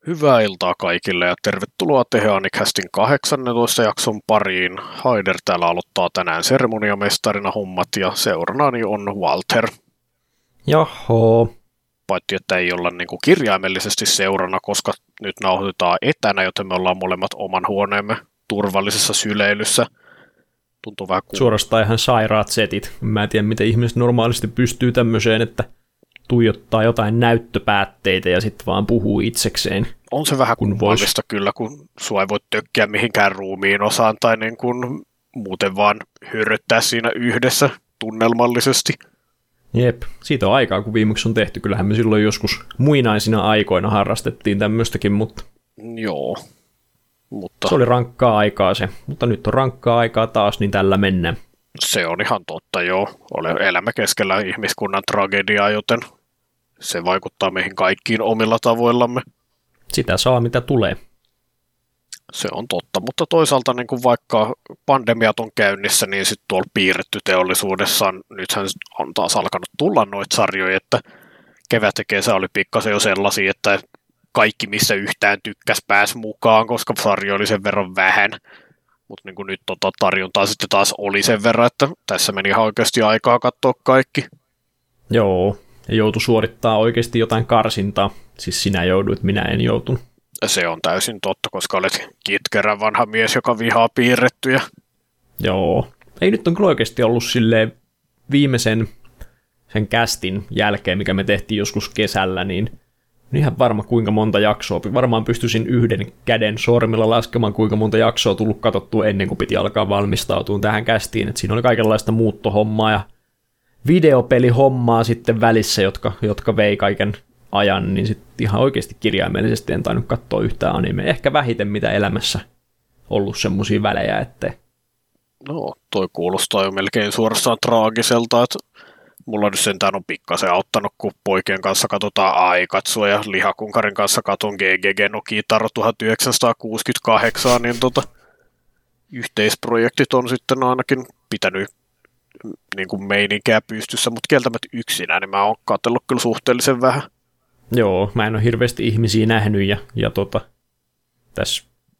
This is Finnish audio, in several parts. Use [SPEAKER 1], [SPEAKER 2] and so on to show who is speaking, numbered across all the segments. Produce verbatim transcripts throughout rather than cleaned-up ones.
[SPEAKER 1] Hyvää iltaa kaikille ja tervetuloa Teheanicastin kahdeksannentoista jakson pariin. Haider täällä aloittaa tänään seremoniamestarina hommat ja seuranani on Walter.
[SPEAKER 2] Joho.
[SPEAKER 1] Paitsi että ei olla niin kuin kirjaimellisesti seurana, koska nyt nauhoitetaan etänä, joten me ollaan molemmat oman huoneemme turvallisessa syleilyssä. Tuntuu vähän kuin...
[SPEAKER 2] Suorastaan ihan sairaat setit. Mä en tiedä, miten ihmiset normaalisti pystyy tämmöiseen, että tuijottaa jotain näyttöpäätteitä ja sitten vaan puhuu itsekseen.
[SPEAKER 1] On se vähän kummallista kyllä, kun sua ei voi tökkiä mihinkään ruumiin osaan tai niin kuin muuten vaan hyrryttää siinä yhdessä tunnelmallisesti.
[SPEAKER 2] Jep, siitä on aikaa, kun viimeksi on tehty. Kyllähän me silloin joskus muinaisina aikoina harrastettiin tämmöistäkin, mutta...
[SPEAKER 1] Joo, mutta...
[SPEAKER 2] Se oli rankkaa aikaa se, mutta nyt on rankkaa aikaa taas, niin tällä mennään.
[SPEAKER 1] Se on ihan totta, joo. Ole elämä keskellä ihmiskunnan tragediaa, joten se vaikuttaa meihin kaikkiin omilla tavoillamme.
[SPEAKER 2] Sitä saa, mitä tulee.
[SPEAKER 1] Se on totta, mutta toisaalta niin kuin vaikka pandemiat on käynnissä, niin sitten tuolla piirretty teollisuudessa, nythän on taas alkanut tulla noita sarjoja, että kevät ja kesä oli pikkasen jo sellaisia, että kaikki missä yhtään tykkäs pääsi mukaan, koska sarjo oli sen verran vähän. Mutta niin nyt tota tarjontaa sitten taas oli sen verran, että tässä meni ihan oikeasti aikaa katsoa kaikki.
[SPEAKER 2] Joo, ja joutui suorittaa oikeasti jotain karsintaa. Siis sinä jouduit, minä en joutunut.
[SPEAKER 1] Se on täysin totta, koska olet kitkerä vanha mies, joka vihaa piirrettyjä.
[SPEAKER 2] Joo. Ei nyt on kyllä oikeasti ollut silleen viimeisen sen kästin jälkeen, mikä me tehtiin joskus kesällä, niin ihan varma kuinka monta jaksoa. Varmaan pystyisin yhden käden sormilla laskemaan, kuinka monta jaksoa on tullut katsottua ennen kuin piti alkaa valmistautua tähän kästiin. Et siinä oli kaikenlaista muuttohommaa ja videopelihommaa sitten välissä, jotka, jotka vei kaiken ajan, niin sitten ihan oikeasti kirjaimellisesti en tainnut katsoa yhtään animea. Ehkä vähiten mitä elämässä ollut semmoisia välejä, ettei.
[SPEAKER 1] No, toi kuulostaa jo melkein suorastaan traagiselta, että mulla nyt sentään on pikkasen auttanut, kun poikien kanssa katsotaan Aikatsua ja Lihakunkarin kanssa katon G G G no Kitaro tuhatyhdeksänsataakuusikymmentäkahdeksan, niin tota, yhteisprojektit on sitten ainakin pitänyt niin kuin meininkiä pystyssä, mutta kieltämättä yksinään, niin mä oon katsellut kyllä suhteellisen vähän.
[SPEAKER 2] Joo, mä en ole hirveästi ihmisiä nähnyt ja, ja tota, tässä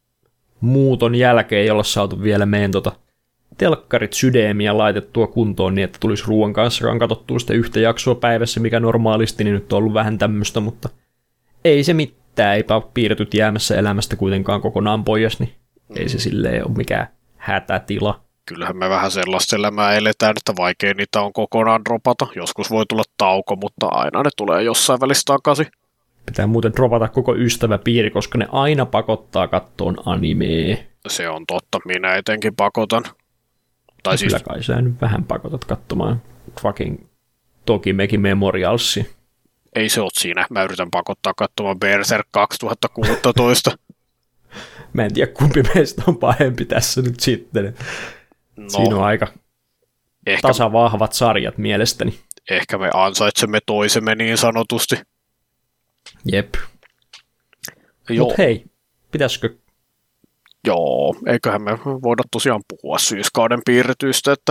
[SPEAKER 2] muuton jälkeen ei olla saatu vielä meidän tota, telkkarit sydämiä laitettua kuntoon niin, että tulisi ruoan kanssa katsottua sitä yhtä jaksoa päivässä, mikä normaalisti, niin nyt on ollut vähän tämmöistä, mutta ei se mitään, eipä ole piirretyt jäämässä elämästä kuitenkaan kokonaan pois, niin mm. ei se silleen ole mikään hätätila.
[SPEAKER 1] Kyllähän me vähän sellaista elämää eletään, että vaikea niitä on kokonaan dropata. Joskus voi tulla tauko, mutta aina ne tulee jossain välissä takaisin.
[SPEAKER 2] Pitää muuten dropata koko ystäväpiiri, koska ne aina pakottaa kattoon animea.
[SPEAKER 1] Se on totta, minä etenkin pakotan. Tai siis...
[SPEAKER 2] Kyllä kai sä nyt vähän pakotat katsomaan fucking Tokimeki Memorialsi.
[SPEAKER 1] Ei se ole siinä. Mä yritän pakottaa katsomaan Berserk kaksituhattakuusitoista.
[SPEAKER 2] Mä en tiedä, kumpi meistä on pahempi tässä nyt sitten. No, siinä on aika ehkä, tasavahvat sarjat mielestäni.
[SPEAKER 1] Ehkä me ansaitsemme toisemme niin sanotusti.
[SPEAKER 2] Jep. Mut hei, pitäisikö?
[SPEAKER 1] Joo, eiköhän me voida tosiaan puhua syyskauden piirretyistä, että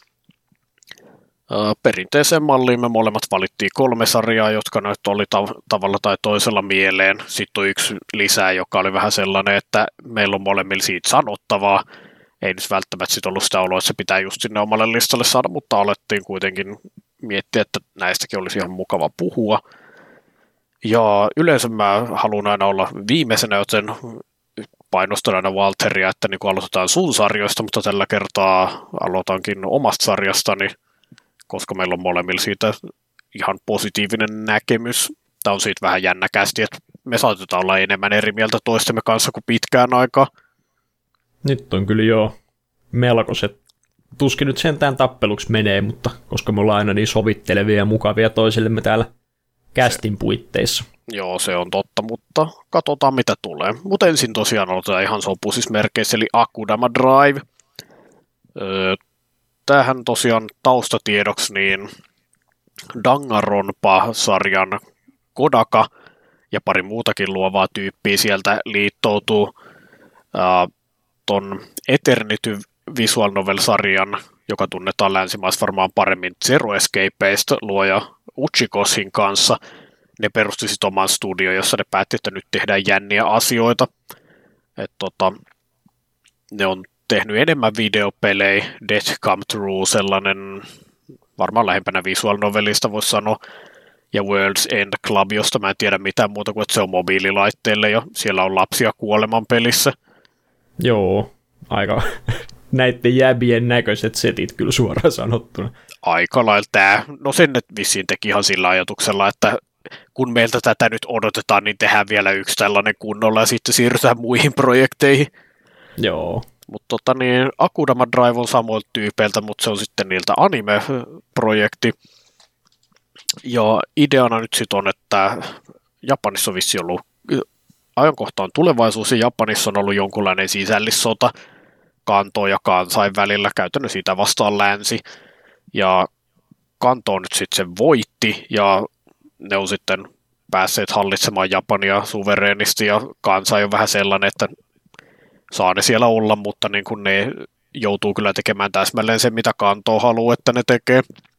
[SPEAKER 1] ää, perinteiseen malliin me molemmat valittiin kolme sarjaa, jotka nyt oli tav- tavalla tai toisella mieleen. Sitten on yksi lisää, joka oli vähän sellainen, että meillä on molemmilla siitä sanottavaa. Ei nyt välttämättä sit ollut sitä oloa, että se pitää just sinne omalle listalle saada, mutta alettiin kuitenkin miettiä, että näistäkin olisi ihan mukava puhua. Ja yleensä mä haluan aina olla viimeisenä, joten painostan aina Walteria, että niin kun aloitetaan sun sarjoista, mutta tällä kertaa aloitankin omasta sarjastani, koska meillä on molemmilla siitä ihan positiivinen näkemys. Tämä on siitä vähän jännäkästi, että me saatetaan olla enemmän eri mieltä toistemme kanssa kuin pitkään aikaa.
[SPEAKER 2] Nyt on kyllä jo melkoiset. Tuskin nyt sentään tappeluksi menee, mutta koska me ollaan aina niin sovittelevia ja mukavia toisillemme täällä kästin puitteissa.
[SPEAKER 1] Joo, se on totta, mutta katsotaan mitä tulee. Mutta ensin tosiaan aloitetaan ihan sopusismerkeissä, eli Akudama Drive. Öö, tämähän tosiaan taustatiedoksi, niin Danganronpa-sarjan Kodaka ja pari muutakin luovaa tyyppiä sieltä liittoutuu öö, ton Eternity Visual Novel-sarjan, joka tunnetaan länsimaissa varmaan paremmin Zero Escapeista luoja Uchikosin kanssa, ne perusti sitten oman studio, jossa ne päätti, että nyt tehdään jänniä asioita. Et tota, ne on tehnyt enemmän videopelejä, Death Come True, sellainen varmaan lähempänä visual novelista voisi sanoa, ja World's End Club, josta mä en tiedä mitään muuta kuin, että se on mobiililaitteelle ja siellä on lapsia kuoleman pelissä.
[SPEAKER 2] Joo, aika näitten jäbien näköiset setit kyllä suoraan sanottuna.
[SPEAKER 1] Aika lailla tämä, no sen ne vissiin teki ihan sillä ajatuksella, että kun meiltä tätä nyt odotetaan, niin tehdään vielä yksi tällainen kunnolla ja sitten siirrytään muihin projekteihin.
[SPEAKER 2] Joo.
[SPEAKER 1] Mutta tota niin, Akudama Drive on samoilta tyypeiltä, mutta se on sitten niiltä anime-projekti. Ja ideana nyt sitten on, että Japanissa on vissiin ollut, ajankohta on tulevaisuus ja Japanissa on ollut jonkunlainen sisällissota Kantoon ja Kansain välillä, käytännössä siitä vastaan länsi. Ja Kanto nyt sitten sen voitti ja ne on sitten päässeet hallitsemaan Japania suvereenisti ja Kansai on vähän sellainen, että saa ne siellä olla, mutta niin kun ne joutuu kyllä tekemään täsmälleen sen, mitä Kanto haluaa, että ne tekee.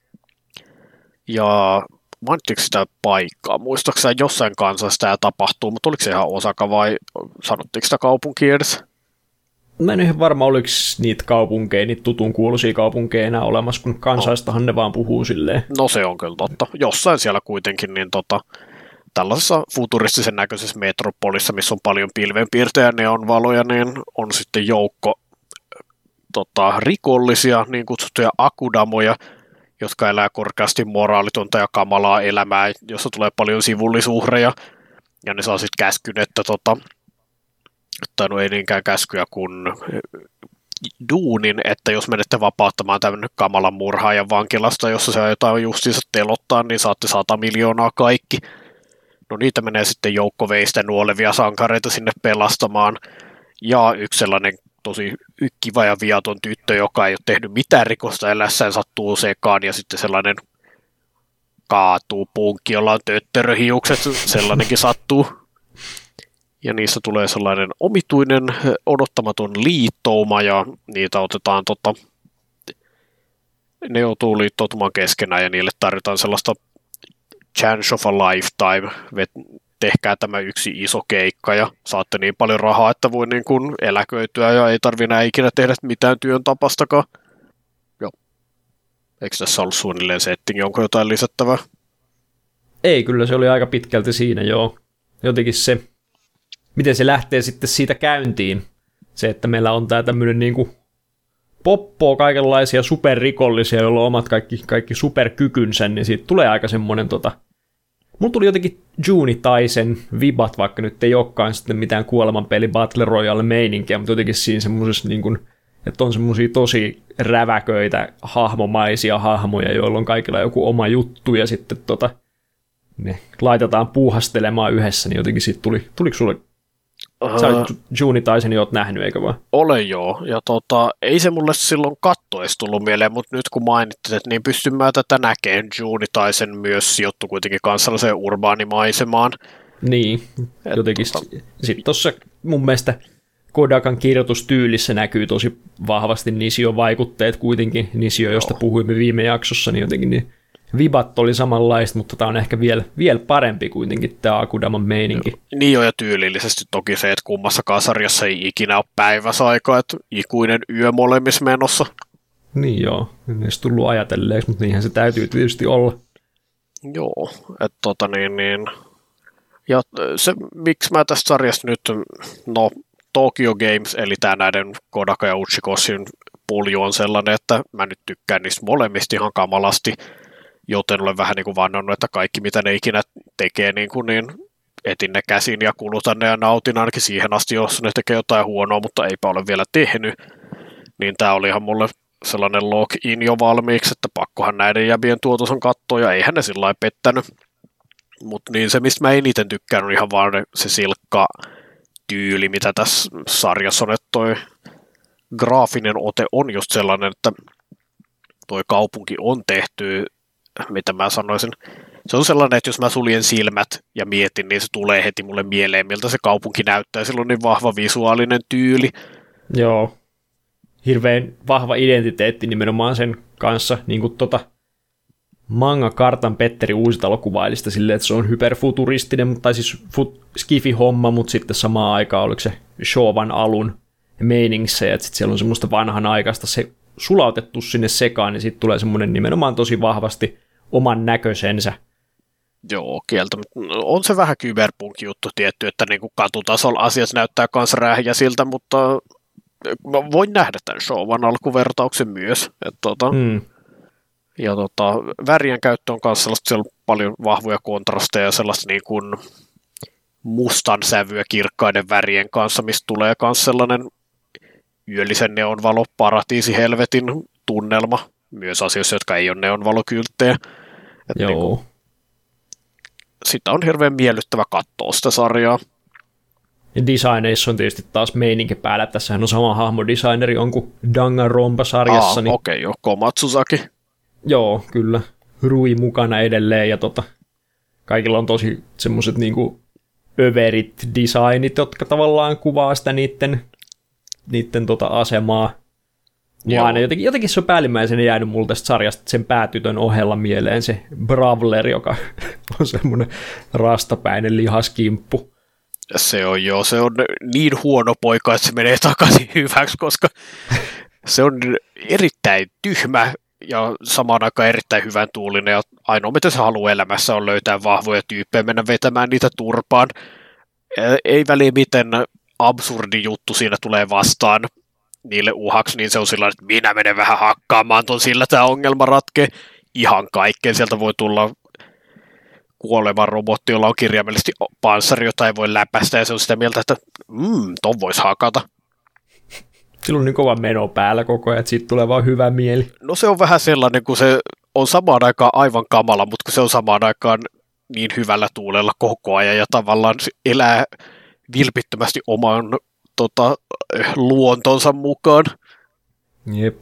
[SPEAKER 1] Ja mainittiinko sitä paikkaa? Muistaakseni jossain kansassa tämä tapahtuu, mutta oliko se ihan Osaka vai sanottiinko sitä kaupunkia edes?
[SPEAKER 2] Mä en ihan varma, oliko niitä kaupunkeja, niitä tutun kuuluisia kaupunkeja enää olemassa, kun kansaistahan ne vaan puhuu silleen.
[SPEAKER 1] No se on kyllä totta. Jossain siellä kuitenkin niin tota, tällaisessa futuristisen näköisessä metropolissa, missä on paljon pilvenpiirtejä ja neonvaloja, niin on sitten joukko tota, rikollisia, niin kutsuttuja akudamoja, jotka elää korkeasti moraalitonta ja kamalaa elämää, jossa tulee paljon sivullisuhreja. Ja ne saa sitten käskyn, että tota, tai no ei niinkään käskyä kuin duunin, että jos menette vapauttamaan tämmöinen kamalan murhaajan vankilasta, jossa se jotain justiinsa telottaa, niin saatte sata miljoonaa kaikki. No niitä menee sitten joukko veistä nuolevia sankareita sinne pelastamaan. Ja yksi sellainen tosi kiva ja viaton tyttö, joka ei ole tehnyt mitään rikosta elässään, sattuu sekaan ja sitten sellainen kaatuu punkki, jolla on töttöröhiukset, sellainenkin sattuu. Ja niissä tulee sellainen omituinen, odottamaton liittouma ja niitä otetaan, tota, ne joutuu liittoutumaan keskenään ja niille tarjotaan sellaista chance of a lifetime, tehkää tämä yksi iso keikka ja saatte niin paljon rahaa, että voi niin kuin eläköityä ja ei tarvitse enää ikinä tehdä mitään työn tapastakaan. Joo. Eikö tässä ollut suunnilleen setting, onko jotain lisättävää?
[SPEAKER 2] Ei, kyllä se oli aika pitkälti siinä, joo. Jotenkin se, miten se lähtee sitten siitä käyntiin. Se, että meillä on tää tämmöinen niinku poppoo kaikenlaisia superrikollisia, joilla on omat kaikki, kaikki superkykynsä, niin siitä tulee aika semmoinen tota... Mulla tuli jotenkin Junitaisen vibat, vaikka nyt ei olekaan sitten mitään kuolemanpeli Battle Royale meininkiä, mutta jotenkin siinä semmoisessa niin kuin, että on semmoisia tosi räväköitä, hahmomaisia hahmoja, joilla on kaikilla joku oma juttu, ja sitten tota, ne laitetaan puuhastelemaan yhdessä, niin jotenkin siitä tuli, tuliko sulle, uh, sä olet Junitaisen oot nähnyt, eikö vaan?
[SPEAKER 1] Olen joo, ja tota, ei se mulle silloin katto edes tullut mieleen, mutta nyt kun mainittit, että niin pystyn mä tätä näkemään, Junitaisen myös sijoittu kuitenkin kansalliseen urbaanimaisemaan.
[SPEAKER 2] Niin, et jotenkin tota... sitten tuossa mun mielestä Kodakan kirjoitustyylissä näkyy tosi vahvasti Nisio-vaikutteet kuitenkin, Nisio, josta joo. puhuimme viime jaksossa, niin jotenkin niin vibat oli samanlaista, mutta tämä on ehkä vielä, vielä parempi kuitenkin tämä Akudaman meininki. Joo.
[SPEAKER 1] Niin jo, ja tyylillisesti toki se, että kummassakaan sarjassa ei ikinä ole päiväsaikaa, että ikuinen yö molemmissa menossa.
[SPEAKER 2] Niin joo, en edes tullut ajatelleeksi, mutta niinhän se täytyy tietysti olla.
[SPEAKER 1] Joo, että tota niin, niin. Ja se, miksi mä tästä sarjasta nyt, no Tokyo Games, eli tämä näiden Kodaka ja Uchikoshin pulju on sellainen, että mä nyt tykkään niistä molemmista ihan kamalasti, joten olen vähän niin kuin vannannut, että kaikki mitä ne ikinä tekee, niin, kuin niin etin ne käsin ja kulutan ne ja nautin ainakin siihen asti, jos ne tekee jotain huonoa, mutta eipä ole vielä tehnyt. Niin tämä oli ihan mulle sellainen log-in jo valmiiksi, että pakkohan näiden jäbien tuotos on katsoa, ja eihän ne sillä lailla pettänyt. Mutta niin se, mistä mä eniten tykkään, on ihan vaan se silkka tyyli, mitä tässä sarjassa on, että toi graafinen ote on just sellainen, että toi kaupunki on tehty, mitä mä sanoisin, se on sellainen, että jos mä suljen silmät ja mietin, niin se tulee heti mulle mieleen, miltä se kaupunki näyttää, sillä on niin vahva visuaalinen tyyli.
[SPEAKER 2] Joo, hirveän vahva identiteetti nimenomaan sen kanssa, niin kuin tota, manga-kartan Petteri Uusitalo kuvaili sitä silleen, että se on hyperfuturistinen, tai siis fut, skifi-homma, mutta sitten samaan aikaan oliko se Shovan alun meiningissä, että sitten siellä on semmoista vanhanaikaista se sulautettu sinne sekaan, niin sitten tulee semmoinen nimenomaan tosi vahvasti oman näköisensä.
[SPEAKER 1] Joo, kieltämättä. On se vähän cyberpunk-juttu tietty, että niin kuin katutasolla asiat näyttää myös rähjäsiltä, mutta mä voin nähdä tämän Shovan alkuvertauksen myös. Että tota, mm. Ja tota, värien käyttö on myös sellaista, siellä on paljon vahvoja kontrasteja ja sellaista niin kuin mustan sävyä kirkkaiden värien kanssa, mistä tulee myös sellainen yöllisen neonvalo, paratiisi, helvetin tunnelma, myös asioissa, jotka ei ole neonvalokylttejä.
[SPEAKER 2] Joo. Niin kuin,
[SPEAKER 1] sitä on hirveän miellyttävä katsoa sitä sarjaa.
[SPEAKER 2] Ja designeissa on tietysti taas meininki päällä. Tässähän on sama hahmodesigneri on kuin Danganronpa-sarjassa.
[SPEAKER 1] Niin... Okei, okay, joo, Komatsuzaki.
[SPEAKER 2] Joo, kyllä. Rui mukana edelleen ja tota, kaikilla on tosi semmoiset niinku överit designit, jotka tavallaan kuvaa sitä niiden, niiden tota asemaa. Ja aina jotenkin, jotenkin se on päällimmäisenä jäänyt mulle tästä sarjasta sen päätytön ohella mieleen se Bravler, joka on semmoinen rastapäinen lihaskimppu.
[SPEAKER 1] Se on joo, se on niin huono poika, että se menee takaisin hyväksi, koska se on erittäin tyhmä ja samaan aikaan erittäin hyvän tuulinen, ja ainoa mitä se haluaa elämässä on löytää vahvoja tyyppejä, mennä vetämään niitä turpaan. Ei väliä miten absurdi juttu siinä tulee vastaan niille uhaksi, niin se on sillä, että minä menen vähän hakkaamaan ton, sillä tämä ongelma ratkee. Ihan kaikkeen sieltä voi tulla kuoleva robotti, jolla on kirjaimellisesti panssari, jota ei voi läpäistä, ja se on sitä mieltä, että mm, ton voisi hakata.
[SPEAKER 2] Sillä on niin kova meno päällä koko ajan, että siitä tulee vaan hyvä mieli.
[SPEAKER 1] No se on vähän sellainen, kun se on samaan aikaan aivan kamala, mutta kun se on samaan aikaan niin hyvällä tuulella koko ajan, ja tavallaan elää vilpittömästi oman tota, luontonsa mukaan.
[SPEAKER 2] Jep.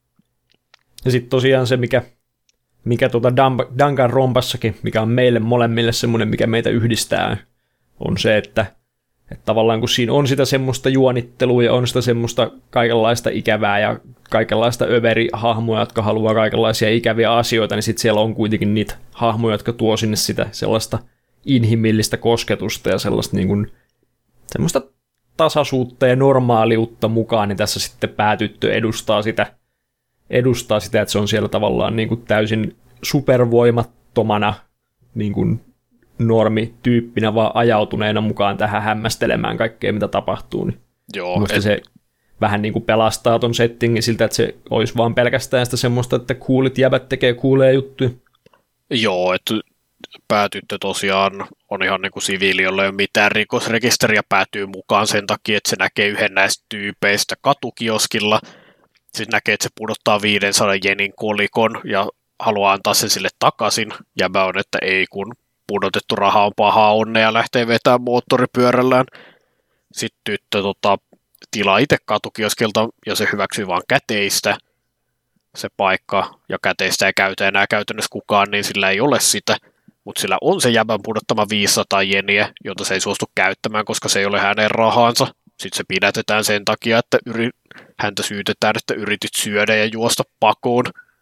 [SPEAKER 2] Ja sitten tosiaan se, mikä, mikä tuota Danganronpassakin, mikä on meille molemmille semmoinen, mikä meitä yhdistää, on se, että, että tavallaan kun siinä on sitä semmoista juonittelua ja on sitä semmoista kaikenlaista ikävää ja kaikenlaista överihahmoja, jotka haluaa kaikenlaisia ikäviä asioita, niin sitten siellä on kuitenkin niitä hahmoja, jotka tuo sinne sitä sellaista inhimillistä kosketusta ja sellaista niin kuin, semmoista tasaisuutta ja normaaliutta mukaan, niin tässä sitten päätyttö edustaa sitä, edustaa sitä, että se on siellä tavallaan niin kuin täysin supervoimattomana niin kuin normityyppinä, vaan ajautuneena mukaan tähän hämmästelemään kaikkea, mitä tapahtuu. Niin
[SPEAKER 1] joo,
[SPEAKER 2] et... se vähän niin kuin pelastaa ton settingin siltä, että se olisi vaan pelkästään sitä semmoista, että coolit jäbät tekee cooleja juttuja.
[SPEAKER 1] Joo, että päätyttö tosiaan on ihan niin kuin siviili, jolla ei ole mitään rikosrekisteriä, päätyy mukaan sen takia, että se näkee yhden näistä tyypeistä katukioskilla. Sitten näkee, että se pudottaa viisisataa jenin kolikon ja haluaa antaa sen sille takaisin. Jäbä on, että ei kun pudotettu raha on pahaa onnea ja lähtee vetämään moottoripyörällään. Sitten tyttö tota, tilaa itse katukioskilta ja se hyväksyy vaan käteistä se paikka ja käteistä ei käytä enää käytännössä kukaan, niin sillä ei ole sitä. Mutta sillä on se jäbän pudottama viisisataa jeniä, jota se ei suostu käyttämään, koska se ei ole hänen rahansa. Sitten se pidätetään sen takia, että yri, häntä syytetään, että yritit syödä ja juosta pakoon.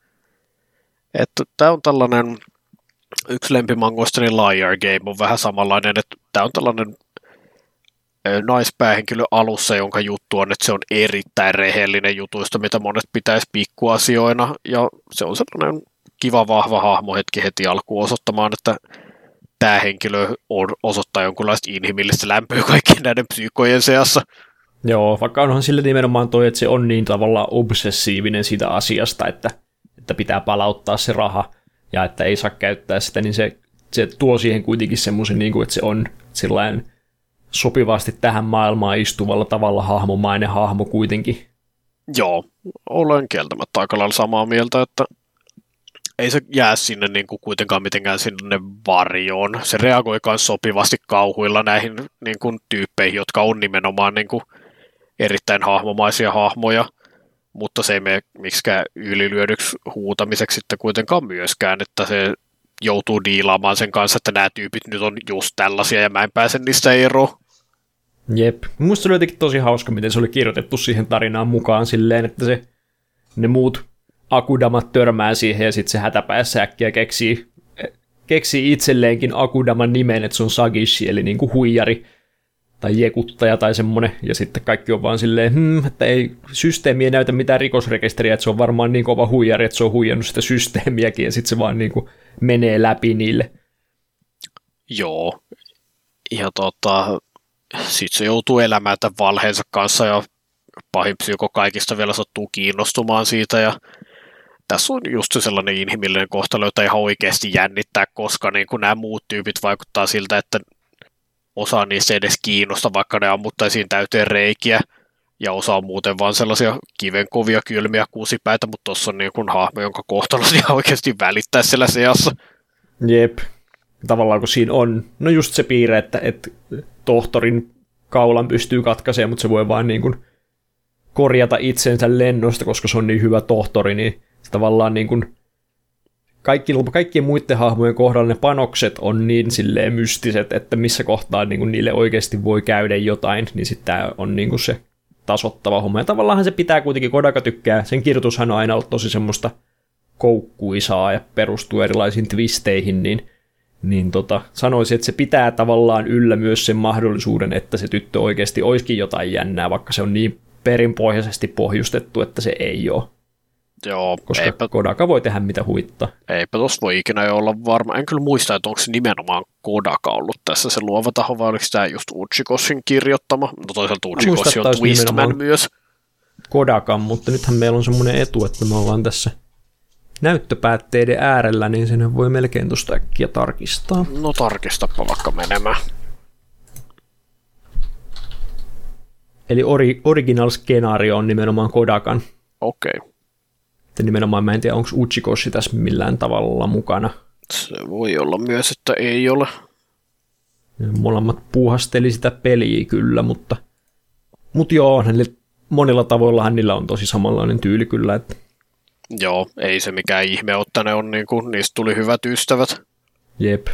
[SPEAKER 1] Tämä on tällainen, yksi lempimangoistani Liar Game on vähän samanlainen, että tämä on tällainen naispäähenkilö alussa, jonka juttu on, että se on erittäin rehellinen jutuista, mitä monet pitäisi pikkuasioina, ja se on sellainen kiva, vahva hahmo hetki heti alkuun osoittamaan, että tämä henkilö on, osoittaa jonkunlaista inhimillistä lämpöä kaikkien näiden psyykojen seassa.
[SPEAKER 2] Joo, vaikka onhan sille nimenomaan toi, että se on niin tavallaan obsessiivinen siitä asiasta, että, että pitää palauttaa se raha ja että ei saa käyttää sitä, niin se, se tuo siihen kuitenkin semmoisen, niin kuin, että se on sellainen sopivasti tähän maailmaan istuvalla tavalla hahmomainen hahmo kuitenkin.
[SPEAKER 1] Joo, olen kieltämättä aika lailla samaa mieltä, että ei se jää sinne niin kuin kuitenkaan mitenkään sinne varjoon. Se reagoi myös sopivasti kauhuilla näihin niin kuin tyyppeihin, jotka on nimenomaan niin kuin erittäin hahmomaisia hahmoja, mutta se ei mene miksikään ylilyödyksi huutamiseksi sitten kuitenkaan myöskään, että se joutuu diilaamaan sen kanssa, että nämä tyypit nyt on just tällaisia ja mä en pääse niistä eroon.
[SPEAKER 2] Jep. Musta se oli jotenkin tosi hauska, miten se oli kirjoitettu siihen tarinaan mukaan silleen, että se, ne muut Akudamat törmää siihen ja sitten se hätäpäissä äkkiä keksii, keksii itselleenkin Akudaman nimen, että se on Sagishi, eli niin kuin huijari tai jekuttaja tai semmoinen, ja sitten kaikki on vaan silleen, hmm, että ei, systeemi ei näytä mitään rikosrekisteriä, että se on varmaan niin kova huijari, että se on huijannut sitä systeemiäkin, ja sitten se vaan niin kuin menee läpi niille.
[SPEAKER 1] Joo, ja tota, sitten se joutuu elämään tämän valheensa kanssa, ja pahin psyko kaikista vielä sattuu kiinnostumaan siitä, ja tässä on just se sellainen inhimillinen kohtalo, jota ihan oikeasti jännittää, koska niin kun nämä muut tyypit vaikuttaa siltä, että osa niistä ei edes kiinnosta, vaikka ne ammuttaisiin täyteen reikiä, ja osa on muuten vaan sellaisia kivenkovia, kylmiä kuusipäitä, mutta tuossa on niin kuin hahmo, jonka kohtalosi ihan oikeasti välittää siellä seassa.
[SPEAKER 2] Jep. Tavallaan kun siinä on, no just se piirre, että, että tohtorin kaulan pystyy katkaisemaan, mutta se voi vaan niin kuin korjata itsensä lennosta, koska se on niin hyvä tohtori, niin se tavallaan niin kuin kaikki, kaikkien muiden hahmojen kohdalla ne panokset on niin silleen mystiset, että missä kohtaa niin kuin niille oikeasti voi käydä jotain, niin sitten tämä on niin kuin se tasoittava homma. Ja tavallaan se pitää kuitenkin, Kodaka tykkää, sen kirjoitushan on aina ollut tosi semmoista koukkuisaa ja perustuu erilaisiin twisteihin, niin, niin tota, sanoisin, että se pitää tavallaan yllä myös sen mahdollisuuden, että se tyttö oikeasti olisikin jotain jännää, vaikka se on niin perinpohjaisesti pohjustettu, että se ei ole.
[SPEAKER 1] Joo,
[SPEAKER 2] koska
[SPEAKER 1] eipä,
[SPEAKER 2] Kodaka voi tehdä mitä huittaa.
[SPEAKER 1] Eipä tuossa voi ikinä olla varma. En kyllä muista, että onko se nimenomaan Kodaka ollut tässä se luova taho, vai oliko tämä just Uchikoshin kirjoittama? No toisaalta Uchikoshi on Twistman myös.
[SPEAKER 2] Kodakan, mutta nythän meillä on semmoinen etu, että me ollaan tässä näyttöpäätteiden äärellä, niin sen voi melkein tuosta äkkiä tarkistaa.
[SPEAKER 1] No tarkistapa vaikka menemään.
[SPEAKER 2] Eli ori, original skenaario on nimenomaan Kodakan.
[SPEAKER 1] Okei. Okay.
[SPEAKER 2] Nimenomaan mä en tiedä, onko Uchikoshi tässä millään tavalla mukana.
[SPEAKER 1] Se voi olla myös, että ei ole.
[SPEAKER 2] Molemmat puuhasteli sitä peliä kyllä, mutta, mutta joo, monilla tavoillahan niillä on tosi samanlainen tyyli kyllä. Että
[SPEAKER 1] joo, ei se mikään ihme, että ne on, niin kuin, niistä tuli hyvät ystävät.
[SPEAKER 2] Jep.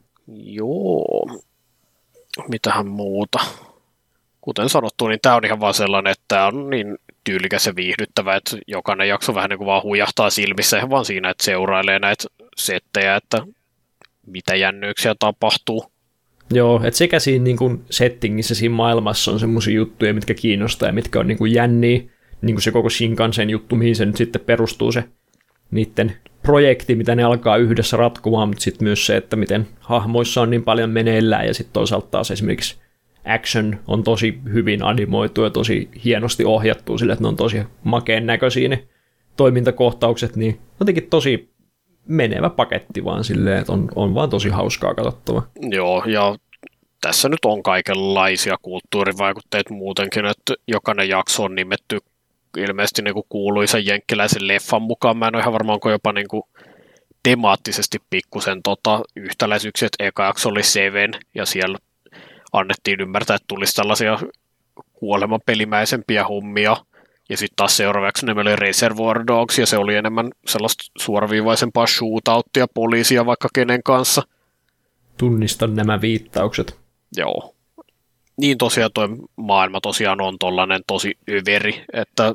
[SPEAKER 1] Joo. Mitähän muuta? Kuten sanottu, niin tämä on ihan vaan sellainen, että tämä on niin tyylikäs ja viihdyttävä, että jokainen jakso vähän niin kuin vaan huijahtaa silmissä, ihan vaan siinä, että seurailee näitä settejä, että mitä jännyyksiä tapahtuu.
[SPEAKER 2] Joo, että sekä siinä niin kuin settingissä, siinä maailmassa on semmoisia juttuja, mitkä kiinnostaa ja mitkä on niin kuin jänniä, niin kuin se koko Shinkansen juttu, mihin se nyt sitten perustuu se niiden projekti, mitä ne alkaa yhdessä ratkomaan, mutta sitten myös se, että miten hahmoissa on niin paljon meneillään ja sitten toisaalta taas esimerkiksi action on tosi hyvin animoitu ja tosi hienosti ohjattu sille, että ne on tosi makeen näköisiä ne toimintakohtaukset, niin jotenkin tosi menevä paketti vaan silleen, että on, on vaan tosi hauskaa katsottava.
[SPEAKER 1] Joo, ja tässä nyt on kaikenlaisia kulttuurivaikutteita muutenkin, että jokainen jakso on nimetty ilmeisesti niin kuin kuuluisen jenkkiläisen leffan mukaan. Mä en ole ihan varma, onko jopa niin kuin temaattisesti pikkusen tota yhtäläisyyksiä, että eka jakso oli Seven, ja siellä annettiin ymmärtää, että tulisi tällaisia kuolemapelimäisempiä hommia. Ja sitten taas seuraavaksi ne oli Reservoir Dogs, ja se oli enemmän sellaista suoraviivaisempaa shootouttia poliisia vaikka kenen kanssa.
[SPEAKER 2] Tunnistan nämä viittaukset.
[SPEAKER 1] Joo. Niin tosiaan tuo maailma tosiaan on tollainen tosi överi, että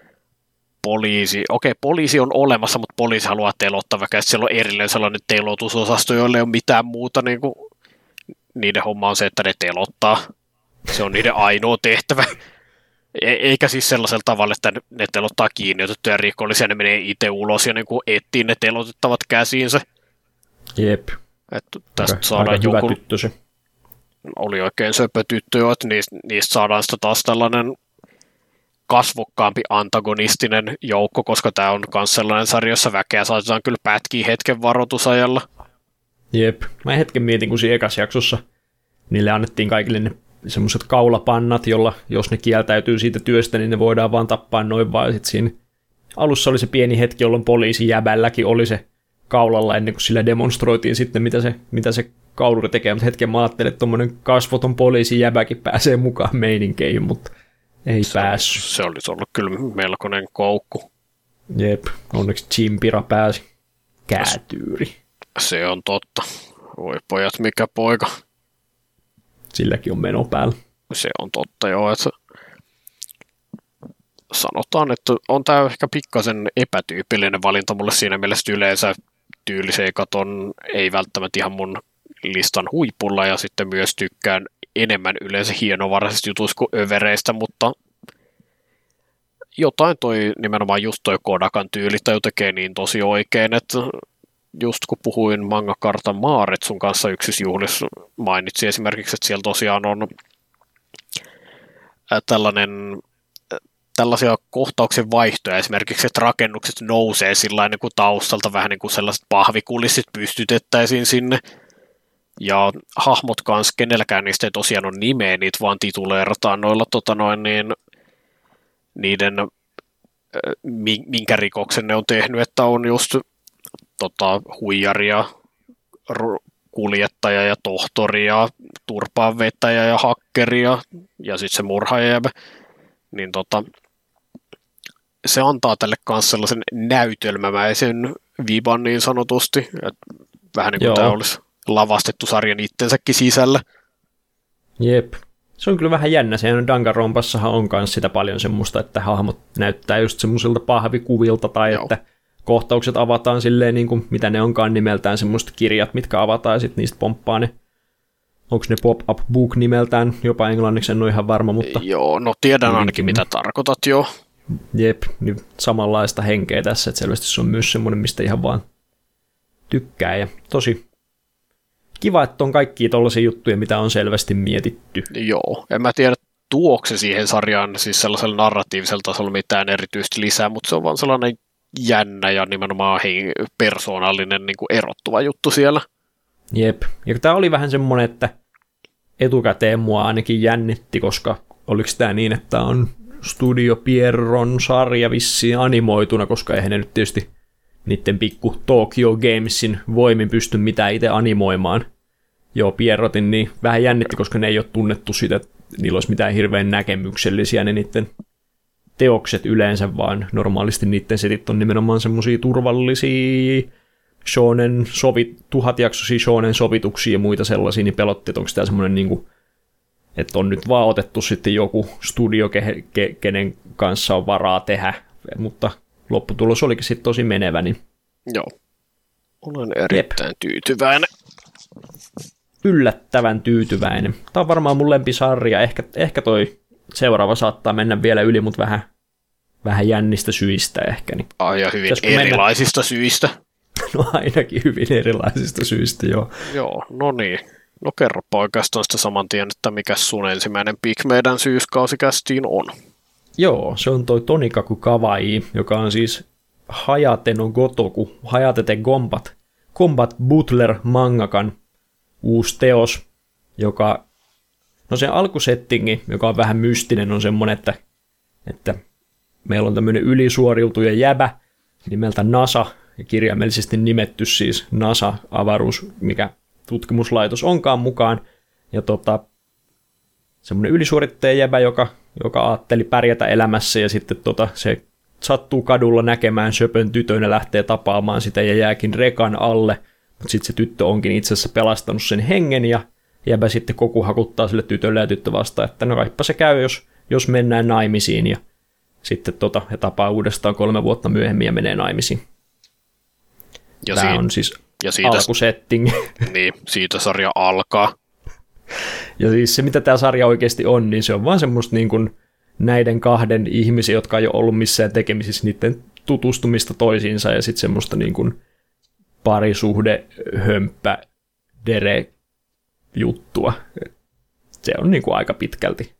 [SPEAKER 1] poliisi, okei, poliisi on olemassa, mutta poliisi haluaa telottaa, vaikka siellä on erillinen sellainen telotusosasto, joille ei ole mitään muuta, niin kuin niiden homma on se, että ne telottaa. Se on niiden ainoa tehtävä. Eikä siis sellaisella tavalla, että ne telottaa kiinni otettuja rikollisia, ne menee itse ulos ja niin kuin etsii ne telotettavat käsiinsä.
[SPEAKER 2] Jep.
[SPEAKER 1] Että tästä
[SPEAKER 2] aika,
[SPEAKER 1] saadaan
[SPEAKER 2] aika
[SPEAKER 1] joku...
[SPEAKER 2] hyvä tyttö se.
[SPEAKER 1] Oli oikein söpö tyttö jo, että niistä, niistä saadaan sitä taas tällainen kasvokkaampi antagonistinen joukko, koska tämä on myös sellainen sarja, jossa väkeä saatetaan kyllä pätkiä hetken varoitusajalla.
[SPEAKER 2] Jep. Mä hetken mietin, kun siinä ekassa jaksossa niille annettiin kaikille ne semmoiset kaulapannat, jolla jos ne kieltäytyy siitä työstä, niin ne voidaan vaan tappaa noin vaan. Sitten siinä alussa oli se pieni hetki, jolloin poliisi jäbälläkin oli se kaulalla ennen kuin sillä demonstroitiin sitten, mitä se, mitä se kauluri tekee. Mutta hetken mä ajattelin, että tommonen kasvoton poliisi jäbäkin pääsee mukaan meininkeihin, mutta ei
[SPEAKER 1] se,
[SPEAKER 2] päässyt.
[SPEAKER 1] Se olisi ollut kyllä melkoinen koukku.
[SPEAKER 2] Jep, onneksi Chimpira pääsi. Käätyyri.
[SPEAKER 1] Se on totta. Voi pojat, mikä poika.
[SPEAKER 2] Silläkin on meno päällä.
[SPEAKER 1] Se on totta, joo. Että sanotaan, että on tämä ehkä pikkasen epätyypillinen valinta mulle siinä mielessä yleensä tyyliseikat on ei välttämättä ihan mun listan huipulla ja sitten myös tykkään enemmän yleensä hienovaraisista jutuista kuin övereistä, mutta jotain toi nimenomaan just toi Kodakan tyyli tai tekee niin tosi oikein, että just kun puhuin Manga-kartan Maaretsun kanssa yksissä juhlissa mainitsin esimerkiksi, että siellä tosiaan on tällainen tällaisia kohtauksen vaihtoja esimerkiksi, että rakennukset nousee sillä niin kuin taustalta vähän niin kuin sellaiset pahvikulissit pystytettäisiin sinne. Ja hahmot kanssa, kenelläkään niistä ei tosiaan ole nimeä, niitä vaan tituleerataan noilla tota noin, niin, niiden, minkä rikoksen ne on tehnyt, että on just tota, huijaria, kuljettaja ja tohtori ja turpaanvetäjä ja hakkeria ja sitten se murhaaja. Niin tota, se antaa tälle kanssa sellaisen näytelmämäisen viban niin sanotusti, että vähän niin kuin Joo. tämä olisi lavastettu sarjan itsensäkin sisällä.
[SPEAKER 2] Jep. Se on kyllä vähän jännä. Sehän Danganronpassahan on myös sitä paljon semmoista, että hahmot näyttää just semmoisilta pahvikuvilta tai Joo. että kohtaukset avataan silleen, niin kuin, mitä ne onkaan nimeltään, semmoiset kirjat, mitkä avataan ja sitten niistä pomppaa ne. Onko ne pop-up book nimeltään? Jopa englanniksi en ole ihan varma, mutta...
[SPEAKER 1] Joo, no tiedän ainakin mitä tarkoitat, joo.
[SPEAKER 2] Jep, niin samanlaista henkeä tässä, että selvästi se on myös semmoinen, mistä ihan vaan tykkää. Ja tosi kiva, että on kaikkia tollaisia juttuja, mitä on selvästi mietitty.
[SPEAKER 1] Joo, en mä tiedä, tuoko se siihen sarjaan siis sellaisella narratiivisella tasolla mitään erityisesti lisää, mutta se on vaan sellainen jännä ja nimenomaan hei, persoonallinen niin kuin erottuva juttu siellä.
[SPEAKER 2] Jep, ja tämä oli vähän semmoinen, että etukäteen mua ainakin jännitti, koska oliko tämä niin, että on Studio Pierron sarja vissiin animoituna, koska eihän ne nyt tietysti niiden pikku Tokyo Gamesin voimin pysty mitään itse animoimaan. Joo, Pierrotin niin vähän jännitti, koska ne ei ole tunnettu siitä, että niillä olisi mitään hirveän näkemyksellisiä ne niiden teokset yleensä, vaan normaalisti niiden setit on nimenomaan semmoisia turvallisia shonen sovit, tuhatjaksoisia shonen sovituksia ja muita sellaisia, niin pelotti, että onko tämä semmoinen, niin kuin, että on nyt vaan otettu sitten joku studio, ke, ke, kenen kanssa on varaa tehdä, mutta lopputulos olikin sitten tosi menevä. Niin...
[SPEAKER 1] Joo, olen erittäin Jep. tyytyväinen.
[SPEAKER 2] Yllättävän tyytyväinen. Tämä on varmaan mun lempisarja, ehkä, ehkä toi seuraava saattaa mennä vielä yli, mutta vähän, vähän jännistä syistä ehkä. Niin.
[SPEAKER 1] Ai ja hyvin erilaisista mennä... syistä.
[SPEAKER 2] No ainakin hyvin erilaisista syistä, joo.
[SPEAKER 1] Joo, no niin. No kerropa oikeastaan sitä saman tien, että mikä sun ensimmäinen pick meidän syyskausikästiin on.
[SPEAKER 2] Joo, se on toi Tonikaku Kawaii, joka on siis Hayate no Gotoku, Hayate the Combat, Combat Butler mangakan uusi teos, joka, no se alkusettingi, joka on vähän mystinen, on semmoinen, että, että meillä on tämmöinen ylisuoriutuja jäbä nimeltä NASA, ja kirjaimellisesti nimetty siis NASA-avaruus, mikä tutkimuslaitos onkaan mukaan, ja tota, semmoinen ylisuorittaja jäbä, joka, joka ajatteli pärjätä elämässä, ja sitten tota, se sattuu kadulla näkemään söpön tytön ja lähtee tapaamaan sitä ja jääkin rekan alle, mutta sitten se tyttö onkin itse asiassa pelastanut sen hengen, ja jäbä sitten koku hakuttaa sille tytölle ja tyttö vastaan, että no kaipa se käy, jos, jos mennään naimisiin, ja sitten tota, he tapaa uudestaan kolme vuotta myöhemmin ja menee naimisiin. Ja Tämä siitä, on siis ja siitä, alkusetting.
[SPEAKER 1] Niin, siitä sarja alkaa.
[SPEAKER 2] Ja siis se, mitä tämä sarja oikeasti on, niin se on vaan semmoista niin kuin näiden kahden ihmisiä, jotka ei ole ollut missään tekemisissä, niiden tutustumista toisiinsa ja sitten semmoista niin kuin parisuhde, hömppä, dere juttua. Se on niin kuin aika pitkälti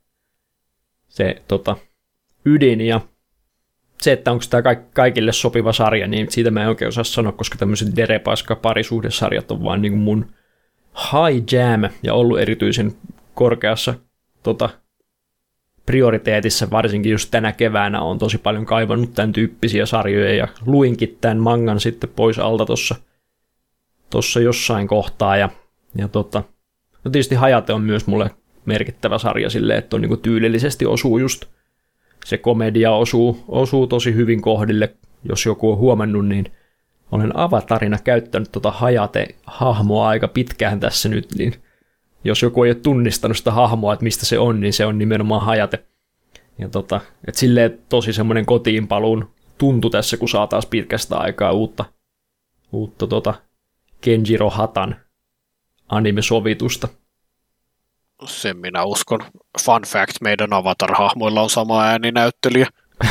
[SPEAKER 2] se tota, ydin ja se, että onko tämä kaikille sopiva sarja, niin siitä mä en oikein osaa sanoa, koska tämmöiset derepaska parisuhdesarjat on vaan niin kuin mun high jam ja ollut erityisen korkeassa tota, prioriteetissa, varsinkin just tänä keväänä on tosi paljon kaivannut tämän tyyppisiä sarjoja ja luinkin tämän mangan sitten pois alta tuossa tossa jossain kohtaa ja, ja tota, no tietysti Hayate on myös mulle merkittävä sarja silleen, että on niin kuin tyylillisesti osuu just se komedia osuu, osuu tosi hyvin kohdille, jos joku on huomannut, niin olen avatarina käyttänyt tuota Hayate-hahmoa aika pitkään tässä nyt, niin jos joku ei ole tunnistanut sitä hahmoa, että mistä se on, niin se on nimenomaan Hayate. Ja tota, et silleen tosi semmoinen kotiinpaluun tuntu tässä, kun saa taas pitkästä aikaa uutta, uutta tota Kenjiro Hatan anime-sovitusta.
[SPEAKER 1] Sen minä uskon. Fun fact, meidän Avatar-hahmoilla on sama ääninäyttelijä.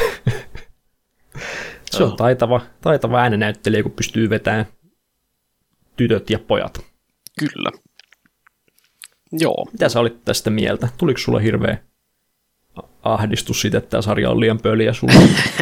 [SPEAKER 2] Se on taitava, taitava ääninäyttelijä, kun pystyy vetämään tytöt ja pojat.
[SPEAKER 1] Kyllä. Joo.
[SPEAKER 2] Mitä sä olit tästä mieltä? Tuliko sulla hirveä ahdistus siitä, että tämä sarja on liian pöliä sulla?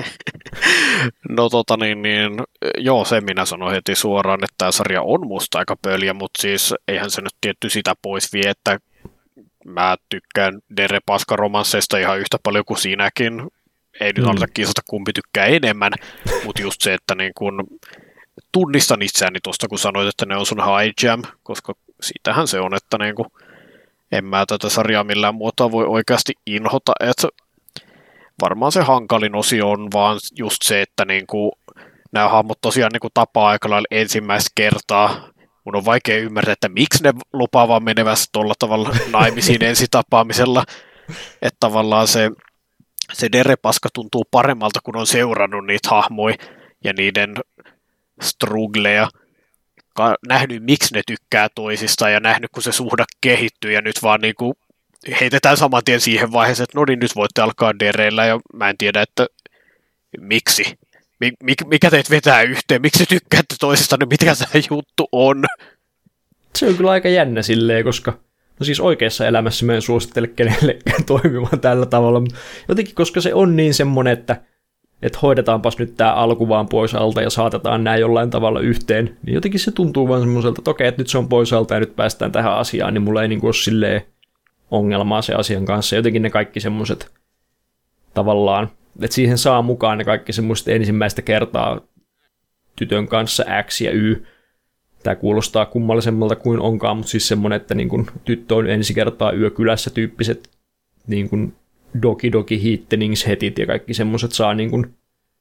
[SPEAKER 1] No tota niin, niin, joo, se minä sanoin heti suoraan, että tämä sarja on musta aika pöliä, mutta siis eihän se nyt tietty sitä pois vie, että mä tykkään Dere Paska-romansseista ihan yhtä paljon kuin sinäkin. Ei nyt mm. aleta kiisata kumpi tykkää enemmän, mutta just se, että niin kun tunnistan itseäni tuosta, kun sanoit, että ne on sun high jam, koska siitähän se on, että niin kun en mä tätä sarjaa millään muotoa voi oikeasti inhota, että varmaan se hankalin osio on vaan just se, että niin kun nämä hahmot tosiaan niin kun tapaa aika lailla ensimmäistä kertaa. Mun on vaikea ymmärtää, että miksi ne lupaa vaan menevässä tuolla tavalla naimisiin ensitapaamisella, että tavallaan se se Dere-paska tuntuu paremmalta, kun on seurannut niitä hahmoja ja niiden struggleja, nähnyt, miksi ne tykkää toisistaan ja nähnyt, kun se suhde kehittyy ja nyt vaan niinku heitetään saman tien siihen vaiheeseen, että no niin, nyt voitte alkaa Dereillä ja mä en tiedä, että miksi. Mikä teitä vetää yhteen? Miksi tykkäätte toisistaan? Mikä tämä juttu on?
[SPEAKER 2] Se on kyllä aika jännä silleen, koska no siis oikeassa elämässä mä en suosittele kenellekään toimimaan tällä tavalla, mutta jotenkin koska se on niin semmoinen, että, että hoidetaanpas nyt tämä alku vaan pois alta ja saatetaan nämä jollain tavalla yhteen, niin jotenkin se tuntuu vaan semmoiselta, että okei, että nyt se on pois alta ja nyt päästään tähän asiaan, niin mulla ei niin kuin ole silleen ongelmaa se asian kanssa. Jotenkin ne kaikki semmoiset tavallaan, että siihen saa mukaan ne kaikki semmoiset ensimmäistä kertaa tytön kanssa X ja Y. Tämä kuulostaa kummallisemmalta kuin onkaan, mutta siis semmoinen, että niin kun tyttö on ensi kertaa yökylässä tyyppiset niin kun Doki Doki Happenings-hetit ja kaikki semmoiset saa, niin kun,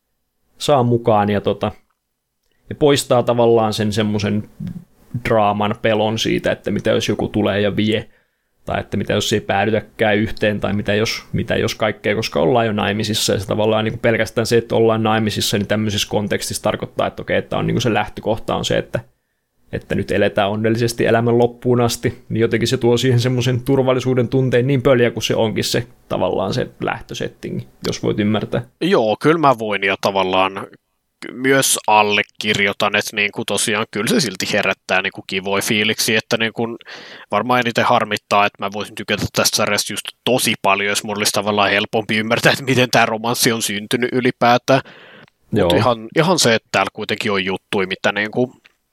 [SPEAKER 2] saa mukaan ja, tota, ja poistaa tavallaan sen semmoisen draaman pelon siitä, että mitä jos joku tulee ja vie, tai että mitä jos ei päädytäkään yhteen, tai mitä jos, mitä jos kaikkea, koska ollaan jo naimisissa, ja se tavallaan niin pelkästään se, että ollaan naimisissa, niin tämmöisessä kontekstissa tarkoittaa, että okei, että on, niin se lähtökohta on se, että että nyt eletään onnellisesti elämän loppuun asti, niin jotenkin se tuo siihen semmoisen turvallisuuden tunteen niin pöliä kuin se onkin se tavallaan se lähtösettingi, jos voit ymmärtää.
[SPEAKER 1] Joo, kyllä mä voin ja tavallaan myös allekirjoitan, että niin kuin tosiaan kyllä se silti herättää niin kuin kivoja fiiliksi, että niin kuin varmaan eniten harmittaa, että mä voisin tykätä tästä sarjasta just tosi paljon, jos mulla olisi tavallaan helpompi ymmärtää, että miten tämä romanssi on syntynyt ylipäätään. Mutta ihan, ihan se, että täällä kuitenkin on juttuja, mitä niin kuin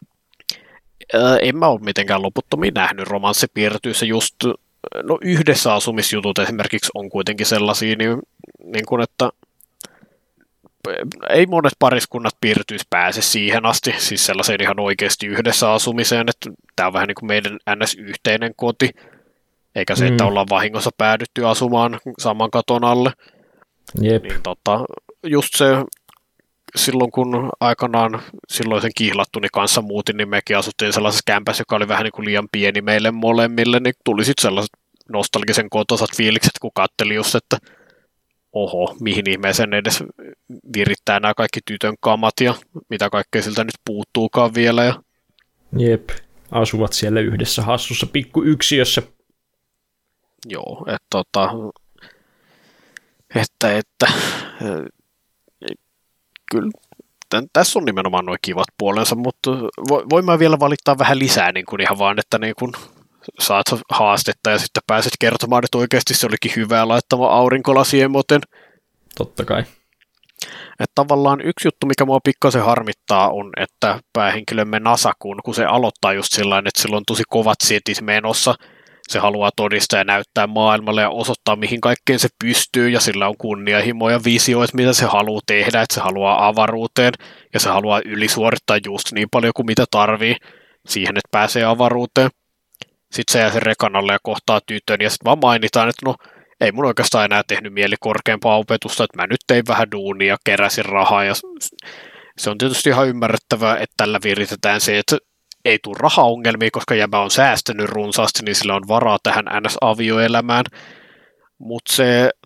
[SPEAKER 1] en mä ole mitenkään loputtomiin nähnyt romanssipiirtyissä just, no yhdessä asumisjutut esimerkiksi on kuitenkin sellaisia, niin, niin kuin, että ei monet pariskunnat piirtyisi pääse siihen asti, siis sellaiseen ihan oikeasti yhdessä asumiseen, että tämä on vähän niin kuin meidän N S-yhteinen koti, eikä se, mm. että ollaan vahingossa päädytty asumaan saman katon alle.
[SPEAKER 2] Jep.
[SPEAKER 1] Niin tota, just se silloin kun aikanaan silloisen kihlattuni kanssa muutin, niin mekin asuttiin sellaisessa kämpässä, joka oli vähän niin kuin liian pieni meille molemmille, niin tuli sitten sellaiset nostalgisen kotoisat fiilikset, kun katteli just, että oho, mihin ihmeeseen edes virittää nämä kaikki tytön kamat ja mitä kaikkea siltä nyt puuttuukaan vielä. Ja
[SPEAKER 2] jep, asuvat siellä yhdessä hassussa pikkuyksiössä.
[SPEAKER 1] Joo, että tota, että, että kyllä Tän, tässä on nimenomaan nuo kivat puolensa, mutta voin mä vielä valittaa vähän lisää niin kuin ihan vaan, että niin kuin saat haastetta ja sitten pääset kertomaan, että oikeasti se olikin hyvää laittava aurinkolasi emoten.
[SPEAKER 2] Totta kai.
[SPEAKER 1] Että tavallaan yksi juttu, mikä mua pikkasen harmittaa, on, että päähenkilömme Nasakun, kun se aloittaa just sillain, että sillä on tosi kovat setit menossa, se haluaa todistaa ja näyttää maailmalle ja osoittaa, mihin kaikkeen se pystyy, ja sillä on kunnianhimo ja visioita, mitä se haluaa tehdä, että se haluaa avaruuteen, ja se haluaa ylisuorittaa just niin paljon kuin mitä tarvii siihen, että pääsee avaruuteen. Sitten se jää sen rekan alle ja kohtaa tytön, ja sitten vaan mainitaan, että no, ei mun oikeastaan enää tehnyt mieli korkeampaa opetusta, että mä nyt tein vähän duunia ja keräsin rahaa, ja se on tietysti ihan ymmärrettävää, että tällä viritetään se, että ei tule rahaongelmia, koska jäbä on säästänyt runsaasti, niin sillä on varaa tähän N S-avioelämään. Mutta se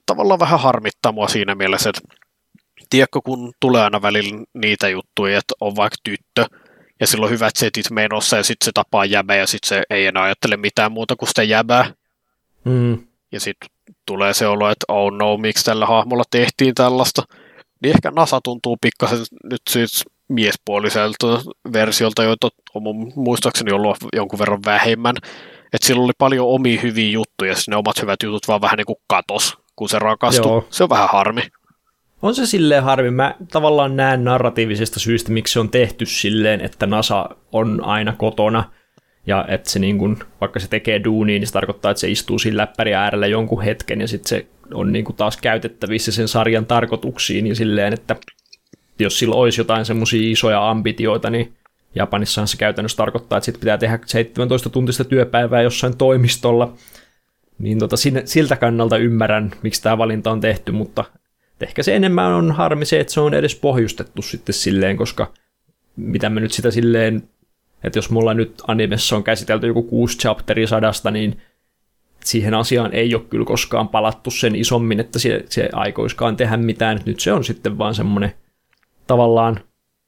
[SPEAKER 1] tavallaan vähän harmittaa mua siinä mielessä, että tiedätkö, kun tulee aina välillä niitä juttuja, että on vaikka tyttö, ja silloin hyvät setit menossa, ja sitten se tapaa jäbää, ja sitten se ei enää ajattele mitään muuta kuin sitä jäbää.
[SPEAKER 2] Mm.
[SPEAKER 1] Ja sitten tulee se olo, että oh no, miksi tällä hahmolla tehtiin tällaista. Niin ehkä NASA tuntuu pikkasen nyt siis miespuoliselta versiolta, joita on mun muistaakseni ollut jonkun verran vähemmän. Että sillä oli paljon omia hyviä juttuja, ja ne omat hyvät jutut vaan vähän niin kuin katos, kun se rakastui. Joo. Se on vähän harmi.
[SPEAKER 2] On se silleen harmi. Mä tavallaan näen narratiivisesta syystä, miksi se on tehty silleen, että NASA on aina kotona, ja että se niin kun, vaikka se tekee duunia, niin se tarkoittaa, että se istuu siinä läppärin äärellä jonkun hetken, ja sitten se on niin kun taas käytettävissä sen sarjan tarkoituksiin, ja silleen, että jos sillä olisi jotain semmoisia isoja ambitioita, niin Japanissahan se käytännössä tarkoittaa, että sit pitää tehdä seitsemäntoista tuntista työpäivää jossain toimistolla, niin tota, siltä kannalta ymmärrän, miksi tämä valinta on tehty, mutta ehkä se enemmän on harmi se, että se on edes pohjustettu sitten silleen, koska mitä me nyt sitä silleen, että jos mulla nyt animessa on käsitelty joku kuusi chapteri sadasta, niin siihen asiaan ei ole kyllä koskaan palattu sen isommin, että se, se aikoiskaan tehdä mitään. Nyt se on sitten vaan semmoinen tavallaan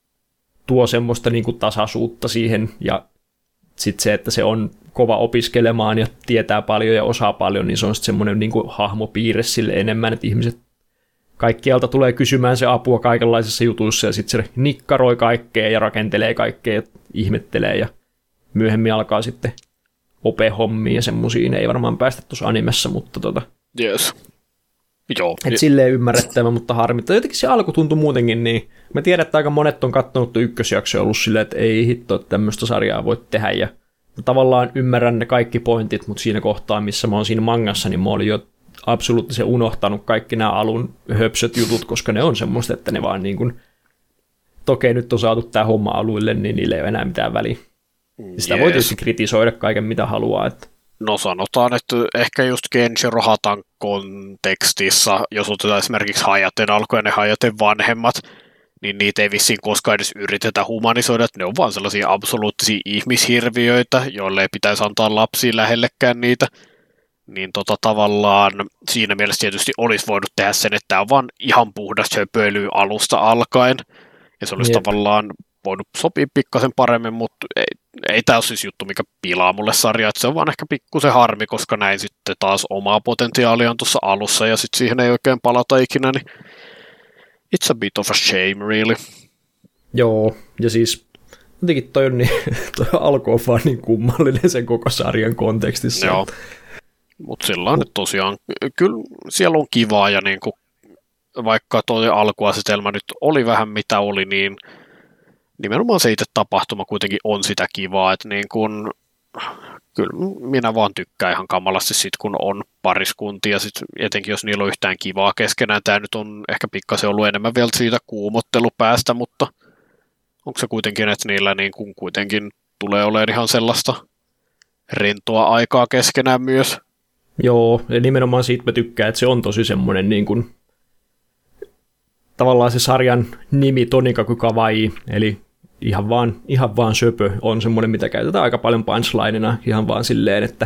[SPEAKER 2] tuo semmoista niin kuin tasaisuutta siihen, ja sitten se, että se on kova opiskelemaan ja tietää paljon ja osaa paljon, niin se on sitten semmoinen niin kuin hahmopiirre sille enemmän, että ihmiset kaikkialta tulee kysymään se apua kaikenlaisissa jutuissa, ja sitten se nikkaroi kaikkea ja rakentelee kaikkea ja ihmettelee, ja myöhemmin alkaa sitten ope-hommia ja semmoisiin ei varmaan päästä tuossa animessa, mutta tota...
[SPEAKER 1] Yes. Joo.
[SPEAKER 2] Että silleen ymmärrettävä, mutta harmittaa. Jotenkin se alku tuntui muutenkin niin. Mä tiedän, että aika monet on katsonut ykkösjakso ja ollut silleen, että ei hitto, että tämmöistä sarjaa voi tehdä. Ja tavallaan ymmärrän ne kaikki pointit, mutta siinä kohtaa, missä mä oon siinä mangassa, niin mä olin jo absoluuttisen unohtanut kaikki nämä alun höpsöt jutut, koska ne on semmoista, että ne vaan niin kuin, okei, nyt on saatu tää homma aluille, niin niille ei ole enää mitään väliä. Sitä yes. Voi tietysti kritisoida kaiken, mitä haluaa. Että...
[SPEAKER 1] No sanotaan, että ehkä just Kenshiro Hatan kontekstissa, jos otetaan esimerkiksi Hayaten alku ja ne Hayaten vanhemmat, niin niitä ei vissiin koskaan edes yritetä humanisoida, että ne on vaan sellaisia absoluuttisia ihmishirviöitä, joille ei pitäisi antaa lapsia lähellekään niitä. Niin tota tavallaan siinä mielessä tietysti olisi voinut tehdä sen, että tämä on vaan ihan puhdas höpöilyä alusta alkaen, ja se olisi Jep. tavallaan voinut sopia pikkasen paremmin, mutta ei, ei tämä ole siis juttu, mikä pilaa mulle sarjaa, että se on vaan ehkä pikkusen harmi, koska näin sitten taas omaa potentiaalia on tuossa alussa, ja sitten siihen ei oikein palata ikinä, niin it's a bit of a shame, really.
[SPEAKER 2] Joo, ja siis jotenkin toi, on niin, toi alku on vaan niin kummallinen sen koko sarjan kontekstissa.
[SPEAKER 1] Joo, mutta sillä on nyt tosiaan, kyllä siellä on kivaa, ja niin kuin, vaikka tuo alkuasetelma nyt oli vähän mitä oli, niin nimenomaan se itse tapahtuma kuitenkin on sitä kivaa, että niin kun, kyllä minä vaan tykkään ihan kamalasti sit, kun on pariskuntia, sit etenkin jos niillä on yhtään kivaa keskenään. Tämä nyt on ehkä pikkasen ollut enemmän vielä siitä kuumottelupäästä, mutta onko se kuitenkin, että niillä niin kun kuitenkin tulee olemaan ihan sellaista rentoa aikaa keskenään myös?
[SPEAKER 2] Joo, ja nimenomaan siitä mä tykkään, että se on tosi semmoinen niin kuin tavallaan se sarjan nimi Tonikaku Kawaii, eli ihan vaan, ihan vaan söpö on semmoinen, mitä käytetään aika paljon punchlinena, ihan vaan silleen, että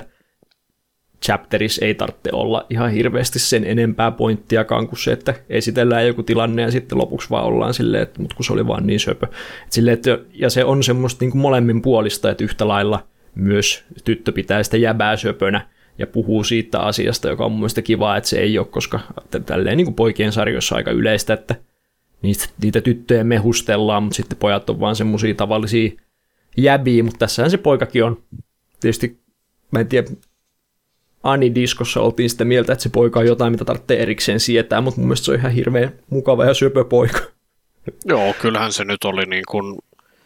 [SPEAKER 2] chapteris ei tarvitse olla ihan hirveästi sen enempää pointtiakaan kuin se, että esitellään joku tilanne ja sitten lopuksi vaan ollaan silleen, että mut kun se oli vaan niin söpö. Et silleen, että, ja se on semmoista niin kuin molemmin puolista, että yhtä lailla myös tyttö pitää sitä jäbää söpönä ja puhuu siitä asiasta, joka on mun mielestä kivaa, että se ei ole, koska tälleen niin kuin poikien sarjoissa aika yleistä, että niitä, niitä tyttöjä mehustellaan, mutta sitten pojat on vaan semmosia tavallisia jäbiä, mutta tässähän se poikakin on. Tietysti, mä en tiedä, Ani-diskossa oltiin sitä mieltä, että se poika on jotain, mitä tarvitsee erikseen sietää, mutta mun mielestä se on ihan hirveän mukava ja söpö poika.
[SPEAKER 1] Joo, kyllähän se nyt oli niin kuin,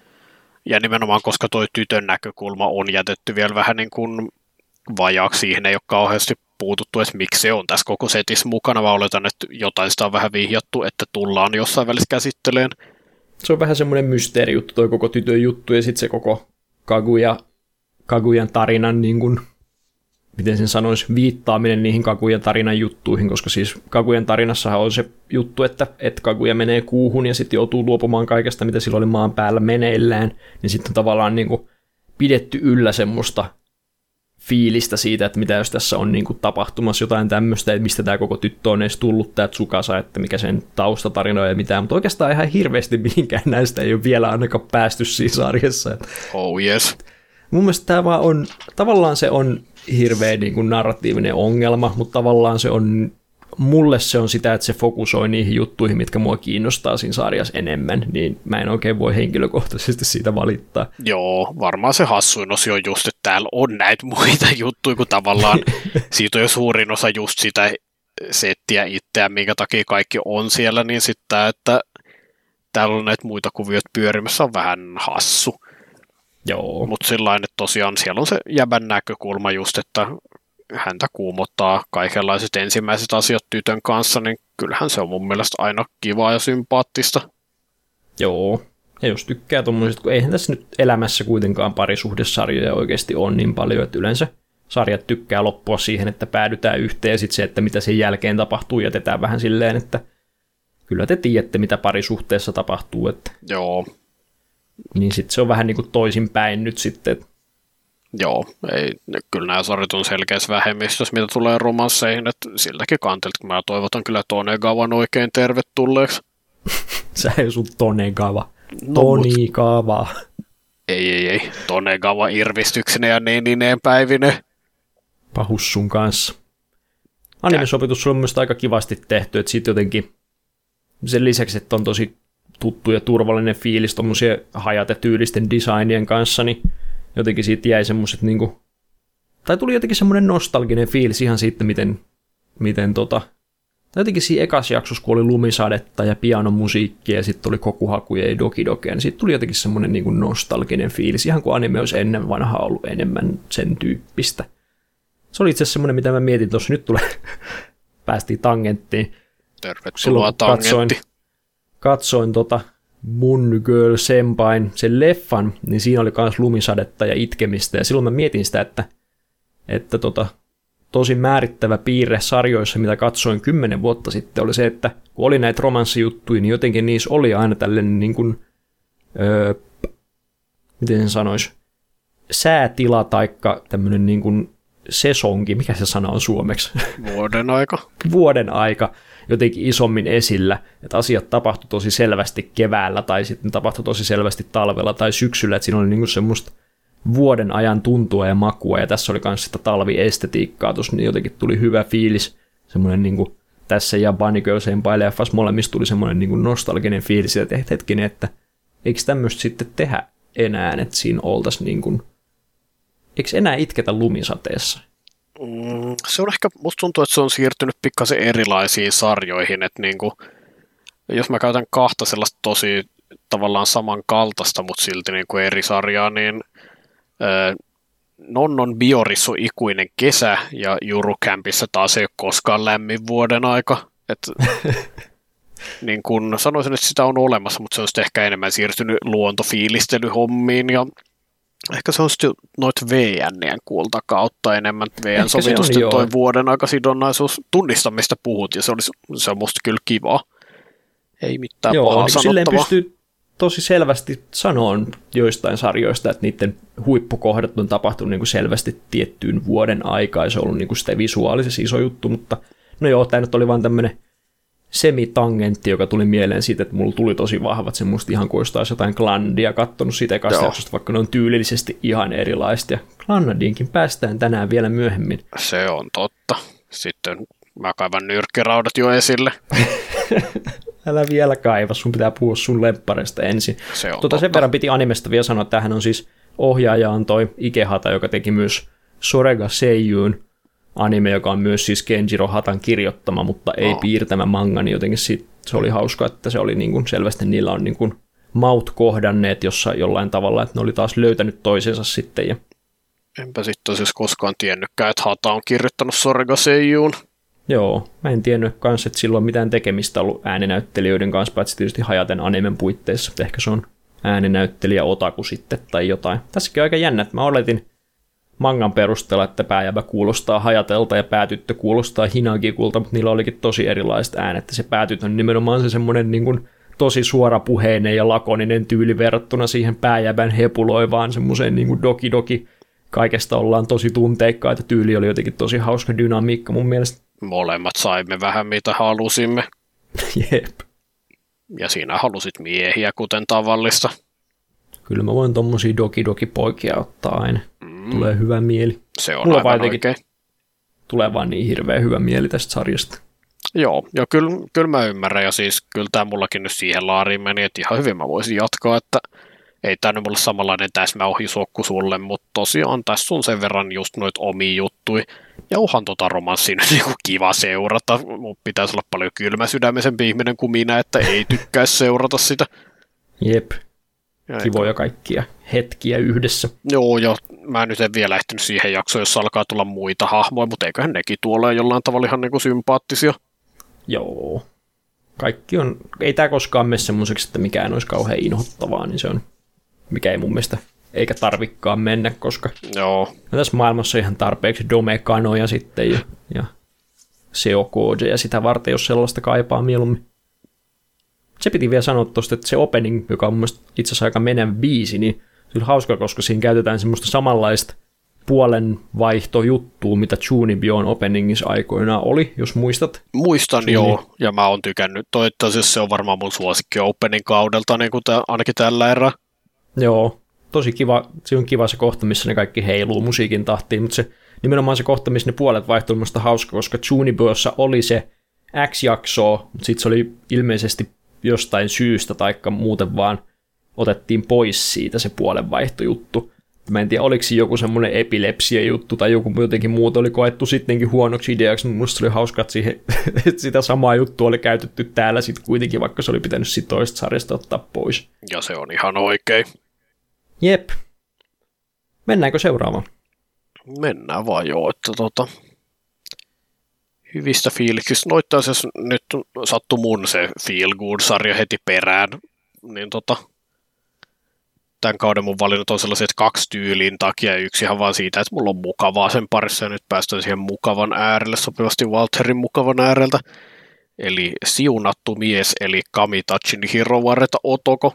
[SPEAKER 1] ja nimenomaan koska toi tytön näkökulma on jätetty vielä vähän niin kuin vajaaksi, siihen ei ole kauheasti puututtu, että miksi se on tässä koko setissä mukana, vaan oletan, että jotain sitä on vähän vihjattu, että tullaan jossain välissä käsitteleen.
[SPEAKER 2] Se on vähän semmoinen mysteerijuttu, toi koko tytön juttu, ja sitten se koko Kaguya, Kaguyan tarinan, niin kuin, miten sen sanoisi, viittaaminen niihin Kaguyan tarinan juttuihin, koska siis Kaguyan tarinassahan on se juttu, että, että Kaguya menee kuuhun, ja sitten joutuu luopumaan kaikesta, mitä sillä oli maan päällä meneillään, niin sitten on tavallaan niin kuin pidetty yllä semmoista fiilistä siitä, että mitä jos tässä on niin kuin tapahtumassa jotain tämmöistä, että mistä tämä koko tyttö on edes tullut, tämä Tsukasa, että mikä sen taustatarina on ja mitään, mutta oikeastaan ihan hirveästi mihinkään näistä ei ole vielä ainakaan päästy siinä sarjassa.
[SPEAKER 1] Oh yes.
[SPEAKER 2] Mun mielestä tämä vaan on, tavallaan se on hirveä niin kuin narratiivinen ongelma, mutta tavallaan se on, mulle se on sitä, että se fokusoi niihin juttuihin, mitkä mua kiinnostaa siinä sarjassa enemmän, niin mä en oikein voi henkilökohtaisesti siitä valittaa.
[SPEAKER 1] Joo, varmaan se hassuin osio on just, että täällä on näitä muita juttuja, kun tavallaan siitä on jo suurin osa just sitä settiä itseään, minkä takia kaikki on siellä, niin sitten että täällä on näitä muita kuvioita pyörimässä on vähän hassu.
[SPEAKER 2] Joo.
[SPEAKER 1] Mutta sillain, että tosiaan siellä on se jäbän näkökulma just, että häntä kuumottaa kaikenlaiset ensimmäiset asiat tytön kanssa, niin kyllähän se on mun mielestä aina kivaa ja sympaattista.
[SPEAKER 2] Joo, ja jos tykkää tuommoisesta, kun eihän tässä nyt elämässä kuitenkaan parisuhdesarjoja oikeasti on niin paljon, että yleensä sarjat tykkää loppua siihen, että päädytään yhteen ja sitten se, että mitä sen jälkeen tapahtuu, jätetään vähän silleen, että kyllä te tiedätte, mitä parisuhteessa tapahtuu. Että
[SPEAKER 1] Joo.
[SPEAKER 2] Niin sitten se on vähän niin kuin toisinpäin nyt sitten.
[SPEAKER 1] Joo, ei, kyllä nämä sarjat on selkeässä vähemmistössä, mitä tulee romansseihin, että siltäkin kantelta, mä toivotan kyllä Tonegawan oikein tervetulleeksi.
[SPEAKER 2] Sä ei sun Tonegawa.
[SPEAKER 1] No,
[SPEAKER 2] Tonegawa.
[SPEAKER 1] Ei, ei, ei. Tonegawa irvistyksenä ja neinineen päivinen.
[SPEAKER 2] Pahus sun kanssa. Animesopitus on myös aika kivasti tehty, että sitten jotenkin sen lisäksi, että on tosi tuttu ja turvallinen fiilis tuommoisia hajatetyylisten designien kanssa, niin jotenkin siitä jäi semmoiset niinku, tai tuli jotenkin semmoinen nostalginen fiilis ihan siitä, miten, miten tota, tai jotenkin siinä ekas jaksossa, kun oli lumisadetta ja pianomusiikkia ja sitten oli kokuhakuja ja dokidokea, niin siitä tuli jotenkin semmoinen niinku nostalginen fiilis, ihan kuin anime olisi ennen vanhaa ollut enemmän sen tyyppistä. Se oli itse asiassa semmoinen, mitä mä mietin tuossa, nyt tulee, päästiin tangenttiin.
[SPEAKER 1] Tervetuloa tangentti.
[SPEAKER 2] Katsoin, katsoin tota Moon Girl Senpain, sen leffan, niin siinä oli myös lumisadetta ja itkemistä, ja silloin mä mietin sitä, että, että tota, tosi määrittävä piirre sarjoissa, mitä katsoin kymmenen vuotta sitten, oli se, että kun oli näitä romanssijuttuja, niin jotenkin niissä oli aina tällainen, niin kuin, öö, miten sen sanoisi, säätila taikka tämmöinen niin kuin sesonki, mikä se sana on suomeksi?
[SPEAKER 1] Vuoden aika.
[SPEAKER 2] Vuoden aika jotenkin isommin esillä, että asiat tapahtui tosi selvästi keväällä tai sitten tapahtui tosi selvästi talvella tai syksyllä, että siinä oli niinku semmoista vuoden ajan tuntua ja makua, ja tässä oli myös sitä talviestetiikkaa, tuossa niin jotenkin tuli hyvä fiilis, semmoinen niinku tässä ja Bunny Girl Senpai leffassa molemmissa tuli semmoinen niinku nostalginen fiilis, että hetkinen, että eikö tämmöistä sitten tehdä enää, että siinä oltaisiin niinku, eikö enää itketä lumisateessa?
[SPEAKER 1] Mm, se on ehkä, musta tuntuu, että se on siirtynyt pikkasen erilaisiin sarjoihin, että niinku, jos mä käytän kahta sellaista tosi tavallaan samankaltaista, mutta silti niinku eri sarjaa, niin äh, Nonnon Bioris on ikuinen kesä ja Jurukämpissä taas ei ole koskaan lämmin vuoden aika. Et, niin kun sanoisin, että sitä on olemassa, mutta se on sitten ehkä enemmän siirtynyt luontofiilistelyhommiin ja ehkä se on sitten noita V N:ien kuulta kautta enemmän. V N-sovitusten toi vuoden aikasidonnaisuus tunnistamista puhut, ja se, olisi, se on musta kyllä kiva. Ei mitään
[SPEAKER 2] joo,
[SPEAKER 1] pahaa
[SPEAKER 2] niin
[SPEAKER 1] sanottavaa.
[SPEAKER 2] silleen pystyy tosi selvästi sanomaan joistain sarjoista, että niiden huippukohdat on tapahtunut niin kuin selvästi tiettyyn vuoden aikaa, ja se on ollut niin kuin sitä visuaalisesti iso juttu, mutta no joo, tämä nyt oli vaan tämmöinen semitangentti, joka tuli mieleen siitä, että mulla tuli tosi vahvat semmoista ihan kuin olisi jotain Glandia kattonut siitä ekasta jaksosta, vaikka ne on tyylillisesti ihan erilaista. Ja Glandiinkin päästään tänään vielä myöhemmin.
[SPEAKER 1] Se on totta. Sitten mä kaivan nyrkkiraudat jo esille.
[SPEAKER 2] Älä vielä kaiva, sun pitää puhua sun lemppareista ensin.
[SPEAKER 1] Se on
[SPEAKER 2] tota, sen verran piti animesta vielä sanoa, että tämähän on siis ohjaaja on toi Ikehata, joka teki myös Sorega Seiyun anime, joka on myös siis Kenjiro Hatan kirjoittama, mutta ei oh. piirtämä manga, niin jotenkin sit, se oli hauska, että se oli niin kuin, selvästi niillä on niin kuin maut kohdanneet jossa, jollain tavalla, että ne oli taas löytänyt toisensa sitten. Ja
[SPEAKER 1] enpä sitten siis koskaan tiennytkään, että Hata on kirjoittanut Sorega Seiyun.
[SPEAKER 2] Joo, mä en tiennyt kans, että sillä on mitään tekemistä ollut ääninäyttelijöiden kanssa, paitsi tietysti Hajaten animen puitteissa. Ehkä se on ääninäyttelijä otaku sitten tai jotain. Tässäkin on aika jännä, että mä oletin mangan perusteella, että pääjäbä kuulostaa Hajatelta ja päätyttö kuulostaa Hinagikulta, mutta niillä olikin tosi erilaiset äänet. Se päätyttö on nimenomaan se semmoinen niin kuin tosi suorapuheinen ja lakoninen tyyli verrattuna siihen pääjäbän hepuloivaan semmoiseen niin kuin doki-doki kaikesta ollaan tosi tunteikkaita. Tyyli oli jotenkin tosi hauska dynamiikka mun mielestä.
[SPEAKER 1] Molemmat saimme vähän mitä halusimme.
[SPEAKER 2] Jep.
[SPEAKER 1] Ja siinä halusit miehiä, kuten tavallista.
[SPEAKER 2] Kyllä mä voin tommosia doki-doki-poikia ottaa aina. Mm. Tulee hyvä mieli.
[SPEAKER 1] Se on Mulla aivan oikein.
[SPEAKER 2] Tulee vaan niin hirveän hyvä mieli tästä sarjasta.
[SPEAKER 1] Joo, ja kyllä, kyllä mä ymmärrän, ja siis kyllä tämä mullakin nyt siihen laariin meni, että ihan hyvin mä voisin jatkaa, että ei tämä nyt mulle samanlainen täsmäohjusokku sulle, mutta tosiaan tässä on sen verran just noita omia juttui, ja onhan tota romanssia nyt niinku kiva seurata, mun pitäisi olla paljon kylmäsydämisempi ihminen kuin minä, että ei tykkäisi seurata sitä.
[SPEAKER 2] Jep, ja kivoja kaikkia hetkiä yhdessä.
[SPEAKER 1] Joo, joo, mä nyt en vielä ehtinyt siihen jaksoon, jos alkaa tulla muita hahmoja, mutta eiköhän nekin tuolla jollain tavalla ihan niinku sympaattisia.
[SPEAKER 2] Joo. Kaikki on, ei tää koskaan mene semmoiseksi, että mikään olisi kauhean inhottavaa, niin se on, mikä ei mun mielestä, eikä tarvikkaan mennä, koska
[SPEAKER 1] Joo.
[SPEAKER 2] tässä maailmassa on ihan tarpeeksi domekanoja sitten ja, ja seokoodeja sitä varten, jos sellaista kaipaa mieluummin. Se piti vielä sanoa tuosta, että se opening, joka on mun mielestä itse asiassa aika menevä biisi, niin se on hauska, koska siinä käytetään semmoista samanlaista puolen vaihtojuttua, mitä Chunibyon openingissa aikoinaan oli, jos muistat.
[SPEAKER 1] Muistan, Chuni. Joo, ja mä oon tykännyt. Toivottavasti se on varmaan mun suosikki opening kaudelta, niin kuin tää, ainakin tällä erää.
[SPEAKER 2] Joo, tosi kiva. Se on kiva se kohta, missä ne kaikki heiluu musiikin tahtiin, mutta se, nimenomaan se kohta, missä ne puolet vaihtui, on musta hauska, koska Chunibyossa oli se X-jaksoa, mutta sitten se oli ilmeisesti jostain syystä, taikka muuten vaan otettiin pois siitä se puolen vaihtojuttu. Mä en tiedä, oliko se joku semmoinen epilepsia-juttu tai joku jotenkin muuta oli koettu sittenkin huonoksi ideaksi, mutta musta oli hauska, että, siihen, että sitä samaa juttua oli käytetty täällä sitten kuitenkin, vaikka se oli pitänyt sit toista sarjasta ottaa pois.
[SPEAKER 1] Ja se on ihan oikein.
[SPEAKER 2] Jep. Mennäänkö seuraavaan?
[SPEAKER 1] Mennään vaan joo, että tota, hyvistä fiiliksistä. No itse asiassa nyt sattui mun se Feel Good-sarja heti perään, niin tota... Tämän kauden mun valinnat on sellaiset kaksi tyylin takia ja yksi ihan vaan siitä, että mulla on mukavaa sen parissa ja nyt päästään siihen mukavan äärelle sopivasti Walterin mukavan ääreltä. Eli siunattu mies, eli Kamitachin Hirovareta Otoko.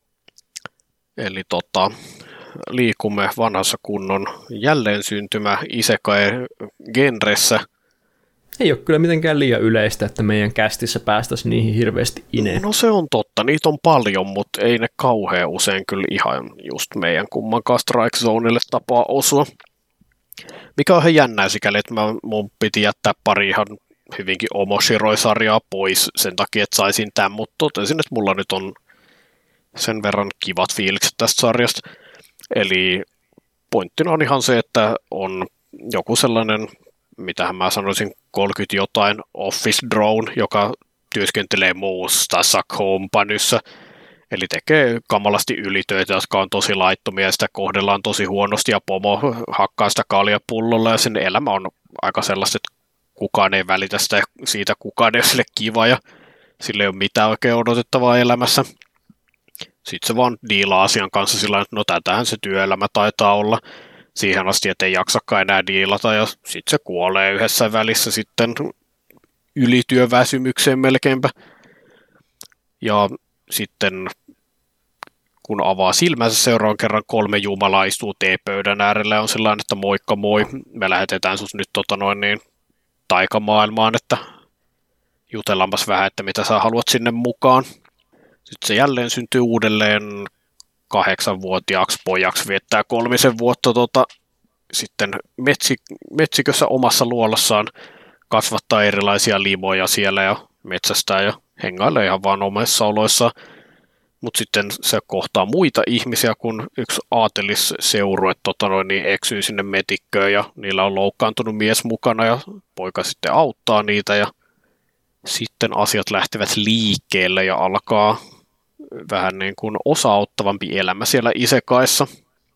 [SPEAKER 1] Eli tota, liikumme vanhassa kunnon jälleen syntymä isekai-genressä.
[SPEAKER 2] Ei ole kyllä mitenkään liian yleistä, että meidän kästissä päästäisiin niihin hirveästi ineen.
[SPEAKER 1] No se on totta, niitä on paljon, mutta ei ne kauhean usein kyllä ihan just meidän kummankaan Strike Zonelle tapaa osua. Mikä on ihan jännää sikäli, että mä, mun piti jättää pari ihan hyvinkin Omoshiroi-sarjaa pois sen takia, että saisin tämän, mutta totesin, että mulla nyt on sen verran kivat fiilikset tästä sarjasta. Eli pointtina on ihan se, että on joku sellainen, mitähän mä sanoisin, kolmekymmentä jotain office drone, joka työskentelee muussa companyssä, eli tekee kamalasti ylitöitä, jotka on tosi laittomia, ja sitä kohdellaan tosi huonosti, ja pomo hakkaa sitä kaalia pullolla, ja sen elämä on aika sellaista, että kukaan ei välitä sitä, siitä kukaan ei ole sille kiva, ja sille ei ole mitään oikein odotettavaa elämässä. Sitten se vaan diilaa asian kanssa sillä että no tätähän se työelämä taitaa olla, siihen asti, että ei jaksakaan enää diilata, ja sitten se kuolee yhdessä välissä sitten ylityöväsymykseen melkeinpä. Ja sitten kun avaa silmänsä seuraavan kerran, kolme jumalaa istuu teepöydän äärellä ja on sellainen, että moikka moi, me lähetetään sut nyt tota noin niin taikamaailmaan, että jutellaanpas vähän, että mitä sä haluat sinne mukaan. Sitten se jälleen syntyy uudelleen kahdeksanvuotiaaksi pojaksi, viettää kolmisen vuotta tota, sitten metsi, metsikössä omassa luolassaan, kasvattaa erilaisia limoja siellä ja metsästää ja hengailee ihan vaan omissa oloissa. Mutta sitten se kohtaa muita ihmisiä, kun yksi aatelisseurue tota noin, niin eksyy sinne metikköön ja niillä on loukkaantunut mies mukana ja poika sitten auttaa niitä ja sitten asiat lähtevät liikkeelle ja alkaa vähän niin kuin osauttavampi elämä siellä isekaissa.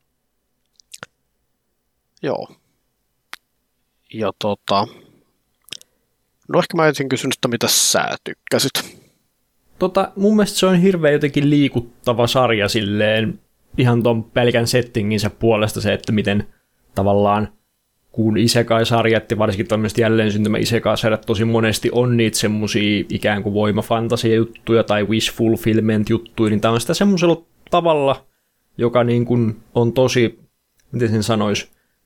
[SPEAKER 1] Joo. Ja tota... No ehkä mä ensin kysyn, että mitä sä tykkäsit?
[SPEAKER 2] Tota, mun mielestä se on hirveän jotenkin liikuttava sarja silleen, ihan ton pelkän settinginsä puolesta se, että miten tavallaan kun isekai-sarjat ja varsinkin tämmöiset jälleen syntymä isekai-sarjat tosi monesti on niitä semmosia ikään kuin voimafantasia-juttuja tai wish fulfillment-juttuja, niin tää on sitä semmoisella tavalla, joka niin kuin on tosi, miten sen sanoisi,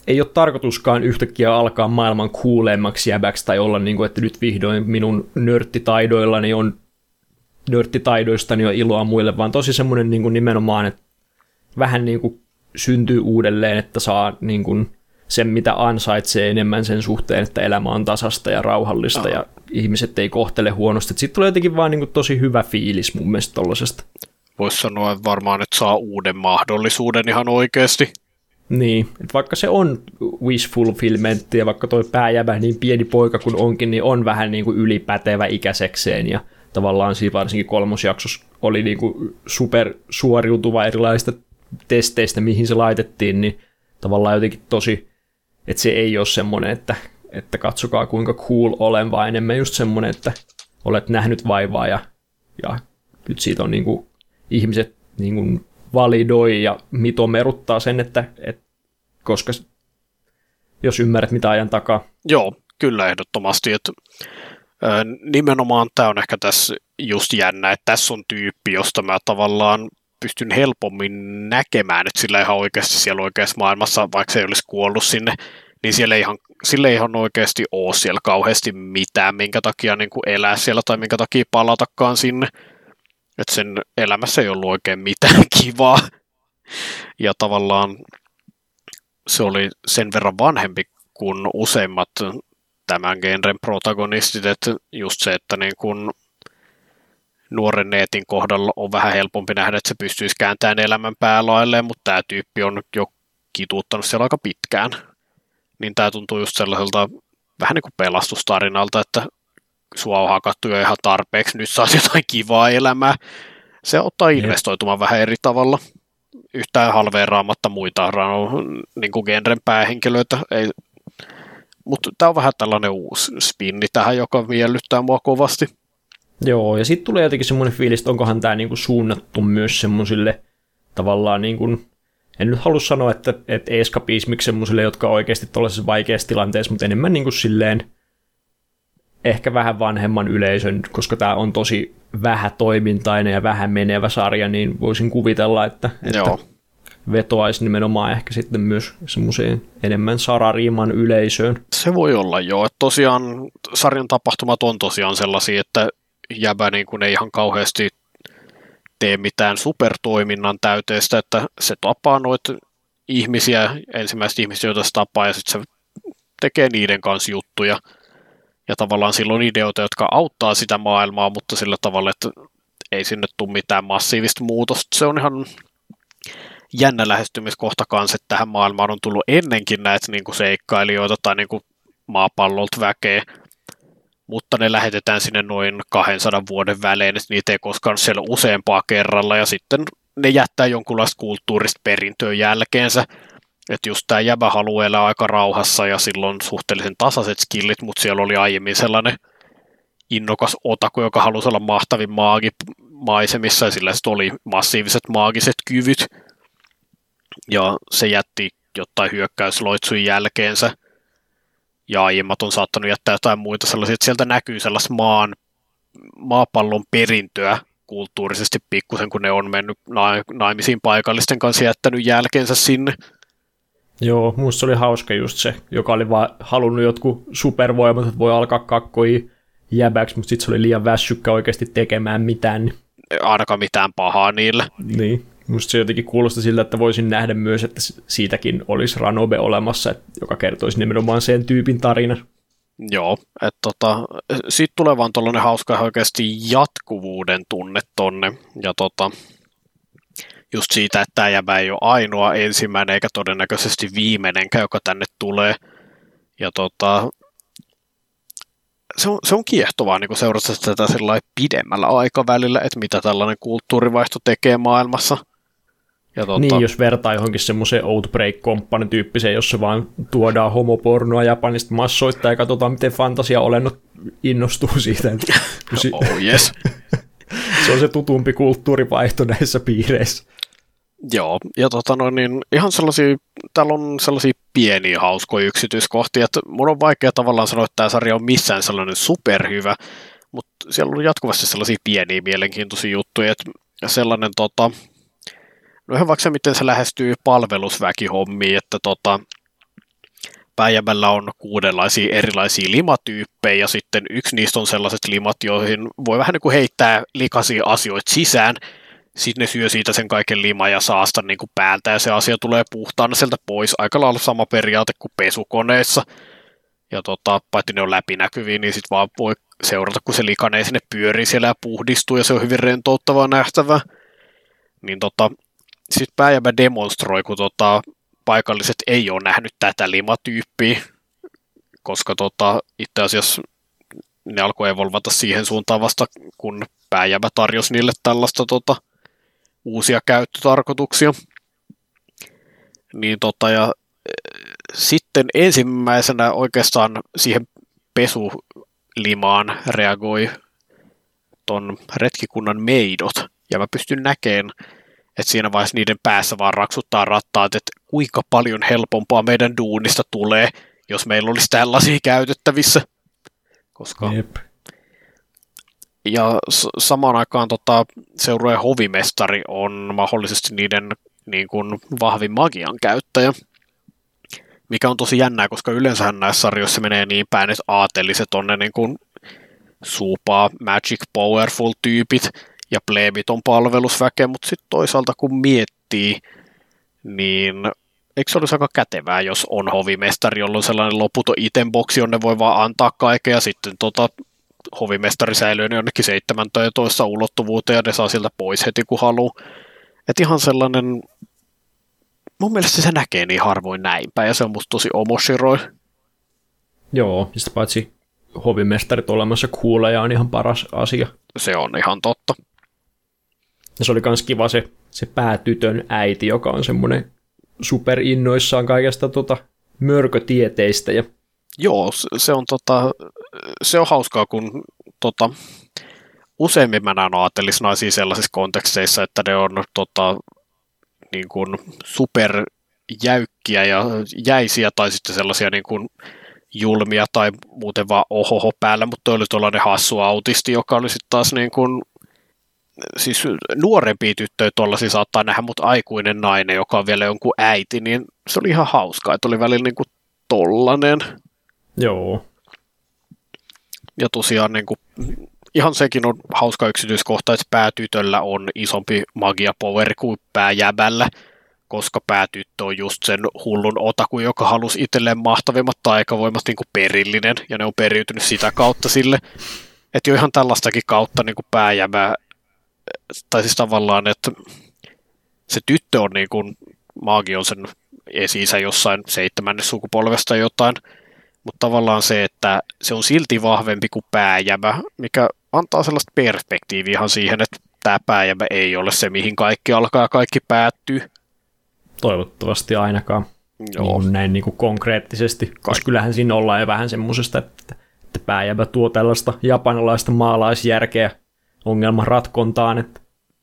[SPEAKER 2] ei ole tarkoituskaan yhtäkkiä alkaa maailman kuuleemmaksi jäbäksi tai olla niin kuin, että nyt vihdoin minun nörttitaidoillani on nörttitaidoistani on iloa muille, vaan tosi semmoinen niin kuin nimenomaan, että vähän niin kuin syntyy uudelleen, että saa niin kuin sen, mitä ansaitsee enemmän sen suhteen, että elämä on tasasta ja rauhallista oh. ja ihmiset ei kohtele huonosti. Sitten tulee jotenkin vaan niin kuin tosi hyvä fiilis mun mielestä tollasesta.
[SPEAKER 1] Voisi sanoa että varmaan, että saa uuden mahdollisuuden ihan oikeasti.
[SPEAKER 2] Niin, että vaikka se on wish fulfillmentti ja vaikka toi pääjäbä niin pieni poika kuin onkin, niin on vähän niin kuin ylipätevä ikäisekseen ja tavallaan siinä varsinkin kolmosjaksossa oli niin kuin supersuoriutuva erilaisista testeistä, mihin se laitettiin, niin tavallaan jotenkin tosi, että se ei ole semmoinen, että, että katsokaa kuinka cool olen, vaan enemmän just semmoinen, että olet nähnyt vaivaa ja, ja nyt siitä on niin kuin ihmiset niin kuin validoi ja mitomeruttaa sen, että, että koska jos ymmärrät mitä ajan takaa.
[SPEAKER 1] Joo, kyllä ehdottomasti, että nimenomaan tämä on ehkä tässä just jännä, että tässä on tyyppi, josta mä tavallaan pystyn helpommin näkemään, että sillä ihan oikeasti siellä oikeassa maailmassa, vaikka se ei olisi kuollut sinne, niin siellä ei ihan, sillä ei ihan oikeasti ole siellä kauheasti mitään, minkä takia niin kuin elää siellä tai minkä takia palatakaan sinne. Että sen elämässä ei ollut oikein mitään kivaa. Ja tavallaan se oli sen verran vanhempi kuin useimmat tämän genren protagonistit, että just se, että niin kun nuoren neetin kohdalla on vähän helpompi nähdä, että se pystyisi kääntämään elämän päälailleen, mutta tämä tyyppi on jo kituuttanut siellä aika pitkään. Niin tämä tuntuu just sellaiselta vähän niin kuin pelastustarinalta, että sua on hakattu jo ihan tarpeeksi, nyt saat jotain kivaa elämää. Se ottaa investoitumaan vähän eri tavalla. Yhtään halveeraamatta muita niin kuin genren päähenkilöitä. Ei. Mutta tämä on vähän tällainen uusi spinni tähän, joka miellyttää mua kovasti.
[SPEAKER 2] Joo, ja sitten tulee jotenkin semmoinen fiilis, että onkohan tämä niinku suunnattu myös semmoisille tavallaan, niinku, en nyt halua sanoa, että, että eskapismiksi semmoisille, jotka on oikeasti tuollaisessa vaikeassa tilanteessa, mutta enemmän niinku silleen ehkä vähän vanhemman yleisön, koska tämä on tosi vähätoimintainen ja vähän menevä sarja, niin voisin kuvitella, että, että vetoaisi nimenomaan ehkä sitten myös semmoiseen enemmän sarariiman yleisöön.
[SPEAKER 1] Se voi olla joo, että tosiaan sarjan tapahtumat on tosiaan sellaisia, että jäbä niin kuin ei ihan kauheasti tee mitään supertoiminnan täyteistä, että se tapaa noita ihmisiä, ensimmäiset ihmiset, joita se tapaa, ja sitten se tekee niiden kanssa juttuja. Ja tavallaan silloin ideoita, jotka auttaa sitä maailmaa, mutta sillä tavalla, että ei sinne tule mitään massiivista muutosta. Se on ihan jännä lähestymiskohta kanssa, että tähän maailmaan on tullut ennenkin näitä niin kuin seikkailijoita tai niin kuin maapallolta väkeä, mutta ne lähetetään sinne noin kahdensadan vuoden välein, että niitä ei koskaan siellä useampaa kerralla, ja sitten ne jättää jonkunlaista kulttuurista perintöä jälkeensä. Että just tämä jäbä haluaa elää aika rauhassa ja silloin suhteellisen tasaiset skillit, mutta siellä oli aiemmin sellainen innokas otaku, joka halusi olla mahtavin maagi maisemissa ja sillä sitten oli massiiviset maagiset kyvyt. Ja se jätti jotain hyökkäysloitsuja jälkeensä. Ja aiemmat on saattanut jättää jotain muita sellaisia, että sieltä näkyy sellaista maan, maapallon perintöä kulttuurisesti pikkusen, kun ne on mennyt naimisiin paikallisten kanssa jättänyt jälkeensä sinne.
[SPEAKER 2] Joo, musta se oli hauska just se, joka oli vaan halunnut jotkut supervoimat, että voi alkaa kakkoja jäbäksi, mutta sitten se oli liian väsykkä oikeasti tekemään mitään. Niin
[SPEAKER 1] ainakaan mitään pahaa niille.
[SPEAKER 2] Niin, musta se jotenkin kuulosti siltä, että voisin nähdä myös, että siitäkin olisi Ranobe olemassa, joka kertoisi nimenomaan sen tyypin tarinan.
[SPEAKER 1] Joo, että tota, siitä tulee vaan tuollainen hauska oikeasti jatkuvuuden tunne tonne, ja tota, just siitä, että tämä jäbä ei ole ainoa ensimmäinen eikä todennäköisesti viimeinenkään, joka tänne tulee. Ja tota, se, on, se on kiehtovaa niin seurata tätä pidemmällä aikavälillä, että mitä tällainen kulttuurivaihto tekee maailmassa. Ja tota,
[SPEAKER 2] niin, jos vertaa johonkin semmoiseen Outbreak Company -tyyppiseen, jossa vaan tuodaan homopornoa Japanista massoittaa ja katsotaan, miten fantasia-olennot innostuu siitä.
[SPEAKER 1] Oh yes.
[SPEAKER 2] Se on se tutumpi kulttuurivaihto näissä piireissä.
[SPEAKER 1] Joo, ja tota no, niin ihan sellaisia, täällä on sellaisia pieniä hauskoja yksityiskohtia, että mun on vaikea tavallaan sanoa, että tämä sarja on missään sellainen superhyvä, mutta siellä on jatkuvasti sellaisia pieniä mielenkiintoisia juttuja, että sellainen tota, no ihan vaikka se, miten se lähestyy palvelusväkihommiin, että tota, Päijämällä on kuudenlaisia erilaisia limatyyppejä, ja sitten yksi niistä on sellaiset limat, joihin voi vähän niin kuin heittää likaisia asioita sisään. Sitten ne syö siitä sen kaiken lima ja saasta niin kuin päältä, ja se asia tulee puhtaana sieltä pois. Aika lailla sama periaate kuin pesukoneessa. Ja tota, paitsi ne on läpinäkyviä, niin sitten vaan voi seurata, kun se likanee sinne pyörii siellä ja puhdistuu, ja se on hyvin rentouttavaa nähtävää. Niin tota, sitten Päijämä demonstroi, kun tota, paikalliset ei ole nähnyt tätä limatyyppiä, koska tota, itse asiassa ne alkoi evolvata siihen suuntaan vasta, kun Päijämä tarjosi niille tällaista tota, uusia käyttötarkoituksia. Niin tota, ja sitten ensimmäisenä oikeastaan siihen pesulimaan reagoi ton retkikunnan meidot, ja mä pystyn näkemään, että siinä vaiheessa niiden päässä vaan raksuttaa rattaat, että kuinka paljon helpompaa meidän duunista tulee, jos meillä olisi tällaisia käytettävissä. Koska...
[SPEAKER 2] Jep.
[SPEAKER 1] Ja s- samaan aikaan tota, seurueen hovimestari on mahdollisesti niiden niin kuin, vahvin magian käyttäjä, mikä on tosi jännää, koska yleensähän näissä sarjoissa menee niin päin, että aateliset on ne niin kuin, supaa magic powerful tyypit, ja plebit on palvelusväkeä, mutta sitten toisaalta kun miettii, niin eikö se olisi aika kätevää, jos on hovimestari, jolla on sellainen loputon itemboksi, jonne voi vaan antaa kaiken, ja sitten tota, hovimestari säilyy jonnekin seitsemäntoista ulottuvuuteen, ja ne saa sieltä pois heti kun haluaa. Että ihan sellainen, mun mielestä se näkee niin harvoin näinpä, ja se on musta tosi omoshiroi.
[SPEAKER 2] Joo, ja sitten paitsi hovimestarit olemassa kuuleja on ihan paras asia.
[SPEAKER 1] Se on ihan totta.
[SPEAKER 2] Ja se oli myös kiva se, se päätytön äiti, joka on semmoinen superinnoissaan kaikesta tota mörkötieteistä. Ja...
[SPEAKER 1] Joo, se on, tota, se on hauskaa, kun tota, useimmin mä näen aatelisnaisia sellaisissa konteksteissa, että ne on tota, niin kuin superjäykkiä ja jäisiä tai sitten sellaisia niin kuin julmia tai muuten vaan ohoho päällä, mutta toi oli tuollainen hassu autisti, joka oli sitten taas niin kuin, siis nuorempia tyttöjä tuollaisia saattaa nähdä, mutta aikuinen nainen, joka on vielä jonkun äiti, niin se oli ihan hauskaa, että oli välillä niin kuin tollanen.
[SPEAKER 2] Joo.
[SPEAKER 1] Ja tosiaan niin kuin, ihan sekin on hauska yksityiskohta, että päätytöllä on isompi magia power kuin pääjäbällä, koska päätyttö on just sen hullun otaku, joka halusi itselleen mahtavimmat taikavoimat niin kuin perillinen, ja ne on periytynyt sitä kautta sille. Että jo ihan tällaistakin kautta niin kuin pääjäbä, tai siis tavallaan, että se tyttö on niin kuin, maagi on sen esi-isä jossain seitsemännes sukupolvesta jotain, mutta tavallaan se, että se on silti vahvempi kuin pääjäbä, mikä antaa sellaista perspektiiviä ihan siihen, että tämä pääjäbä ei ole se, mihin kaikki alkaa ja kaikki päättyy.
[SPEAKER 2] Toivottavasti ainakaan.
[SPEAKER 1] Joo.
[SPEAKER 2] Niin näin niin kuin konkreettisesti, koska kyllähän siinä ollaan jo vähän semmoisesta, että, että pääjäbä tuo tällaista japanilaista maalaisjärkeä ongelman ratkontaan. Että...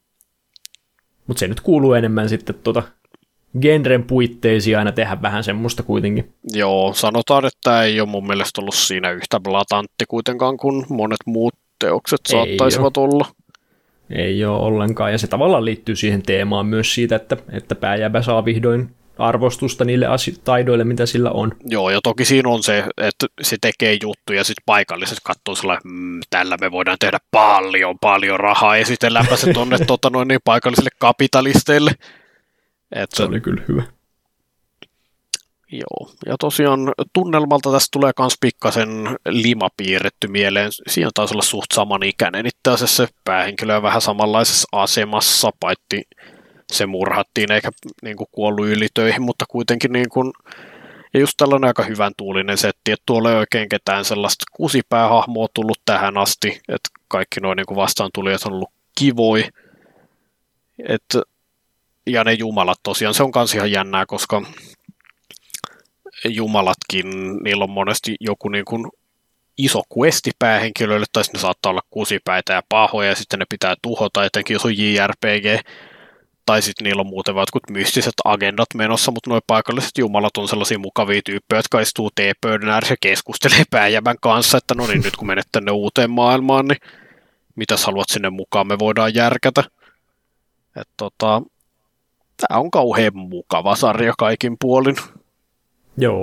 [SPEAKER 2] Mutta se nyt kuuluu enemmän sitten tuota genren puitteisiin aina tehdä vähän semmoista kuitenkin.
[SPEAKER 1] Joo, sanotaan, että tämä ei ole mun mielestä ollut siinä yhtä blatantti kuitenkaan kuin monet muut teokset saattaisivat
[SPEAKER 2] ei
[SPEAKER 1] olla.
[SPEAKER 2] Ei ole ollenkaan, ja se tavallaan liittyy siihen teemaan myös siitä, että, että pääjäbä saa vihdoin arvostusta niille asi- taidoille, mitä sillä on.
[SPEAKER 1] Joo, ja toki siinä on se, että se tekee juttuja, ja sitten paikalliset katsoo sellainen, mmm, tällä me voidaan tehdä paljon, paljon rahaa, esitelläänpä se tuonne tota, noin niin paikallisille kapitalisteille. Et,
[SPEAKER 2] se oli kyllä hyvä.
[SPEAKER 1] Joo, ja tosiaan tunnelmalta tästä tulee myös pikkasen lima piirretty mieleen. Siinä taisi olla suht samanikäinen. Itse asiassa se päähenkilö on vähän samanlaisessa asemassa, paitsi se murhattiin eikä niin kuin, kuollut ylitöihin, mutta kuitenkin niin kuin, ja just tällainen aika hyvän tuulinen setti, että tuolla ei oikein ketään sellaista kusipäähahmoa tullut tähän asti, että kaikki noin niin vastaan tulijat on ollut kivoi. Et, ja ne jumalat tosiaan, se on kans ihan jännää, koska jumalatkin, niillä on monesti joku niin kuin iso questi päähenkilöille, tai ne saattaa olla kusipäitä ja pahoja, ja sitten ne pitää tuhota, etenkin jos on J R P G, tai sitten niillä on muuten vaan jotkut mystiset agendat menossa, mutta nuo paikalliset jumalat on sellaisia mukavia tyyppejä, jotka istuu teepöydän ääressä ja keskustelee pääjävän kanssa, että no niin, nyt kun menet tänne uuteen maailmaan, niin mitäs haluat sinne mukaan, me voidaan järkätä. Että tota, tää on kauhean mukava sarja kaikin puolin.
[SPEAKER 2] Joo,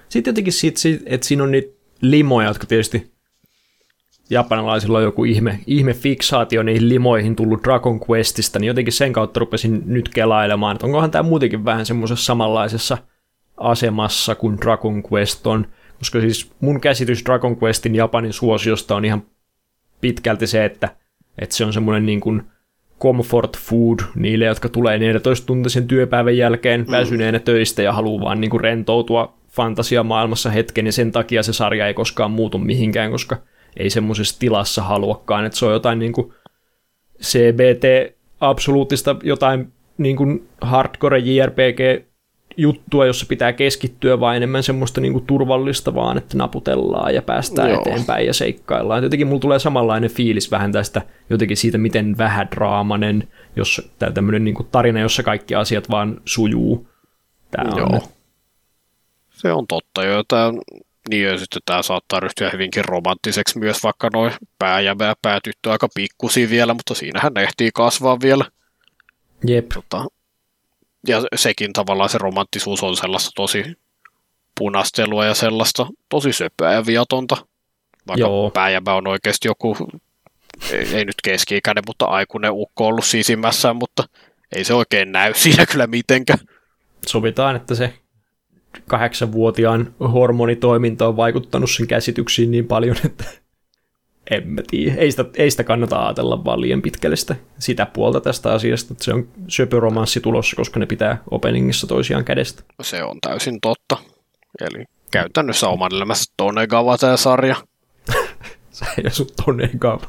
[SPEAKER 2] Sitten jotenkin siitä, että siinä on niitä limoja, jotka tietysti japanilaisilla on joku ihme, ihme fiksaatio niihin limoihin tullut Dragon Questista, niin jotenkin sen kautta rupesin nyt kelailemaan, että onkohan tämä muutenkin vähän semmoisessa samanlaisessa asemassa kuin Dragon Quest on, koska siis mun käsitys Dragon Questin Japanin suosiosta on ihan pitkälti se, että, että se on semmoinen niin kuin comfort food niille, jotka tulee neljätoista-tuntisen työpäivän jälkeen väsyneenä töistä ja haluaa vaan niin kuin rentoutua fantasiamaailmassa hetken, ja sen takia se sarja ei koskaan muutu mihinkään, koska ei semmoisessa tilassa haluakaan, että se on jotain niin kuin C B T-absoluuttista, jotain niin kuin hardcore J R P G-juttua, jossa pitää keskittyä, vaan enemmän semmoista niin kuin turvallista vaan, että naputellaan ja päästään Joo. eteenpäin ja seikkaillaan. Jotenkin mulla tulee samanlainen fiilis vähän tästä jotenkin siitä, miten vähädraamainen, jos tämä tämmöinen niin kuin tarina, jossa kaikki asiat vaan sujuu. Tämä on.
[SPEAKER 1] Joo. Se on totta jo. Tämä, niin ja sitten tämä saattaa ryhtyä hyvinkin romanttiseksi myös, vaikka noin pääjämä ja päätyttö aika pikkusia vielä, mutta siinähän ne ehtii kasvaa vielä.
[SPEAKER 2] Jep.
[SPEAKER 1] Tota, ja sekin tavallaan se romanttisuus on sellaista tosi punastelua ja sellaista tosi söpöä ja viatonta. Vaikka Joo. pääjämä on oikeasti joku, ei, ei nyt keski-ikäinen, mutta aikuinen ukko ollut sisimmässään, mutta ei se oikein näy siinä kyllä mitenkään.
[SPEAKER 2] Sovitaan, että se kahdeksanvuotiaan hormonitoiminta on vaikuttanut sen käsityksiin niin paljon, että en mä tiedä. Ei sitä, ei sitä kannata ajatella vaan liian pitkälle sitä, sitä puolta tästä asiasta, että se on söpöromanssi tulossa, koska ne pitää openingissa toisiaan kädestä.
[SPEAKER 1] Se on täysin totta. Eli käytännössä oman elämässä Tonegawa tämä sarja.
[SPEAKER 2] Sä ei asu Tonegawa.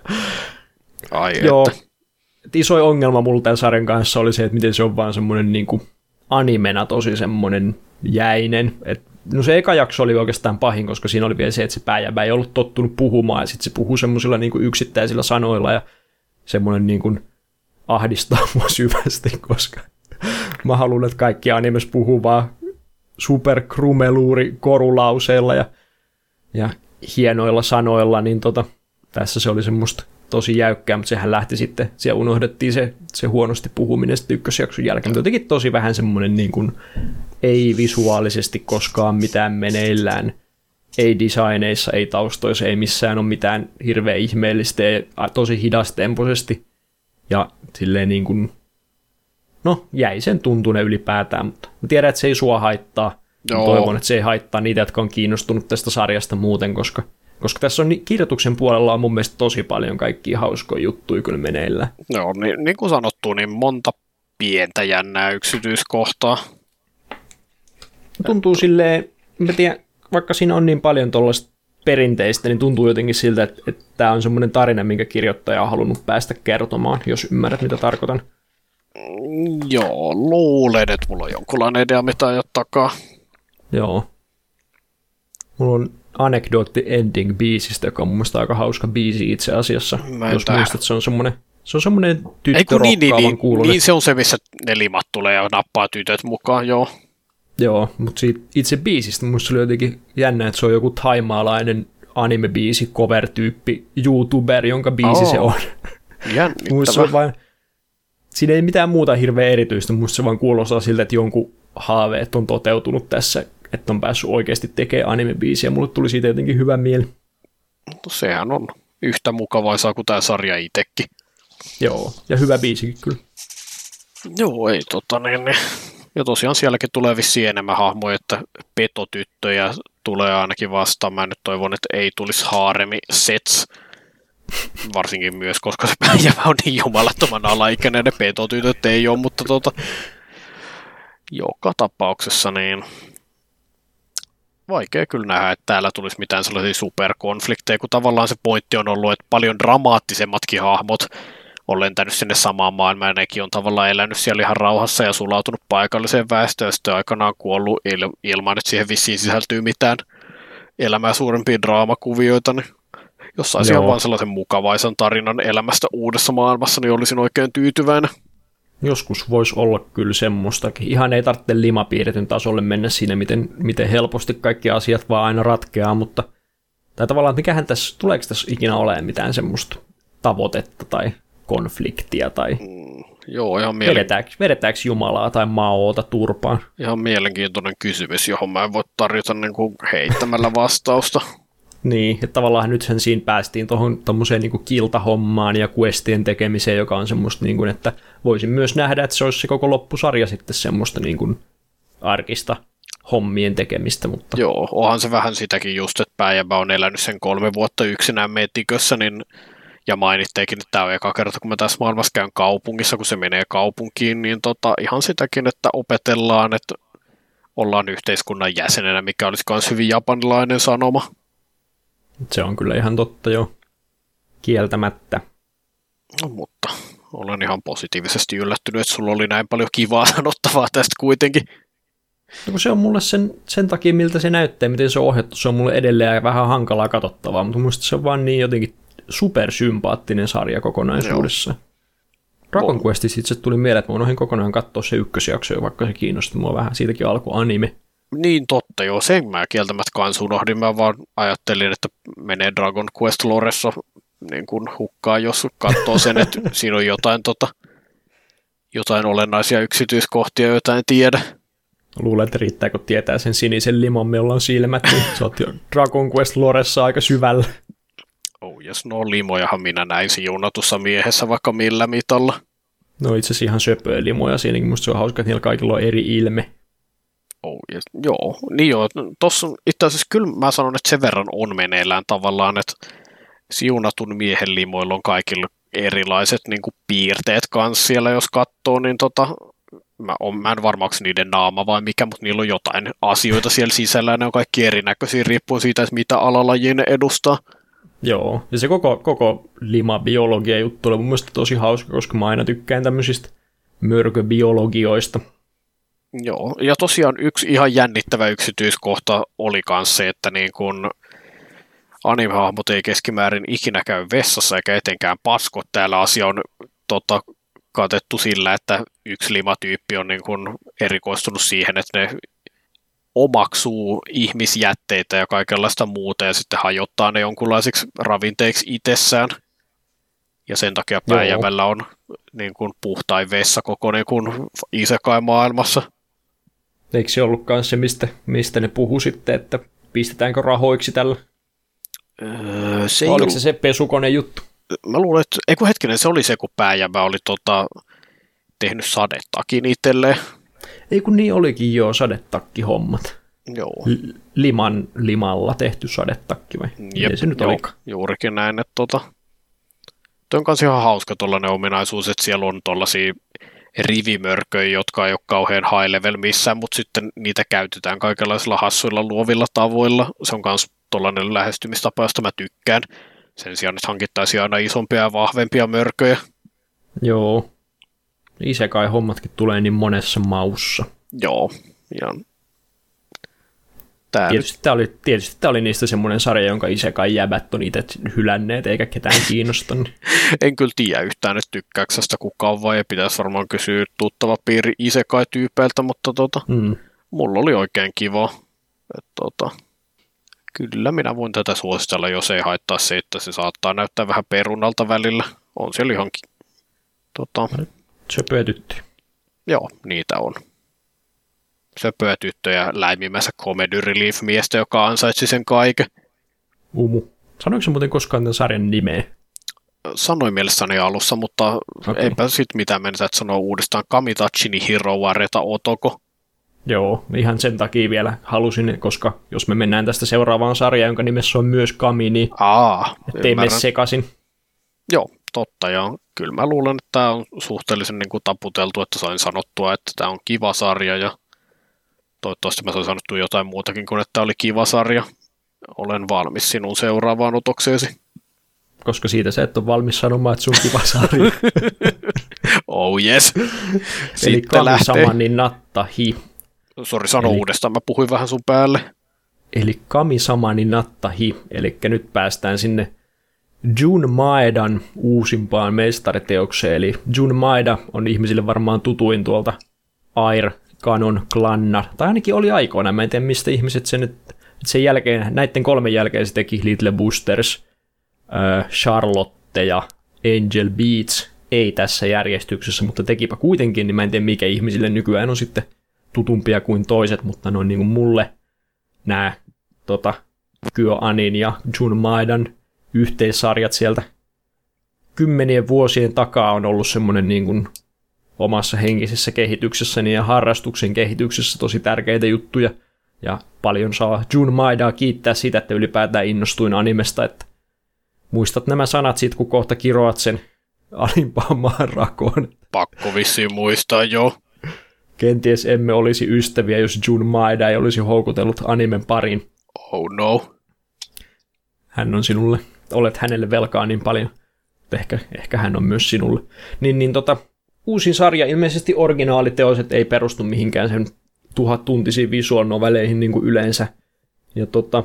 [SPEAKER 1] Ai
[SPEAKER 2] Joo.
[SPEAKER 1] että.
[SPEAKER 2] Isoin ongelma mulla tämän sarjan kanssa oli se, että miten se on vaan semmoinen niin kuin animena tosi semmoinen jäinen. Et, no se eka jakso oli oikeastaan pahin, koska siinä oli vielä se, että se pääjäbä ei ollut tottunut puhumaan, ja sitten se puhuu semmoisilla niin kuin yksittäisillä sanoilla, ja semmoinen niin kuin ahdistaa mua syvästi, koska mä haluan, että kaikki animes puhuu vaan superkrumeluuri korulauseilla ja, ja hienoilla sanoilla, niin tota, tässä se oli semmoista tosi jäykkää, mutta sehän lähti sitten, siellä unohdettiin se, se huonosti puhuminen sitten ykkösjakson jälkeen, mutta jotenkin tosi vähän semmoinen niin kuin, ei visuaalisesti koskaan mitään meneillään, ei designeissa, ei taustoissa, ei missään ole mitään hirveän ihmeellistä, tosi hidastempoisesti, ja silleen niin kuin, no jäi sen tuntunen ylipäätään, mutta mä tiedän, että se ei sua haittaa, toivon, että se ei haittaa niitä, jotka on kiinnostunut tästä sarjasta muuten, koska Koska tässä on kirjoituksen puolella on mun mielestä tosi paljon kaikkia hauskoja juttuja kyllä meneillä.
[SPEAKER 1] No niin, niin kuin sanottu, niin monta pientä jännää yksityiskohtaa.
[SPEAKER 2] Tuntuu silleen, mä tiedän, vaikka siinä on niin paljon tuollaista perinteistä, niin tuntuu jotenkin siltä, että, että tämä on semmoinen tarina, minkä kirjoittaja on halunnut päästä kertomaan, jos ymmärrät, mitä tarkoitan.
[SPEAKER 1] Joo, luulen, että mulla on jonkunlainen idea, mitä ajat takaa.
[SPEAKER 2] Joo. Mulla on anekdootti Ending-biisistä, joka on mun mielestä aika hauska biisi itse asiassa. Jos muistat, se on semmoinen, se on semmoinen tyttörokkaava
[SPEAKER 1] niin, niin, niin,
[SPEAKER 2] kuulonen.
[SPEAKER 1] Niin, se on se, missä ne limat tulee ja nappaa tytöt mukaan, joo.
[SPEAKER 2] Joo, mutta siitä itse biisistä mun mielestä oli jotenkin jännä, että se on joku thaimaalainen anime-biisi, cover-tyyppi, YouTuber, jonka biisi oh, se on.
[SPEAKER 1] Jännittävä.
[SPEAKER 2] Vain, siinä ei mitään muuta hirveän erityistä, musta se vaan kuulostaa siltä, että jonkun haaveet on toteutunut tässä, että on päässyt oikeasti tekemään anime-biisiä. Mulle tuli siitä jotenkin hyvä mieli.
[SPEAKER 1] No, sehän on yhtä mukavaisaa kuin tämä sarja itsekin.
[SPEAKER 2] Joo, ja hyvä biisikin kyllä.
[SPEAKER 1] Joo, ei tota niin. Ja tosiaan sielläkin tulee vissiin enemmän hahmoja, että petotyttöjä tulee ainakin vastaan. Mä nyt toivon, että ei tulisi haaremi sets. Varsinkin myös, koska se päijävä on niin jumalattoman alaikäinen, ne petotytöt ei ole, mutta tota, joka tapauksessa niin vaikea kyllä nähdä, että täällä tulisi mitään sellaisia superkonflikteja, kun tavallaan se pointti on ollut, että paljon dramaattisemmatkin hahmot on lentänyt sinne samaan maailmaan, ja nekin on tavallaan elänyt siellä ihan rauhassa ja sulautunut paikalliseen väestöön, ja sitten aikanaan kuollut il- ilman, että siihen vissiin sisältyy mitään elämää suurempia draamakuvioita, niin jos saisi ihan vaan sellaisen mukavaisan tarinan elämästä uudessa maailmassa, niin olisin oikein tyytyväinen.
[SPEAKER 2] Joskus voisi olla kyllä semmoistakin. Ihan ei tarvitse limapiirretyn tasolle mennä siinä, miten, miten helposti kaikki asiat vaan aina ratkeaa, mutta tai tavallaan, että mikähän tässä, tuleeko tässä ikinä olemaan mitään semmoista tavoitetta tai konfliktia tai
[SPEAKER 1] Mm, joo, ihan mielen...
[SPEAKER 2] vedetäänkö, vedetäänkö Jumalaa tai Maota turpaan?
[SPEAKER 1] Ihan mielenkiintoinen kysymys, johon mä en voi tarjota niin kuin heittämällä vastausta.
[SPEAKER 2] Niin, että tavallaan nythän siinä päästiin tuohon tommoseen niin kuin kiltahommaan ja questien tekemiseen, joka on semmoista, niin kuin, että voisin myös nähdä, että se olisi se koko loppusarja sitten semmoista niin kuin arkista hommien tekemistä. Mutta...
[SPEAKER 1] Joo, onhan se vähän sitäkin just, että Päijäbä on elänyt sen kolme vuotta yksinään metikössä, niin, ja mainitteekin, että tämä on eka kerta, kun mä tässä maailmassa käyn kaupungissa, kun se menee kaupunkiin, niin tota, ihan sitäkin, että opetellaan, että ollaan yhteiskunnan jäsenenä, mikä olisi myös hyvin japanilainen sanoma.
[SPEAKER 2] Se on kyllä ihan totta jo, kieltämättä.
[SPEAKER 1] No, mutta olen ihan positiivisesti yllättynyt, että sulla oli näin paljon kivaa sanottavaa tästä kuitenkin.
[SPEAKER 2] No, se on mulle sen, sen takia, miltä se näyttää, miten se on ohjattu, se on mulle edelleen vähän hankalaa katsottavaa, mutta mun se on vaan niin jotenkin supersympaattinen sarja kokonaisuudessa. Dragon Questissa itse tuli mieleen, että mä unohdin kokonaan katsoa se ykkösjakso, vaikka se kiinnosti mua vähän, siitäkin alku anime.
[SPEAKER 1] Niin totta, joo, sen mä kieltämättä kans unohdin, mä vaan ajattelin, että menee Dragon Quest Loressa niin kuin hukkaan, jos katsoo sen, että siinä on jotain, tota, jotain olennaisia yksityiskohtia, joita en tiedä.
[SPEAKER 2] Luulen, että riittää, kun tietää sen sinisen limon, meillä on silmät, niin sä oot jo Dragon Quest Loressa aika syvällä.
[SPEAKER 1] Oh yes, no limojahan minä näin siunatussa miehessä vaikka millä mitalla.
[SPEAKER 2] No itse asiassa ihan söpöä limoja siinäkin, musta se on hauska, että niillä kaikilla on eri ilme.
[SPEAKER 1] Oh yes, joo, niin joo, tossa itse asiassa kyllä mä sanon, että sen verran on meneillään tavallaan, että siunatun miehen limoilla on kaikilla erilaiset niin kuin piirteet kanssa siellä, jos katsoo, niin tota, mä, on, mä en varmaanko niiden naama vai mikä, mutta niillä on jotain asioita siellä sisällä, ja ne on kaikki erinäköisiä, riippuen siitä, että mitä alalajia ne edustaa.
[SPEAKER 2] Joo, ja se koko, koko lima-biologia juttu oli mun mielestä tosi hauska, koska mä aina tykkään tämmöisistä mörköbiologioista.
[SPEAKER 1] Joo, ja tosiaan yksi ihan jännittävä yksityiskohta oli myös se, että niin kun anime-hahmot ei keskimäärin ikinä käy vessassa eikä etenkään paskot. Täällä asia on tota, katettu sillä, että yksi limatyyppi on niin kun erikoistunut siihen, että ne omaksuu ihmisjätteitä ja kaikenlaista muuta ja sitten hajottaa ne jonkunlaisiksi ravinteiksi itsessään. Ja sen takia Päijävällä on niin kuin puhtain vessa koko niin kuin isekai-maailmassa.
[SPEAKER 2] Eikö se ollutkaan se, mistä, mistä ne puhu sitten, että pistetäänkö rahoiksi tällä?
[SPEAKER 1] Öö, se
[SPEAKER 2] Oliko
[SPEAKER 1] ju...
[SPEAKER 2] se se pesukone juttu?
[SPEAKER 1] Mä luulen, että eiku hetkinen, se oli se, kun Päijävä oli tota, tehnyt sadetakin itselleen.
[SPEAKER 2] Ei kun niin olikin jo sadetakkihommat.
[SPEAKER 1] Joo.
[SPEAKER 2] L- liman limalla tehty sadetakki vai?
[SPEAKER 1] Jep,
[SPEAKER 2] ei se nyt
[SPEAKER 1] joo,
[SPEAKER 2] olikaan?
[SPEAKER 1] Juurikin näin, että tota, toi on myös ihan hauska tuollainen ominaisuus, että siellä on tuollaisia rivimörköjä, jotka ei ole kauhean high level missään, mutta sitten niitä käytetään kaikenlaisilla hassuilla luovilla tavoilla. Se on myös tuollainen lähestymistapa, josta mä tykkään. Sen sijaan, että hankittaisiin aina isompia ja vahvempia mörköjä.
[SPEAKER 2] Joo. Isekai hommatkin tulee niin monessa maussa.
[SPEAKER 1] Joo. Ja tää
[SPEAKER 2] tietysti
[SPEAKER 1] nyt...
[SPEAKER 2] tämä oli, tietysti tämä oli niistä semmoinen sarja, jonka isekai jäbät on itse hylänneet eikä ketään kiinnostanut.
[SPEAKER 1] En kyllä tiedä yhtään, että tykkääkö sitä kukaan vai ei. Pitäisi varmaan kysyä tuttava piiri isekai-tyypeiltä, mutta tota, mm. mulla oli oikein kiva. Et, tota, kyllä minä voin tätä suositella, jos ei haittaa se, että se saattaa näyttää vähän perunalta välillä. On siellä ihan tota,
[SPEAKER 2] söpöä tyttöjä.
[SPEAKER 1] Joo, niitä on. Söpöä tyttöjä läimimässä comedy relief-miestä, joka ansaitsi sen kaiken.
[SPEAKER 2] Umu. Sanoiko se muuten koskaan tämän sarjan nimeä?
[SPEAKER 1] Sanoin mielessäni alussa, mutta okay. Eipä sitten mitään mennä, että sanoa uudestaan Kamitachi ni Hiro Wareta Otoko.
[SPEAKER 2] Joo, ihan sen takia vielä halusin, koska jos me mennään tästä seuraavaan sarjaan, jonka nimessä on myös Kami, niin
[SPEAKER 1] Aa,
[SPEAKER 2] ettei mene sekaisin.
[SPEAKER 1] Joo, totta. Ja kyllä mä luulen, että tämä on suhteellisen niin kuin taputeltu, että sain sanottua, että tämä on kiva sarja. Ja toivottavasti mä sain sanottua jotain muutakin kuin, että tämä oli kiva sarja. Olen valmis sinun seuraavaan otokseesi.
[SPEAKER 2] Koska siitä sä et ole valmis sanomaan, että sun kiva sarja.
[SPEAKER 1] Oh yes.
[SPEAKER 2] Eli Kami-samani nattahi.
[SPEAKER 1] Sori, sano
[SPEAKER 2] Eli...
[SPEAKER 1] uudestaan. Mä puhuin vähän sun päälle.
[SPEAKER 2] Eli Kami-samani nattahi. Eli nyt päästään sinne Jun Maedan uusimpaan mestariteokseen. Eli Jun Maeda on ihmisille varmaan tutuin tuolta Air Canon Clanna. Tai ainakin oli aikoina. Mä en tiedä, mistä ihmiset sen nyt... Sen jälkeen, näiden kolmen jälkeen se teki Little Busters, Charlotte ja Angel Beats ei tässä järjestyksessä, mutta tekipä kuitenkin, niin mä en tiedä mikä ihmisille nykyään on sitten tutumpia kuin toiset, mutta ne on niin kuin mulle nämä tota, KyoAnin ja Jun Maidan yhteissarjat sieltä kymmenien vuosien takaa on ollut semmoinen niin kuin omassa henkisessä kehityksessäni ja harrastuksen kehityksessä tosi tärkeitä juttuja. Ja paljon saa Jun Maidaa kiittää siitä, että ylipäätään innostuin animesta, että muistat nämä sanat siitä, kun kohta kiroat sen alimpaan maan rakoon.
[SPEAKER 1] Pakko vissiin muistaa, joo.
[SPEAKER 2] Kenties emme olisi ystäviä, jos Jun Maida ei olisi houkutellut animen pariin.
[SPEAKER 1] Oh no.
[SPEAKER 2] Hän on sinulle, olet hänelle velkaa niin paljon. Ehkä, ehkä hän on myös sinulle. Niin, niin tota, uusin sarja, ilmeisesti originaaliteoset ei perustu mihinkään sen tuhat tuntisiin visual noveleihin niin kuin yleensä. Ja tota,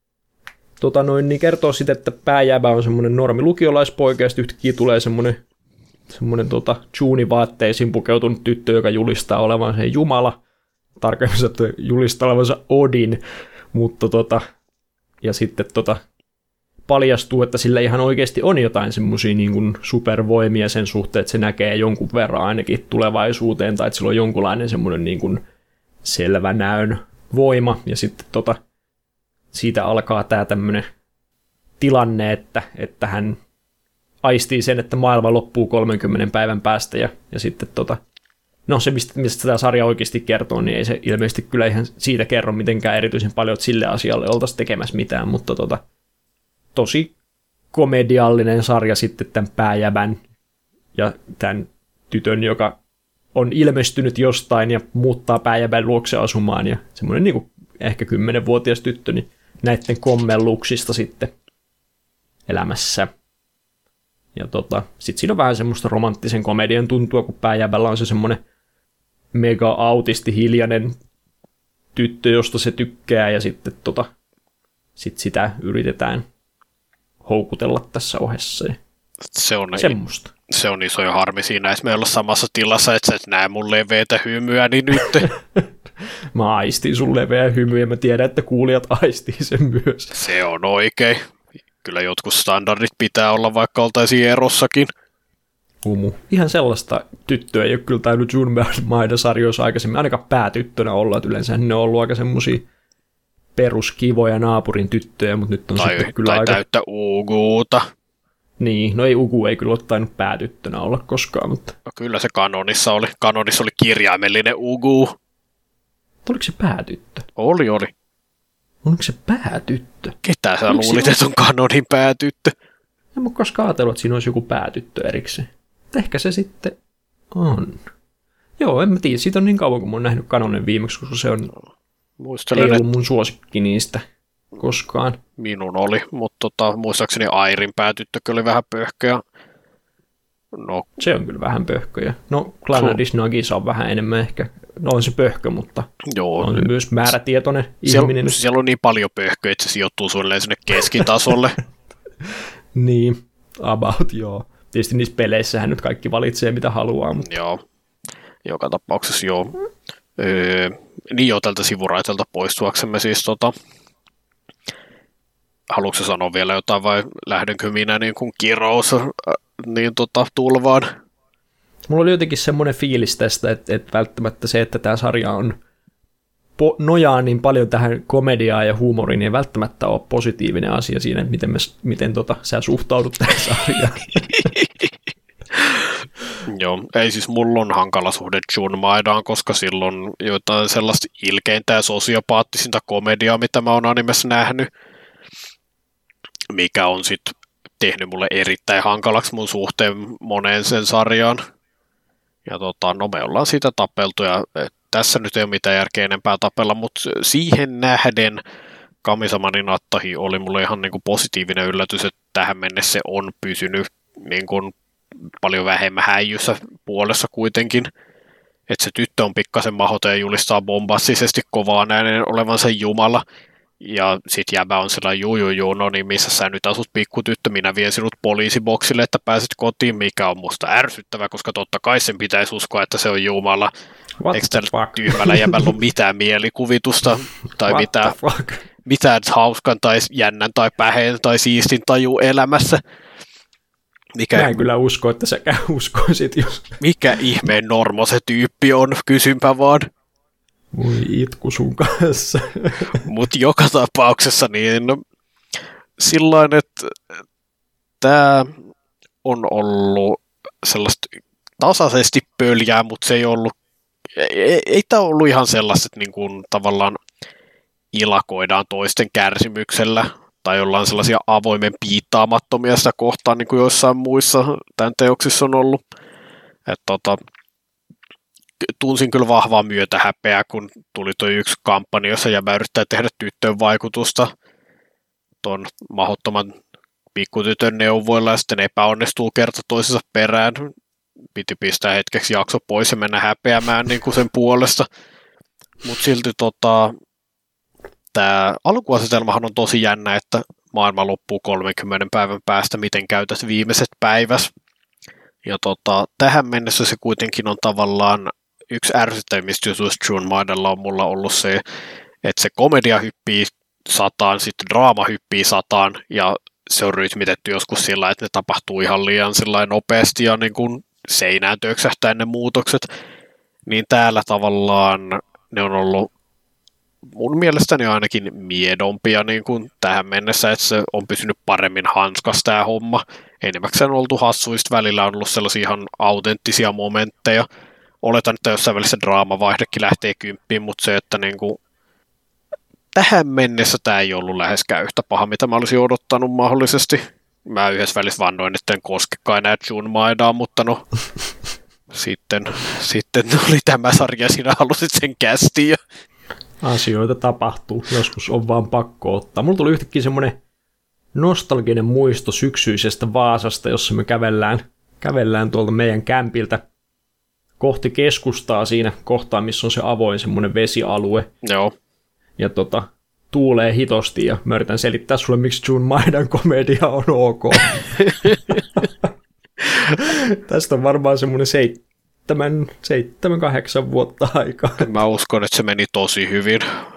[SPEAKER 2] tota noin, niin kertoo sitten, että pääjäävä on semmoinen normi lukiolaispoika, ja sitten yhtäkkiä tulee semmoinen, semmoinen tota, Juni-vaatteisiin pukeutunut tyttö, joka julistaa olevansa jumala. Tarkemmin sanottuna julistaa olevansa Odin, mutta tota, ja sitten tota, paljastuu, että sillä ihan oikeasti on jotain semmoisia niin kuin supervoimia sen suhteen, että se näkee jonkun verran ainakin tulevaisuuteen, tai että sillä on jonkunlainen semmoinen niin kuin selvä näön voima, ja sitten tota, siitä alkaa tämä tämmöinen tilanne, että, että hän aistii sen, että maailma loppuu kolmenkymmenen päivän päästä, ja, ja sitten tota, no se, mistä, mistä tämä sarja oikeasti kertoo, niin ei se ilmeisesti kyllä ihan siitä kerro mitenkään erityisen paljon, että sille asialle oltaisiin tekemässä mitään, mutta tota, tosi komediallinen sarja sitten tämän pääjävän ja tämän tytön, joka on ilmestynyt jostain ja muuttaa pääjävän luokse asumaan, ja semmoinen niin kuin ehkä kymmenvuotias tyttö, niin näiden kommelluksista sitten elämässä. Ja tota, sitten siinä on vähän semmoista romanttisen komedian tuntua, kun pääjävällä on se semmoinen mega autisti hiljainen tyttö, josta se tykkää, ja sitten tota, sit sitä yritetään houkutella tässä ohessa.
[SPEAKER 1] Se on,
[SPEAKER 2] semmoista.
[SPEAKER 1] Se on iso harmi siinä, että me olla samassa tilassa, että sä et näe mun leveätä hymyä, niin nyt.
[SPEAKER 2] Mä aistin sun leveä hymyä, ja mä tiedän, että kuulijat aistii sen myös.
[SPEAKER 1] Se on oikein. Kyllä jotkut standardit pitää olla, vaikka oltaisiin erossakin.
[SPEAKER 2] Humu. Ihan sellaista tyttöä ei ole kyllä tainnut Jun Maida-sarjoissa aikaisemmin ainakaan päätyttönä olla, että yleensä ne on ollut aika semmosia peruskivoja naapurin tyttöjä, mutta nyt on
[SPEAKER 1] tai,
[SPEAKER 2] sitten kyllä
[SPEAKER 1] tai
[SPEAKER 2] aika...
[SPEAKER 1] täyttä uuguuta.
[SPEAKER 2] Niin, no ei Ugu ei kyllä ole tainnut päätyttönä olla koskaan, mutta...
[SPEAKER 1] No kyllä se kanonissa oli. Kanonissa oli kirjaimellinen Ugu.
[SPEAKER 2] Oliko se päätyttö?
[SPEAKER 1] Oli, oli.
[SPEAKER 2] Oliko se päätyttö?
[SPEAKER 1] Ketä sä Oliko luulit, että on kanonin päätyttö?
[SPEAKER 2] En mä koskaan ajatellut, että siinä olisi joku päätyttö erikseen. Ehkä se sitten on. Joo, en mä tiedä. Siitä on niin kauan, kun mä oon nähnyt kanonin viimeksi, koska se on...
[SPEAKER 1] Muistelen,
[SPEAKER 2] ei ollut mun suosikki niistä koskaan.
[SPEAKER 1] Minun oli, mutta tota, muistaakseni Airin päätyttökö oli vähän pöhköjä. No.
[SPEAKER 2] Se on kyllä vähän pöhköjä. No, Glanadis Nagisa on vähän enemmän ehkä. No on se pöhkö, mutta
[SPEAKER 1] joo,
[SPEAKER 2] on se myös määrätietoinen
[SPEAKER 1] siellä,
[SPEAKER 2] ihminen.
[SPEAKER 1] Siellä on niin paljon pöhköjä, että se sijoittuu suunnilleen sinne keskitasolle.
[SPEAKER 2] Niin, about, joo. Tietysti niissä peleissähän nyt kaikki valitsee, mitä haluaa. Mutta...
[SPEAKER 1] Joo, joka tapauksessa joo. Öö, niin joo, tältä sivuraitelta poistuaksemme siis tota... Haluatko sanoa vielä jotain vai lähdenkö minä niin kuin kirous äh, niin tota, tulvaan?
[SPEAKER 2] Mulla oli jotenkin semmoinen fiilis tästä, että, että välttämättä se, että tämä sarja on po- nojaa niin paljon tähän komediaan ja huumoriin, niin ei välttämättä ole positiivinen asia siinä, että miten, me, miten tota, sä suhtaudut tähän sarjaan.
[SPEAKER 1] Joo, ei siis mulla on hankala suhde Jun Maidaan, koska silloin jotain sellaista ilkeintä ja sosiopaattisinta komediaa, mitä mä oon animessa nähnyt, mikä on sitten tehnyt mulle erittäin hankalaksi mun suhteen moneen sen sarjaan. Ja tota, no me ollaan siitä tapeltu, ja tässä nyt ei ole mitään järkeä enempää tapella, mutta siihen nähden Kamisama ni Nattahi oli mulle ihan niin kuin positiivinen yllätys, että tähän mennessä se on pysynyt niin kuin paljon vähemmän häijyssä puolessa kuitenkin. Että se tyttö on pikkasen mahoton ja julistaa bombastisesti kovaan äänen olevansa jumala. Ja sit jäbä on sellainen juu, juu, juu, no niin missä sä nyt asut pikkutyttö, minä vien sinut poliisiboksille, että pääset kotiin, mikä on musta ärsyttävä, koska totta kai sen pitäisi uskoa, että se on jumala.
[SPEAKER 2] What
[SPEAKER 1] Eikö tällä tyhmällä jäbällä ole mitään mielikuvitusta tai mitään, mitään hauskan tai jännän tai päheen tai siistin taju elämässä. Mikä,
[SPEAKER 2] Mä en kyllä usko, että säkään uskoisit, jos...
[SPEAKER 1] Mikä ihmeen normo se tyyppi on, kysynpä vaan.
[SPEAKER 2] Voi itku sun kanssa.
[SPEAKER 1] Mutta joka tapauksessa niin sillain, että tämä on ollut sellaista tasaisesti pöljää, mutta se ei ollut, ei, ei tämä ollut ihan sellaista, että niin kuin tavallaan ilakoidaan toisten kärsimyksellä tai ollaan sellaisia avoimen piittaamattomia sitä kohtaan, niin kuin joissain muissa tämän teoksissa on ollut. Että tota, tunsin kyllä vahvaa myötähäpeää, kun tuli tuo yksi kampanja, jossa jäbä yrittää tehdä tyttöön vaikutusta tuon mahdottoman pikkutytön neuvoilla ja sitten epäonnistuu kerta toisensa perään. Piti pistää hetkeksi jakso pois ja mennä häpeämään niin kuin sen puolesta. Mutta silti tota, tämä alkuasetelmahan on tosi jännä, että maailma loppuu kolmenkymmenen päivän päästä, miten käytät viimeiset päiväs. Ja tota, tähän mennessä se kuitenkin on tavallaan yksi ärsyttävimmistä jutuista June Maidalla on mulla ollut se, että se komedia hyppii sataan, sitten draama hyppii sataan, ja se on rytmitetty joskus sillä, että ne tapahtuu ihan liian sillä nopeasti ja niin kuin seinään töksähtää ne muutokset. Niin täällä tavallaan ne on ollut mun mielestäni ainakin miedompia niin kuin tähän mennessä, että se on pysynyt paremmin hanskas tämä homma. Enimmäkseen on oltu hassuista, välillä on ollut sellaisia ihan autenttisia momentteja. Oletan, että jossain välissä draamavaihdekin lähtee kymppiin, mutta se, että niin kuin tähän mennessä tämä ei ollut läheskään yhtä paha, mitä mä olisin odottanut mahdollisesti. Mä yhdessä välissä vannoin, että en koskekaan enää June Maidaan, mutta no sitten, sitten oli tämä sarja, sinä halusit sen kästiin. Ja
[SPEAKER 2] asioita tapahtuu, joskus on vaan pakko ottaa. Mulla tuli yhtäkkiä semmoinen nostalginen muisto syksyisestä Vaasasta, jossa me kävellään, kävellään tuolta meidän kämpiltä kohti keskustaa siinä kohtaa, missä on se avoin semmoinen vesialue.
[SPEAKER 1] Joo.
[SPEAKER 2] Ja tota, tuulee hitosti ja mä yritän selittää sulle, miksi June Maidan komedia on ok. Tästä on varmaan semmoinen seitsemän, seitsemän, kahdeksan vuotta aikaa.
[SPEAKER 1] Mä uskon, että se meni tosi hyvin.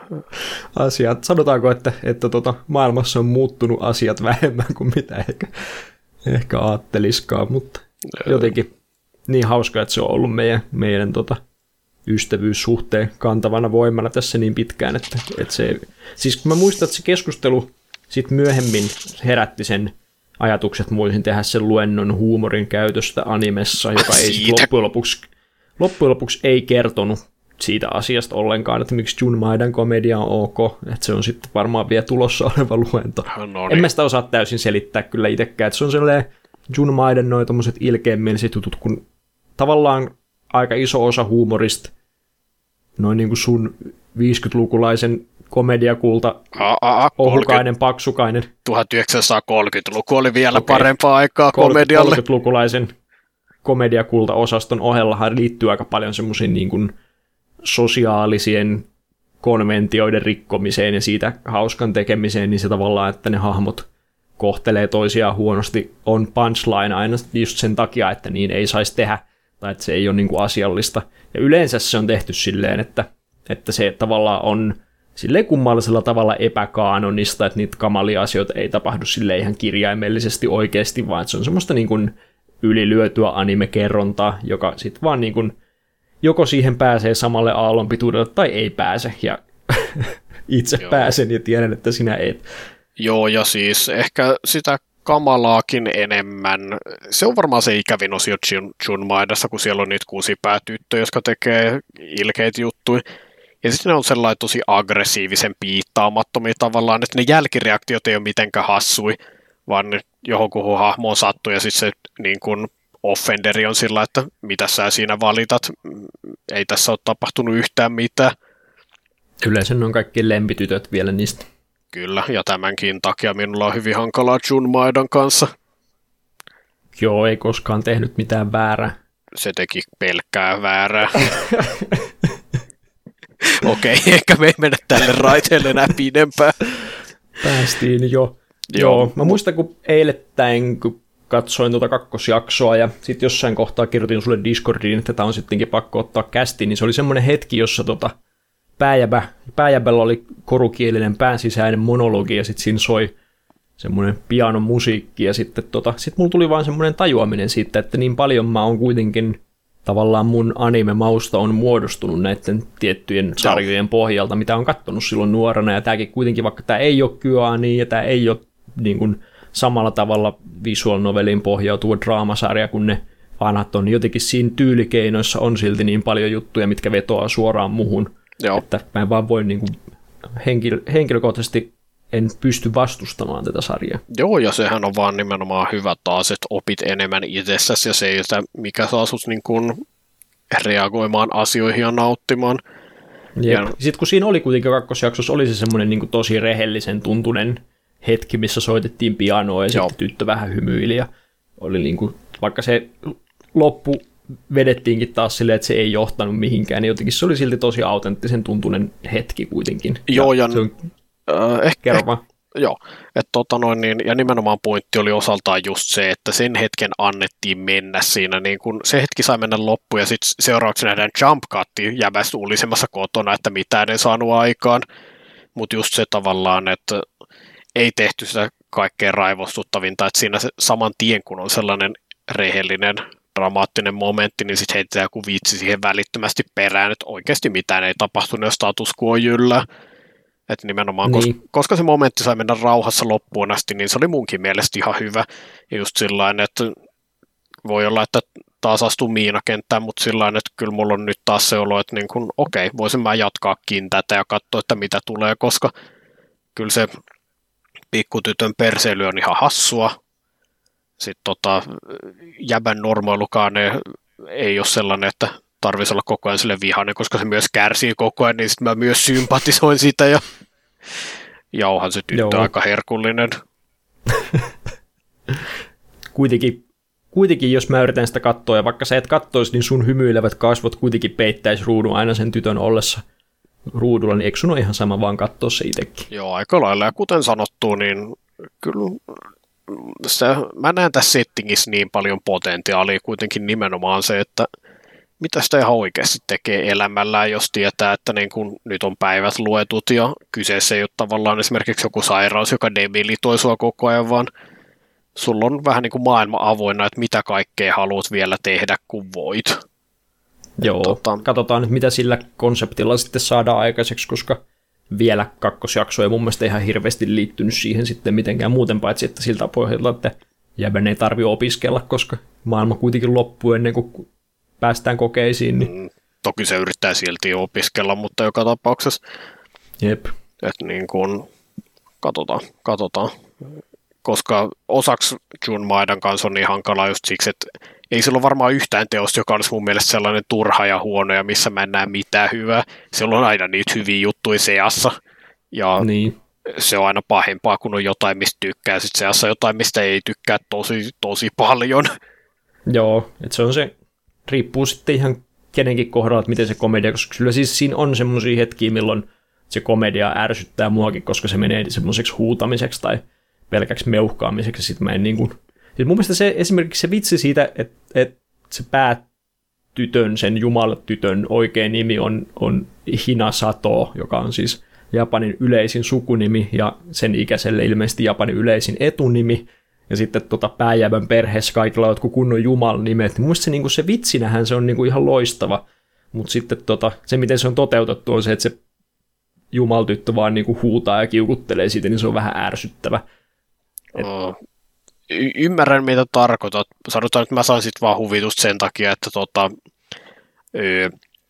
[SPEAKER 2] Asiat, sanotaanko, että, että tota, maailmassa on muuttunut asiat vähemmän kuin mitä ehkä, ehkä ajatteliskaan, mutta jotenkin niin hauska, että se on ollut meidän, meidän tota, ystävyyssuhteen kantavana voimana tässä niin pitkään, että, että se, siis mä muistan, että se keskustelu sit myöhemmin herätti sen ajatukset muihin tehdä sen luennon huumorin käytöstä animessa, joka ei sit loppujen lopuksi, loppujen lopuksi ei kertonut siitä asiasta ollenkaan, että miksi June Maidan komedia on ok, että se on sitten varmaan vielä tulossa oleva luento.
[SPEAKER 1] No niin.
[SPEAKER 2] En mä sitä osaa täysin selittää kyllä itsekään, että se on sellainen June Maidan noin tommoset ilkeämieliset jutut, kun tavallaan aika iso osa huumorista, noin niin kuin sun viisikymmentälukulaisen komediakulta,
[SPEAKER 1] a, a, a,
[SPEAKER 2] ohukainen, paksukainen.
[SPEAKER 1] tuhatyhdeksänsataakolmekymmentäluku oli vielä
[SPEAKER 2] okay.
[SPEAKER 1] parempaa aikaa komedialle.
[SPEAKER 2] kolmekymmentälukulaisen komediakulta-osaston ohellahan liittyy aika paljon semmoisiin niin kuin sosiaalisien konventioiden rikkomiseen ja siitä hauskan tekemiseen, niin se tavallaan, että ne hahmot kohtelee toisiaan huonosti, on punchline aina just sen takia, että niin ei saisi tehdä, tai että se ei ole niin kuin asiallista. Ja yleensä se on tehty silleen, että, että se tavallaan on silleen kummallisella tavalla epäkaanonista, että niitä kamalia asioita ei tapahdu silleen ihan kirjaimellisesti oikeasti, vaan että se on semmoista niin kuin ylilyötyä anime-kerrontaa, joka sitten vaan niin kuin joko siihen pääsee samalle aallonpituudelle tai ei pääse, ja itse Joo. pääsen ja tiedän, että sinä et.
[SPEAKER 1] Joo, ja siis ehkä sitä kamalaakin enemmän. Se on varmaan se ikävin osio June Maidassa, kun siellä on niitä kuusipäätyttöjä, jotka tekee ilkeitä juttuja. Ja sitten ne on sellainen tosi aggressiivisen piittaamattomia tavallaan, että ne jälkireaktiot ei ole mitenkään hassui, vaan johonkuhun hahmoon sattuu ja sitten se niin kuin offenderi on sillä, että mitä sä siinä valitat, ei tässä ole tapahtunut yhtään mitään.
[SPEAKER 2] Yleensä ne on kaikki lempitytöt vielä niistä.
[SPEAKER 1] Kyllä, ja tämänkin takia minulla on hyvin hankalaa June Maidan kanssa.
[SPEAKER 2] Joo, ei koskaan tehnyt mitään väärää.
[SPEAKER 1] Se teki pelkkää väärää. Okei, okay, ehkä me ei mennä tälle raiteelle enää pidempään.
[SPEAKER 2] Päästiin jo. Joo. Joo. Mä muistan, kun eilettäin, kun katsoin tuota kakkosjaksoa ja sitten jossain kohtaa kirjoitin sulle Discordiin, että tämä on sittenkin pakko ottaa kästiin, niin se oli semmoinen hetki, jossa tota pääjäbä, pääjäbällä oli korukielinen päänsisäinen monologi ja sitten siinä soi semmoinen pianon musiikki, ja sitten tota, sit mulla tuli vaan semmoinen tajuaminen siitä, että niin paljon mä oon kuitenkin tavallaan mun anime-mausta on muodostunut näiden tiettyjen sarjojen pohjalta, mitä on katsonut silloin nuorena, ja tämäkin kuitenkin, vaikka tämä ei ole Kyoani, ja tämä ei ole niin kuin samalla tavalla visual noveliin pohjautuva draamasarja kuin ne vanhat on, niin jotenkin siinä tyylikeinoissa on silti niin paljon juttuja, mitkä vetoaa suoraan muhun, Joo. että mä en vaan voi niin kuin henkil- henkilökohtaisesti en pysty vastustamaan tätä sarjaa.
[SPEAKER 1] Joo, ja sehän on vaan nimenomaan hyvä taas, että opit enemmän itsessäsi ja se, että mikä saa sut niin kuin reagoimaan asioihin ja nauttimaan.
[SPEAKER 2] Ja sitten kun siinä oli kuitenkin kakkosjaksossa, oli se semmoinen niin kuin tosi rehellisen tuntunen hetki, missä soitettiin pianoa ja Joo. sitten tyttö vähän hymyili ja oli niin kuin, vaikka se loppu vedettiinkin taas silleen, että se ei johtanut mihinkään, niin jotenkin se oli silti tosi autenttisen tuntunen hetki kuitenkin.
[SPEAKER 1] Joo, ja, ja
[SPEAKER 2] on,
[SPEAKER 1] äh, ehkä, ehkä, joo, että tota noin, niin, ja nimenomaan pointti oli osaltaan just se, että sen hetken annettiin mennä siinä, niin kun se hetki sai mennä loppuun, ja sitten seuraavaksi nähdään jump cutti jäbästä ulisemassa kotona, että mitään ei saanut aikaan, mutta just se tavallaan, että ei tehty sitä kaikkein raivostuttavinta, että siinä se saman tien, kun on sellainen rehellinen, dramaattinen momentti, niin sitten heitetään joku vitsi siihen välittömästi perään, että oikeasti mitään ei tapahtunut, jos status quo jyllää. Että nimenomaan, niin. koska, koska se momentti sai mennä rauhassa loppuun asti, niin se oli munkin mielestä ihan hyvä. Ja just sillain, että voi olla, että taas astuu miinakenttään, mutta sillain, että kyllä mulla on nyt taas se olo, että niin kun, okei, voisin mä jatkaakin tätä ja katsoa, että mitä tulee, koska kyllä se pikkutytön perseily on ihan hassua. Sitten tota, jäbän normailukaan ei, ei ole sellainen, että tarvitsisi olla koko ajan sille vihainen, koska se myös kärsii koko ajan, niin sitten mä myös sympatisoin sitä. Ja, ja onhan se tyttö Joo. aika herkullinen.
[SPEAKER 2] kuitenkin, kuitenkin, jos mä yritän sitä katsoa, ja vaikka sä et kattoisi, niin sun hymyilevät kasvot kuitenkin peittäisi ruudun aina sen tytön ollessa ruudulla, niin eikö sun ole ihan sama vaan katsoa se itsekin?
[SPEAKER 1] Joo, aika lailla. Ja kuten sanottu, niin kyllä se, mä näen tässä settingissä niin paljon potentiaalia kuitenkin nimenomaan se, että mitä sitä ihan oikeasti tekee elämällään, jos tietää, että niin kun nyt on päivät luetut ja kyseessä ei ole tavallaan esimerkiksi joku sairaus, joka debilitoi sua koko ajan, vaan sulla on vähän niin kuin maailma avoinna, että mitä kaikkea haluat vielä tehdä, kun voit.
[SPEAKER 2] Joo, tota... katsotaan nyt mitä sillä konseptilla sitten saadaan aikaiseksi, koska vielä kakkosjakso ei mun mielestä ihan hirveästi liittynyt siihen sitten mitenkään muuten, paitsi että siltä pohjalta, että jäbän ei tarvitse opiskella, koska maailma kuitenkin loppuu ennen kuin päästään kokeisiin. Niin... Mm,
[SPEAKER 1] toki se yrittää silti opiskella, mutta joka tapauksessa.
[SPEAKER 2] Jep.
[SPEAKER 1] Että niin kuin, katsotaan, katsotaan. Koska osaksi Jun Maidan kanssa on niin hankalaa just siksi, että ei sillä ole varmaan yhtään teosta, joka olisi mun mielestä sellainen turha ja huono, ja missä mä en näe mitään hyvää. Siellä on aina niitä hyviä juttuja seassa, ja niin. Se on aina pahempaa, kun on jotain, mistä tykkää, sitten seassa jotain, mistä ei tykkää tosi, tosi paljon.
[SPEAKER 2] Joo, että se on se, riippuu sitten ihan kenenkin kohdalla, että miten se komedia, koska kyllä siis siinä on semmoisia hetkiä, milloin se komedia ärsyttää muakin, koska se menee semmoiseksi huutamiseksi tai pelkäksi meuhkaamiseksi, ja sitten mä en niin kuin... Siis mun mielestä se, esimerkiksi se vitsi siitä, että, että se päätytön, sen jumalatytön oikea nimi on, on Hinasato, joka on siis Japanin yleisin sukunimi, ja sen ikäiselle ilmeisesti Japanin yleisin etunimi, ja sitten tota pääjävän perheessä kaikilla on jotkut kunnon jumalanimet. Mun mielestä se, niin se vitsinähän se on niin kuin ihan loistava, mutta sitten tota, se, miten se on toteutettu, on se, että se jumaltyttö vaan niin kuin huutaa ja kiukuttelee siitä, niin se on vähän ärsyttävä. Et...
[SPEAKER 1] Oh. Y- ymmärrän, mitä tarkoitat. Sanotaan, että mä sain sit vaan huvitusta sen takia, että tota, öö,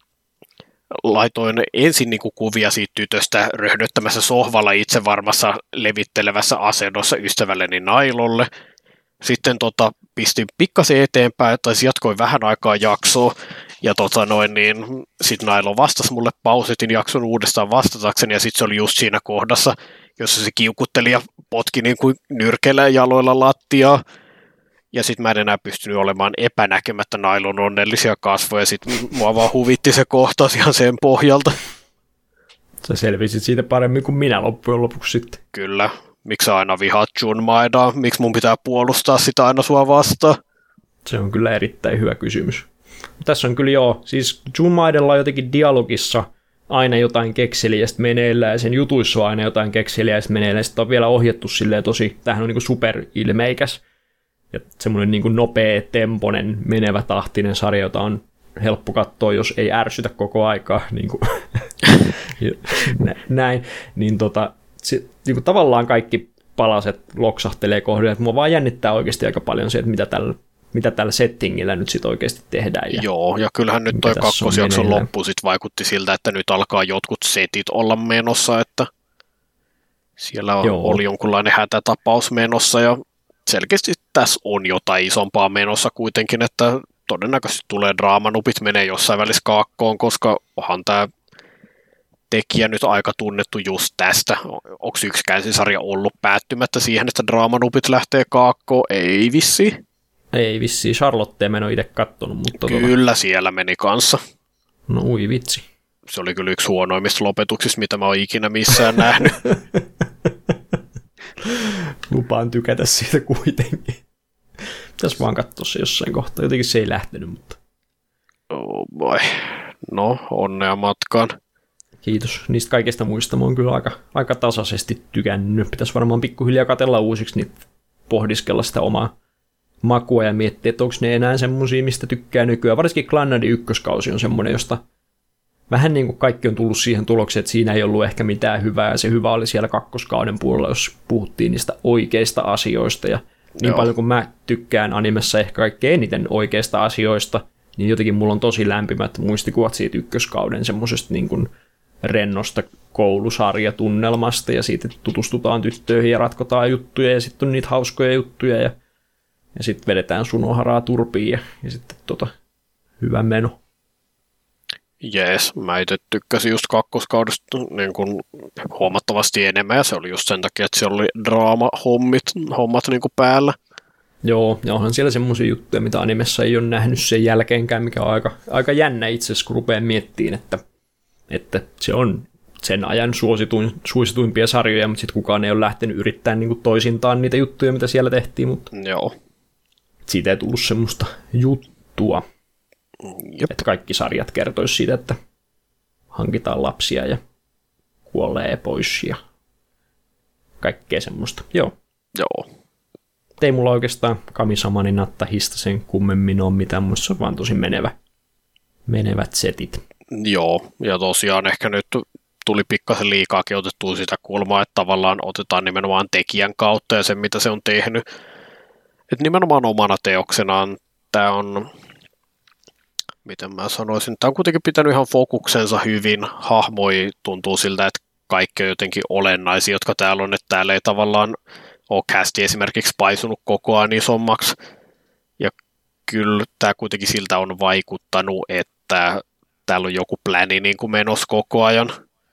[SPEAKER 1] laitoin ensin niinku kuvia siitä tytöstä röhdöttämässä sohvalla itse varmassa levittelevässä asennossa ystävälleni Nailolle. Sitten tota, pistin pikkasen eteenpäin, tai jatkoin vähän aikaa jaksoa, ja tota noin, niin sitten Nailo vastasi mulle, pausetin jakson uudestaan vastatakseni, ja sitten se oli just siinä kohdassa, jossa se kiukutteli ja potki niin kuin nyrkeillä jaloilla lattiaa. Ja sitten mä en enää pystynyt olemaan epänäkemättä Nailon onnellisia kasvoja. Sitten mua vaan huvitti se kohtaus ihan sen pohjalta.
[SPEAKER 2] Sä selvisit siitä paremmin kuin minä loppujen lopuksi sitten.
[SPEAKER 1] Kyllä. Miksi sä aina vihaat Jun Maidaa? Miksi mun pitää puolustaa sitä aina sua vastaan?
[SPEAKER 2] Se on kyllä erittäin hyvä kysymys. Tässä on kyllä joo. Siis Jun Maidalla on jotenkin dialogissa aina jotain kekseliäistä meneillään, ja sen jutuissa on aina jotain kekseliäistä meneillään, ja sitten on vielä ohjattu silleen tosi, tämähän on niin kuin superilmeikäs, ja semmoinen niin kuin nopea, temponen, menevä tahtinen sarja, jota on helppo katsoa, jos ei ärsytä koko aikaa, niin kuin näin, niin, tota, se, niin kuin tavallaan kaikki palaset loksahtelee kohdille, että mua vaan jännittää oikeasti aika paljon se, että mitä tällä, mitä tällä settingillä nyt sitten oikeasti tehdään. Ja
[SPEAKER 1] joo, ja kyllähän nyt toi kakkosjakson loppu sit vaikutti siltä, että nyt alkaa jotkut setit olla menossa, että siellä on, oli jonkunlainen hätätapaus menossa, ja selkeästi tässä on jotain isompaa menossa kuitenkin, että todennäköisesti tulee draamanupit menee jossain välissä kaakkoon, koska onhan tämä tekijä nyt aika tunnettu just tästä. Onko yksikään se sarja ollut päättymättä siihen, että draamanupit lähtee kaakkoon? Ei vissi.
[SPEAKER 2] Ei vissi. Charlotte en ole itse kattonut. Mutta
[SPEAKER 1] kyllä tuota... siellä meni kanssa.
[SPEAKER 2] No ui vitsi.
[SPEAKER 1] Se oli kyllä yksi huonoimmista lopetuksista, mitä mä oon ikinä missään nähnyt.
[SPEAKER 2] Lupaan tykätä siitä kuitenkin. Pitäisi vaan katsoa se jossain kohtaa. Jotenkin se ei lähtenyt, mutta...
[SPEAKER 1] Oh boy. No, onnea matkaan.
[SPEAKER 2] Kiitos. Niistä kaikista muista mä oon kyllä aika, aika tasaisesti tykännyt. Pitäisi varmaan pikkuhiljaa katsella uusiksi, niin pohdiskella sitä omaa makua ja miettiä, että onko ne enää semmosia, mistä tykkää nykyään. Varsinkin Clannadin ykköskausi on semmoinen, josta vähän niin kuin kaikki on tullut siihen tulokseen, että siinä ei ollut ehkä mitään hyvää, ja se hyvä oli siellä kakkoskauden puolella, jos puhuttiin niistä oikeista asioista, ja niin Joo. paljon kuin mä tykkään animessa ehkä kaikkein eniten oikeista asioista, niin jotenkin mulla on tosi lämpimät muistikuvat siitä ykköskauden semmoisesta niin kuin rennosta koulusarjatunnelmasta, ja siitä tutustutaan tyttöihin ja ratkotaan juttuja, ja sitten on niitä hauskoja juttuja, ja, ja sitten vedetään Sunoharaa turpiin, ja, ja sitten tota, hyvä meno.
[SPEAKER 1] Jees, mä itse tykkäsin just kakkoskaudesta niin kuin huomattavasti enemmän, ja se oli just sen takia, että siellä oli draama-hommit hommat niin kuin päällä.
[SPEAKER 2] Joo, ja onhan siellä semmoisia juttuja, mitä animessa ei ole nähnyt sen jälkeenkään, mikä on aika, aika jännä itse asiassa, kun rupeaa miettimään, että, että se on sen ajan suosituin, suosituimpia sarjoja, mutta sitten kukaan ei ole lähtenyt yrittämään niin kuin toisintaan niitä juttuja, mitä siellä tehtiin, mutta
[SPEAKER 1] Joo.
[SPEAKER 2] siitä ei tullut semmoista juttua.
[SPEAKER 1] Jop.
[SPEAKER 2] Että kaikki sarjat kertoisi siitä, että hankitaan lapsia ja kuolee pois ja kaikkea semmoista. Joo.
[SPEAKER 1] Joo.
[SPEAKER 2] Ei mulla oikeastaan Kami-samani nattahista sen kummemmin ole mitään, muista se on vaan tosi menevä, menevät setit.
[SPEAKER 1] Joo, ja tosiaan ehkä nyt tuli pikkasen liikaakin otettua sitä kulmaa, että tavallaan otetaan nimenomaan tekijän kautta ja sen, mitä se on tehnyt. Että nimenomaan omana teoksenaan tämä on... Miten mä sanoisin, tämä on kuitenkin pitänyt ihan fokuksensa hyvin, hahmoi tuntuu siltä, että kaikki on jotenkin olennaisia, jotka täällä on, että täällä ei tavallaan ole kästi esimerkiksi paisunut koko ajan isommaksi, ja kyllä tämä kuitenkin siltä on vaikuttanut, että täällä on joku pläni niin kuin menossa koko ajan,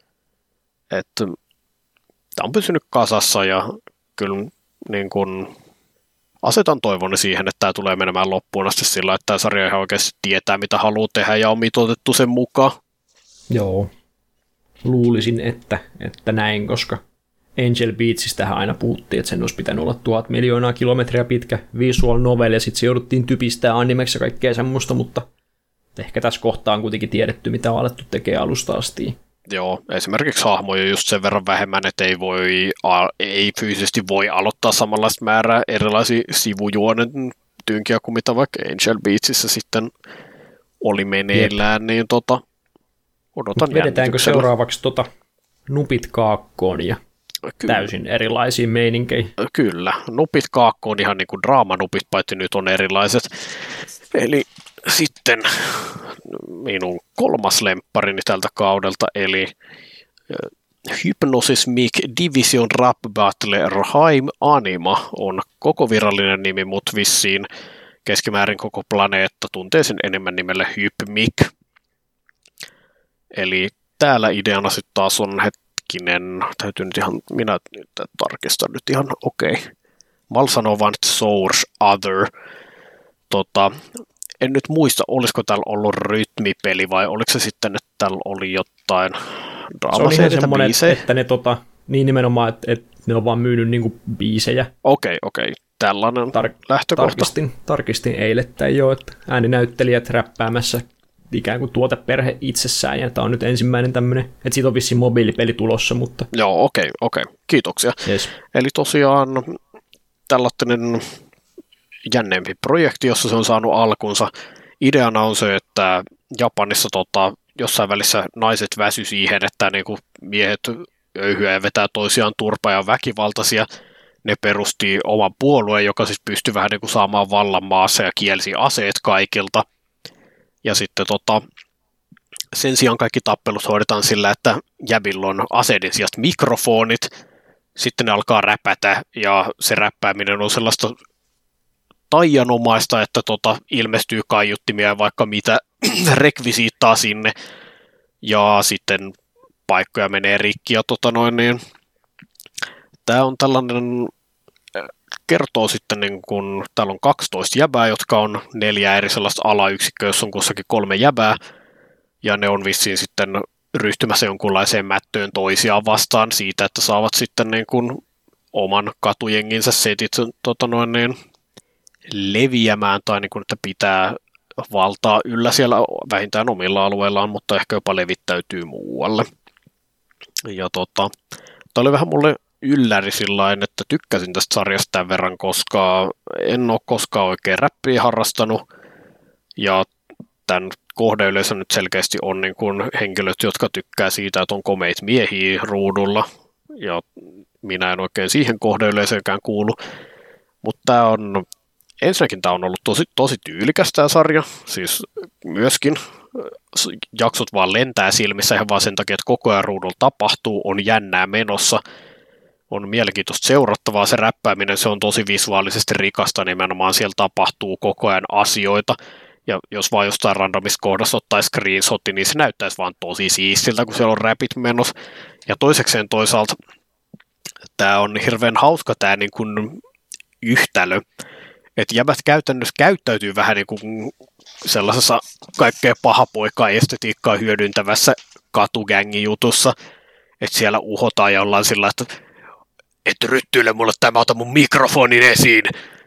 [SPEAKER 1] että tämä on pysynyt kasassa, ja kyllä niin kuin asetan toivoni siihen, että tämä tulee menemään loppuun asti sillä, että tämä sarja ihan oikeasti tietää, mitä haluaa tehdä ja on mitoitettu sen mukaan.
[SPEAKER 2] Joo, luulisin, että, että näin, koska Angel Beatsistähän aina puhuttiin, että sen olisi pitänyt olla tuhat miljoonaa kilometriä pitkä visual novel, ja sitten se jouduttiin typistää animeksi ja kaikkea semmoista, mutta ehkä tässä kohtaa on kuitenkin tiedetty, mitä on alettu tekemään alusta asti.
[SPEAKER 1] Joo, esimerkiksi hahmoja just sen verran vähemmän, että ei, voi, a, ei fyysisesti voi aloittaa samanlaista määrää erilaisia sivujuonen tynkiä kuin mitä vaikka Angel Beatsissä sitten oli meneillään, Jep. niin tota, odotan
[SPEAKER 2] vedetäänkö seuraavaksi tota Nupit kaakkoon ja Kyllä. täysin erilaisiin meininkeihin?
[SPEAKER 1] Kyllä, Nupit kaakkoon ihan niin kuin draamanupit, paitsi nyt on erilaiset. Eli sitten minun kolmas lempparini tältä kaudelta, eli Hypnosis Mic Division Rap Battle Raheim Anima on koko virallinen nimi, mutta vissiin keskimäärin koko planeetta tuntee sen enemmän nimellä Hypmic. Eli täällä ideana sitten taas on hetkinen, täytyy nyt ihan, minä nyt tarkistan nyt ihan, okei. Okay. Mal sanoo vaan, että Source Other. Tota, en nyt muista, olisiko täällä ollut rytmipeli vai oliko se sitten, että täällä oli jotain
[SPEAKER 2] draamaseeritä, se on ihan semmoinen, biisejä? Että ne tota, niin nimenomaan, että, että ne on vaan myynyt niinku biisejä.
[SPEAKER 1] Okei, okei. Tällainen Tar- lähtökohta.
[SPEAKER 2] Tarkistin, tarkistin eilettäin jo, että ääninäyttelijät räppäämässä ikään kuin tuoteperhe itsessään, ja tämä on nyt ensimmäinen tämmöinen, että siitä on vissiin mobiilipeli tulossa, mutta...
[SPEAKER 1] Joo, okei, okay, okei, okay. Kiitoksia.
[SPEAKER 2] Yes.
[SPEAKER 1] Eli tosiaan tällainen jännempi projekti, jossa se on saanut alkunsa. Ideana on se, että Japanissa tota, jossain välissä naiset väsy siihen, että niinku miehet öyhyä ja vetää toisiaan turpaa ja väkivaltaisia. Ne perusti oman puolueen, joka siis pystyi vähän niinku saamaan vallan maassa ja kielsi aseet kaikilta. Ja sitten tota, sen sijaan kaikki tappelut hoidetaan sillä, että jäbillä on aseiden sijasta mikrofonit. Sitten ne alkaa räpätä ja se räppääminen on sellaista taianomaista, että tota, ilmestyy kaiuttimia ja vaikka mitä rekvisiittaa sinne. Ja sitten paikkoja menee rikki ja tota noin niin. Tämä on tällainen, kertoo sitten niin kun, täällä on kaksitoista jäbää, jotka on neljä eri sellaista alayksikköä, jossa on kussakin kolme jäbää. Ja ne on vissiin sitten ryhtymässä jonkunlaiseen mättöön toisiaan vastaan siitä, että saavat sitten niin kun oman katujenginsä setit tota noin niin, leviämään tai niin kun, että pitää valtaa yllä siellä vähintään omilla alueillaan, mutta ehkä jopa levittäytyy muualle. Ja tota, tämä oli vähän mulle ylläri sillain, että tykkäsin tästä sarjasta tämän verran, koska en ole koskaan oikein räppiä harrastanut. Ja tämän kohdeyleisö nyt selkeästi on niin kuin henkilöt, jotka tykkää siitä, että on komeit miehiä ruudulla. Ja minä en oikein siihen kohdeyleisönkään kuulu. Mutta tämä on, ensinnäkin tämä on ollut tosi, tosi tyylikäs tämä sarja. Siis myöskin jaksot vaan lentää silmissä ihan vaan sen takia, että koko ajan ruudulla tapahtuu, on jännää menossa. On mielenkiintoista seurattavaa se räppääminen, se on tosi visuaalisesti rikasta, nimenomaan siellä tapahtuu koko ajan asioita. Ja jos vaan jostain randomista kohdassa ottaisi screenshotin, niin se näyttäisi vaan tosi siistiltä, kun siellä on räpit menossa. Ja toisekseen toisaalta tämä on hirveän hauska tämä niin kuin yhtälö, että jäbät käytännössä käyttäytyy vähän niin kuin sellaisessa kaikkea pahapoikaa estetiikkaa hyödyntävässä katugängijutussa, että siellä uhotaan ja ollaan sillä, että et ryttyile mulle tämä, ota mun mikrofonin esiin.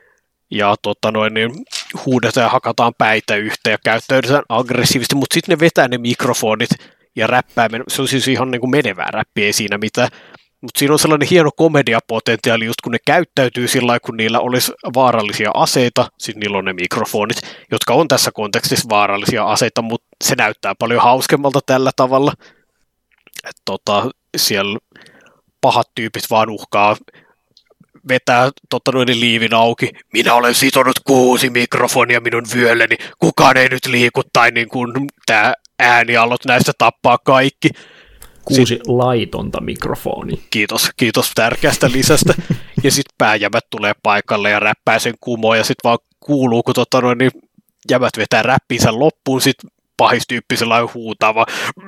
[SPEAKER 1] Ja tota noin, niin huudetaan ja hakataan päitä yhteen ja käyttäydytään aggressiivisesti, mutta sitten ne vetää ne mikrofonit ja räppää. Se on siis ihan niin kuin menevää räppiä, ei siinä mitään. Mutta siinä on sellainen hieno komediapotentiaali, just kun ne käyttäytyy sillä lailla, kun niillä olisi vaarallisia aseita, sitten niillä on ne mikrofonit, jotka on tässä kontekstissa vaarallisia aseita, mutta se näyttää paljon hauskemmalta tällä tavalla. Että tota, siellä pahat tyypit vaan uhkaa vetää totta noin liivin auki. Minä olen sitonut kuusi mikrofonia minun vyölleni. Kukaan ei nyt liiku tai niin kuin tämä äänialot näistä tappaa kaikki.
[SPEAKER 2] Kuusi sit, laitonta mikrofonia.
[SPEAKER 1] Kiitos, kiitos tärkeästä lisästä. Ja sitten pääjämät tulee paikalle ja räppää sen kumoon ja sitten vaan kuuluu, kun totta noin, niin jämät vetää räppinsä loppuun, sitten pahistyyppi sellainen huutava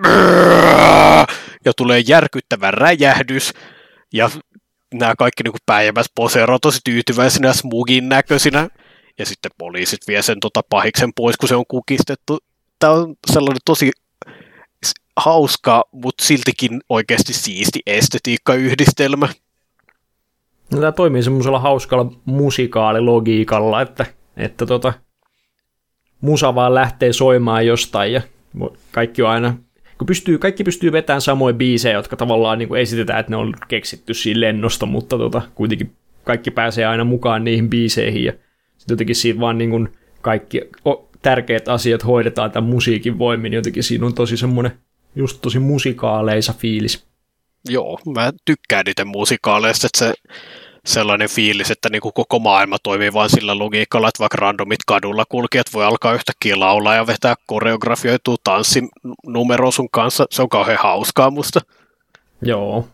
[SPEAKER 1] ja tulee järkyttävä räjähdys ja nämä kaikki niin pääjämät poseeroo tosi tyytyväisenä ja smugin näköisinä ja sitten poliisit vie sen tota pahiksen pois, kun se on kukistettu. Tämä on sellainen tosi hauska, mutta siltikin oikeasti siisti estetiikkayhdistelmä.
[SPEAKER 2] No, tämä toimii semmoisella hauskalla musikaalilogiikalla, että, että tota, musa vaan lähtee soimaan jostain ja kaikki on aina, kun pystyy, kaikki pystyy vetämään samoja biisejä, jotka tavallaan niin kuin esitetään, että ne on keksitty siinä lennosta, mutta tota, kuitenkin kaikki pääsee aina mukaan niihin biiseihin ja sitten jotenkin siitä vaan niin kuin kaikki tärkeät asiat hoidetaan tämän musiikin voimin, jotenkin siinä on tosi semmoinen just tosi musikaaleisa fiilis.
[SPEAKER 1] Joo, mä tykkään niitä musikaaleista, että se sellainen fiilis, että niin kuin koko maailma toimii vain sillä logiikalla, että vaikka randomit kadulla kulkijat voi alkaa yhtäkkiä laulaa ja vetää koreografioitua tanssinumero sun kanssa. Se on kauhean hauskaa musta.
[SPEAKER 2] Joo.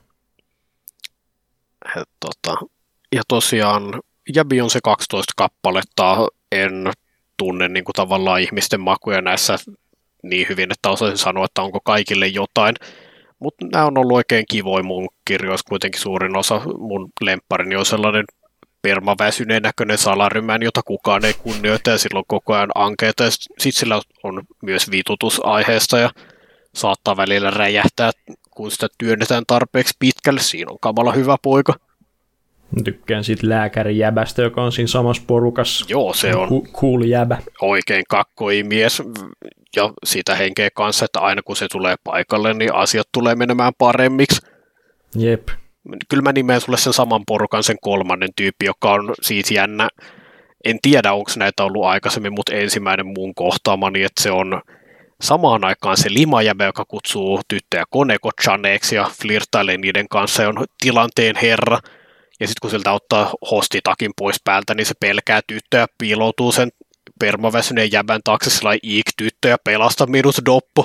[SPEAKER 1] Et, tota, ja tosiaan Jäbi on se kaksitoista kappaletta. En tunne niin kuin tavallaan ihmisten makuja näissä niin hyvin, että osaisin sanoa, että onko kaikille jotain. Mutta nämä on ollut oikein kivoja mun kirjoissa, kuitenkin suurin osa mun lempparini on sellainen permaväsyneen näköinen salarymän, jota kukaan ei kunnioita ja silloin koko ajan ankeeta. Sitten sillä on myös vitutusaiheesta ja saattaa välillä räjähtää, kun sitä työnnetään tarpeeksi pitkälle. Siinä on kamala hyvä poika.
[SPEAKER 2] Mä tykkään siitä lääkärijäbästä, joka on siinä samassa porukassa.
[SPEAKER 1] Joo, se on
[SPEAKER 2] Ku- cool jäbä.
[SPEAKER 1] Oikein kakkoimies ja siitä henkeä kanssa, että aina kun se tulee paikalle, niin asiat tulee menemään paremmiksi.
[SPEAKER 2] Jep.
[SPEAKER 1] Kyllä mä nimeen sulle sen saman porukan, sen kolmannen tyyppi, joka on siis jännä. En tiedä, onko näitä ollut aikaisemmin, mutta ensimmäinen muun kohtaamani, että se on samaan aikaan se limajäbä, joka kutsuu tyttöjä Koneko-chaneeksi ja flirtailee niiden kanssa ja on tilanteen herra. Ja sitten kun sieltä ottaa hostitakin pois päältä, niin se pelkää tyttöä, piiloutuu sen permaväsyneen jäbän taakse sillä iik tyttöjä, pelasta minut doppo.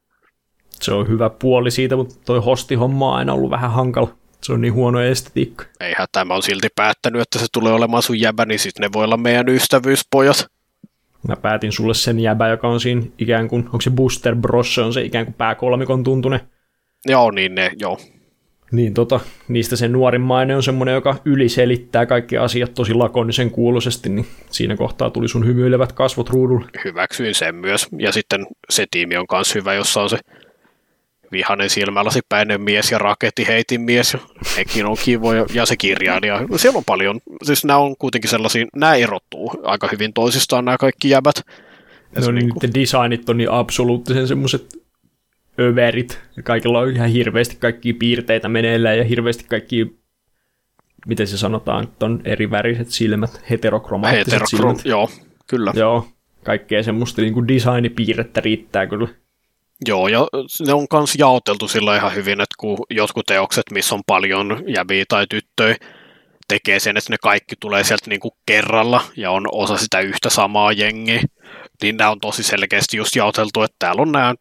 [SPEAKER 2] Se on hyvä puoli siitä, mutta toi hostihomma on aina ollut vähän hankala. Se on niin huono estetiikka.
[SPEAKER 1] Eihän tämä on silti päättänyt, että se tulee olemaan sun jäbä, niin sitten ne voi olla meidän ystävyyspojat.
[SPEAKER 2] Mä päätin sulle sen jäbä, joka on siinä ikään kuin, onko se Booster Bros, se on se ikään kuin pääkolmikon tuntune.
[SPEAKER 1] Joo, niin ne, joo.
[SPEAKER 2] Niin tota, niistä se nuorimmainen on semmoinen, joka yliselittää kaikki asiat tosi lakonisen kuuloisesti, niin siinä kohtaa tuli sun hymyilevät kasvot ruudulle.
[SPEAKER 1] Hyväksyin sen myös. Ja sitten se tiimi on myös hyvä, jossa on se vihainen silmälasipäinen mies ja raketiheitin mies. Hekin on kivoja. Ja se kirjailija. Siellä on paljon. Siis nämä on kuitenkin sellaisia, nämä erottuu aika hyvin toisistaan nämä kaikki jäbät.
[SPEAKER 2] No niin, niin kuin designit on niin absoluuttisen semmoiset överit. Ja kaikilla on ihan hirveästi kaikkia piirteitä meneillään ja hirveästi kaikki, miten se sanotaan, että on eri väriset silmät, heterokromaattiset
[SPEAKER 1] Heterokrom,
[SPEAKER 2] silmät.
[SPEAKER 1] Joo, kyllä.
[SPEAKER 2] Joo, kaikkea semmoista niin kuin designipiirrettä riittää kyllä.
[SPEAKER 1] Joo, ja ne on myös jaoteltu sillä ihan hyvin, että kun jotkut teokset, missä on paljon jäviä tai tyttöjä, tekee sen, että ne kaikki tulee sieltä niin kuin kerralla ja on osa sitä yhtä samaa jengiä, niin nämä on tosi selkeästi just jaoteltu, että täällä on nämä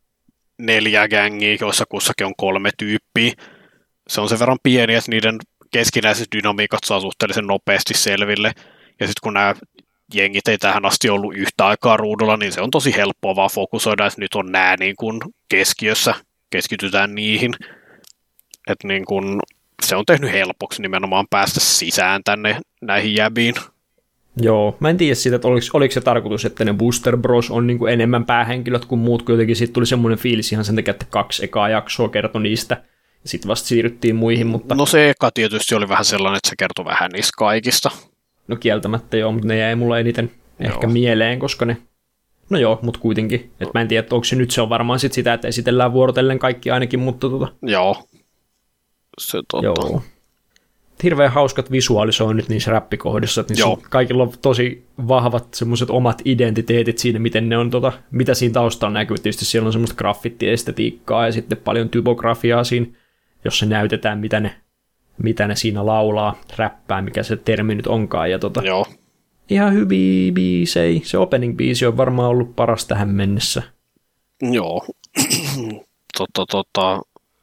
[SPEAKER 1] neljä gängiä, joissa kussakin on kolme tyyppiä. Se on sen verran pieni, että niiden keskinäiset dynamiikat saa suhteellisen nopeasti selville. Ja sitten kun nämä jengit ei tähän asti ollut yhtä aikaa ruudulla, niin se on tosi helppoa vaan fokusoida, että nyt on nämä niin kuin keskiössä, keskitytään niihin. Että niin kuin se on tehnyt helpoksi nimenomaan päästä sisään tänne näihin jäbiin.
[SPEAKER 2] Joo, mä en tiedä siitä, että oliko, oliko se tarkoitus, että ne Booster Bros on niin kuin enemmän päähenkilöt kuin muut, kuitenkin siitä tuli semmoinen fiilis ihan sen takia, että kaksi ekaa jaksoa kertoi niistä, ja sitten vasta siirryttiin muihin, mutta...
[SPEAKER 1] No se eka tietysti oli vähän sellainen, että se kertoi vähän niistä kaikista.
[SPEAKER 2] No kieltämättä joo, mutta ne jäi mulle eniten joo. ehkä mieleen, koska ne... No joo, mutta kuitenkin. Että mä en tiedä, että onko se nyt, se on varmaan sit sitä, että esitellään vuorotellen kaikki ainakin, mutta tota...
[SPEAKER 1] Joo. Se tota...
[SPEAKER 2] Joo. Hirveän hauskat visualisoinnit niissä räppikohdissa, että niissä kaikilla on tosi vahvat semmoiset omat identiteetit siinä, miten ne on, tota, mitä siinä taustalla näkyy. Tietysti siellä on semmoista graffittiestetiikkaa ja sitten paljon typografiaa siinä, jossa näytetään, mitä ne, mitä ne siinä laulaa, räppää, mikä se termi nyt onkaan. Ja tota,
[SPEAKER 1] Joo.
[SPEAKER 2] Ihan hyviä biisejä. Se opening-biisi on varmaan ollut paras tähän mennessä.
[SPEAKER 1] Joo. tota, tota.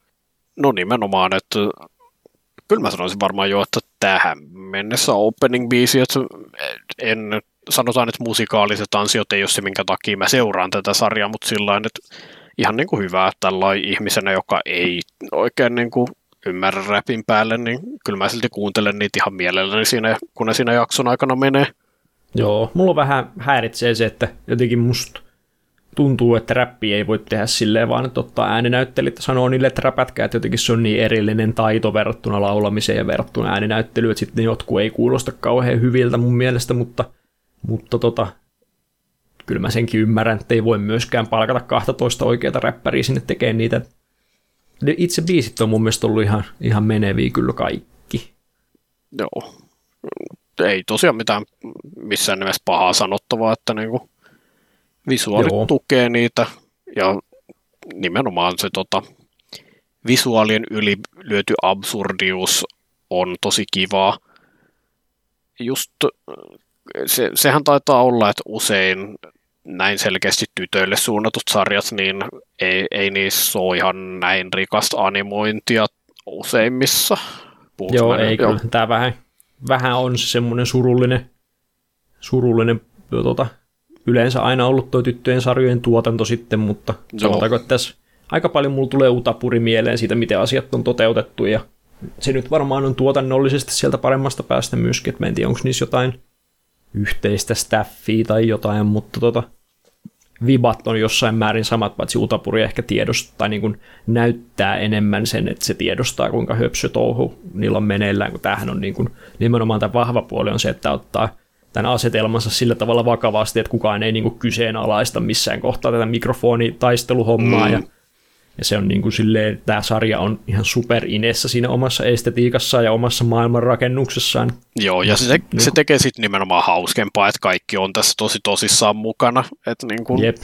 [SPEAKER 1] No nimenomaan, että kyllä mä sanoisin varmaan jo, että tähän mennessä opening-biisi, että en, sanotaan, että musikaaliset ansiot ei ole se, minkä takia mä seuraan tätä sarjaa, mutta sillain, että ihan niin kuin hyvä tällainen ihmisenä, joka ei oikein niin kuin ymmärrä räpin päälle, niin kyllä mä silti kuuntelen niitä ihan mielelläni siinä, kun ne siinä jakson aikana menee.
[SPEAKER 2] Joo, mulla vähän häiritsee se, että jotenkin musta tuntuu, että räppiä ei voi tehdä silleen, vaan että ottaa ääninäyttelijät ja sanoo niille, että räpätkää, että jotenkin se on niin erillinen taito verrattuna laulamiseen ja verrattuna ääninäyttelyyn, että sitten jotkut ei kuulosta kauhean hyviltä mun mielestä, mutta, mutta tota, kyllä mä senkin ymmärrän, että ei voi myöskään palkata kaksitoista oikeata räppäriä sinne tekemään niitä. Itse biisit on mun mielestä ollut ihan, ihan meneviä kyllä kaikki.
[SPEAKER 1] Joo. Ei tosiaan mitään missään nimessä pahaa sanottavaa, että niinku visuaalit Joo. tukee niitä ja nimenomaan se tota, visuaalien ylilyöty absurdius on tosi kivaa. Just se, sehän taitaa olla, että usein näin selkeästi tytöille suunnatut sarjat, niin ei, ei niissä ole ihan näin rikasta animointia useimmissa. Puhutaan
[SPEAKER 2] Joo, ei kyllä. Tämä vähän, vähän on se semmoinen surullinen, surullinen tota, yleensä aina ollut tuo tyttöjen sarjojen tuotanto sitten, mutta sanotaanko, että tässä aika paljon mulla tulee utapuri mieleen siitä, miten asiat on toteutettu, ja se nyt varmaan on tuotannollisesti sieltä paremmasta päästä myöskin, että mä en tiedä, onko niissä jotain yhteistä staffia tai jotain, mutta tota, vibat on jossain määrin samat, paitsi Utapuri ehkä tiedostaa, tai niin kuin näyttää enemmän sen, että se tiedostaa, kuinka höpsö touhu niillä on meneillään, kun tämähän on niin kuin, nimenomaan tämä vahva puoli on se, että ottaa tämän asetelmansa sillä tavalla vakavasti, että kukaan ei niin kuin kyseenalaista missään kohtaa tätä mikrofonitaisteluhommaa, mm. ja, ja se on niin kuin silleen, tämä sarja on ihan super inessä siinä omassa estetiikassaan ja omassa maailmanrakennuksessaan.
[SPEAKER 1] Joo, ja se, te- se tekee sitten nimenomaan hauskempaa, että kaikki on tässä tosi tosissaan mukana, että niin kuin,
[SPEAKER 2] Jep.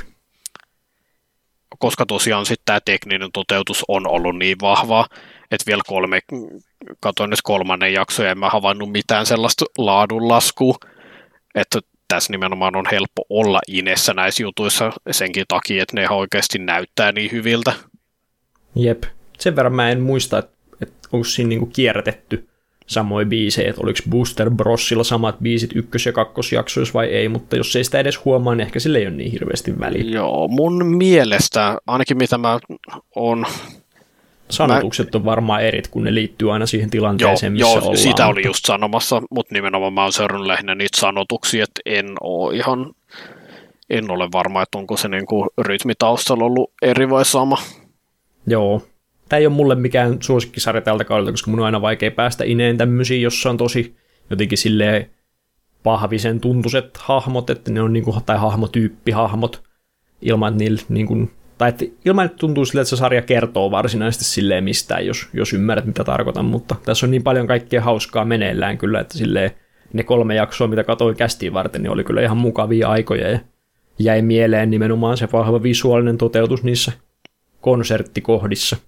[SPEAKER 1] koska tosiaan sitten tämä tekninen toteutus on ollut niin vahvaa, että vielä kolme, katsoin nyt kolmannen jakson ja en mä havainnut mitään sellaista laadunlaskua, että tässä nimenomaan on helppo olla inessä näissä jutuissa senkin takia, että ne ihan oikeasti näyttää niin hyviltä.
[SPEAKER 2] Jep. Sen verran mä en muista, että, että onko siinä niinku kierrätetty samoja biisejä, että oliko Booster Brosilla samat biisit ykkös- ja kakkosjaksoissa vai ei, mutta jos ei sitä edes huomaa, niin ehkä sille ei ole niin hirveästi väliä.
[SPEAKER 1] Joo, mun mielestä, ainakin mitä mä oon...
[SPEAKER 2] Sanotukset mä... on varmaan erit, kun ne liittyy aina siihen tilanteeseen, missä
[SPEAKER 1] joo,
[SPEAKER 2] ollaan.
[SPEAKER 1] Sitä
[SPEAKER 2] mutta...
[SPEAKER 1] oli just sanomassa, mutta nimenomaan mä oon seurannut lähinnä niitä sanotuksia, että en ole ihan... En ole varma, että onko se niinku rytmitaustalla ollut eri vai sama.
[SPEAKER 2] Joo. Tämä ei ole mulle mikään suosikkisarja tältä kaudelta, koska mun on aina vaikea päästä ineen tämmöisiin, jossa on tosi jotenkin silleen pahvisen tuntuiset hahmot, että ne on niinku, tai hahmotyyppihahmot, ilman että niillä niinku, tai että ilman että tuntuu silleen, että se sarja kertoo varsinaisesti silleen mistään, jos, jos ymmärrät mitä tarkoitan, mutta tässä on niin paljon kaikkea hauskaa meneillään kyllä, että silleen ne kolme jaksoa, mitä katsoin kästiin varten, niin oli kyllä ihan mukavia aikoja ja jäi mieleen nimenomaan se vahva visuaalinen toteutus niissä konserttikohdissa.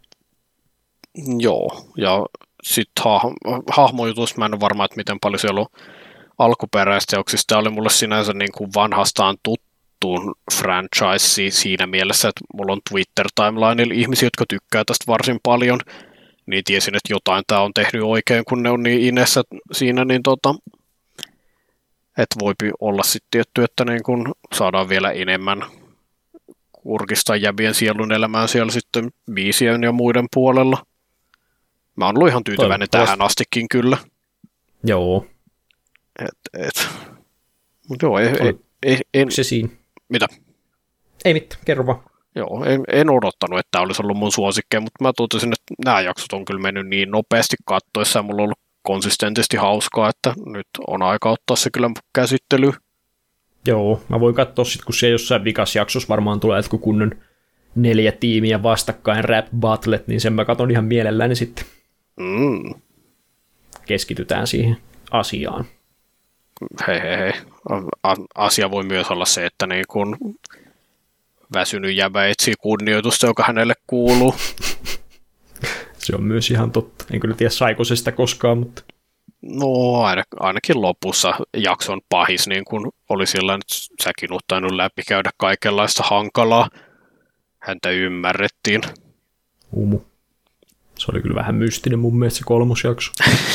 [SPEAKER 1] Joo, ja sitten ha- hahmojutusta mä en ole varma, että miten paljon siellä on alkuperäisteoksista. Tämä oli mulle sinänsä niin kuin vanhastaan tuttuun franchise siinä mielessä, että mulla on Twitter-timelineilla ihmisiä, jotka tykkää tästä varsin paljon, niin tiesin, että jotain tämä on tehnyt oikein, kun ne on niin inessä siinä, niin tota, että voipi olla sitten tietty, että niin kun saadaan vielä enemmän kurkistaa jäbien sielun elämään siellä sitten biisien ja muiden puolella. Mä oon ollut ihan tyytyväinen tähän astikin kyllä.
[SPEAKER 2] Joo.
[SPEAKER 1] Et, et. Mut joo, ei, ei, ei, en...
[SPEAKER 2] Se siinä.
[SPEAKER 1] Mitä?
[SPEAKER 2] Ei mitään, kerro vaan.
[SPEAKER 1] Joo, en, en odottanut, että tämä olisi ollut mun suosikkeja, mutta mä totesin, että nämä jaksot on kyllä mennyt niin nopeasti kattoessa ja mulla on ollut konsistentisti hauskaa, että nyt on aika ottaa se kyllä käsittelyyn.
[SPEAKER 2] Joo, mä voin katsoa sitten, kun se jossain vikas jaksossa varmaan tulee, että kun kunnon neljä tiimiä vastakkain rap battlet, niin sen mä katson ihan mielelläni sitten.
[SPEAKER 1] Mm.
[SPEAKER 2] Keskitytään siihen asiaan.
[SPEAKER 1] Hei hei hei. Asia voi myös olla se, että niin kun väsynyt jäbä etsii kunnioitusta, joka hänelle kuuluu.
[SPEAKER 2] Se on myös ihan totta. En kyllä tiedä, saiko se sitä koskaan, mutta...
[SPEAKER 1] No ainakin lopussa jakson pahis, niin kun oli sillä, että säkin oot tainnut läpi käydä kaikenlaista hankalaa. Häntä ymmärrettiin.
[SPEAKER 2] Umu. Se oli kyllä vähän mystinen mun mielestä se kolmosjakso.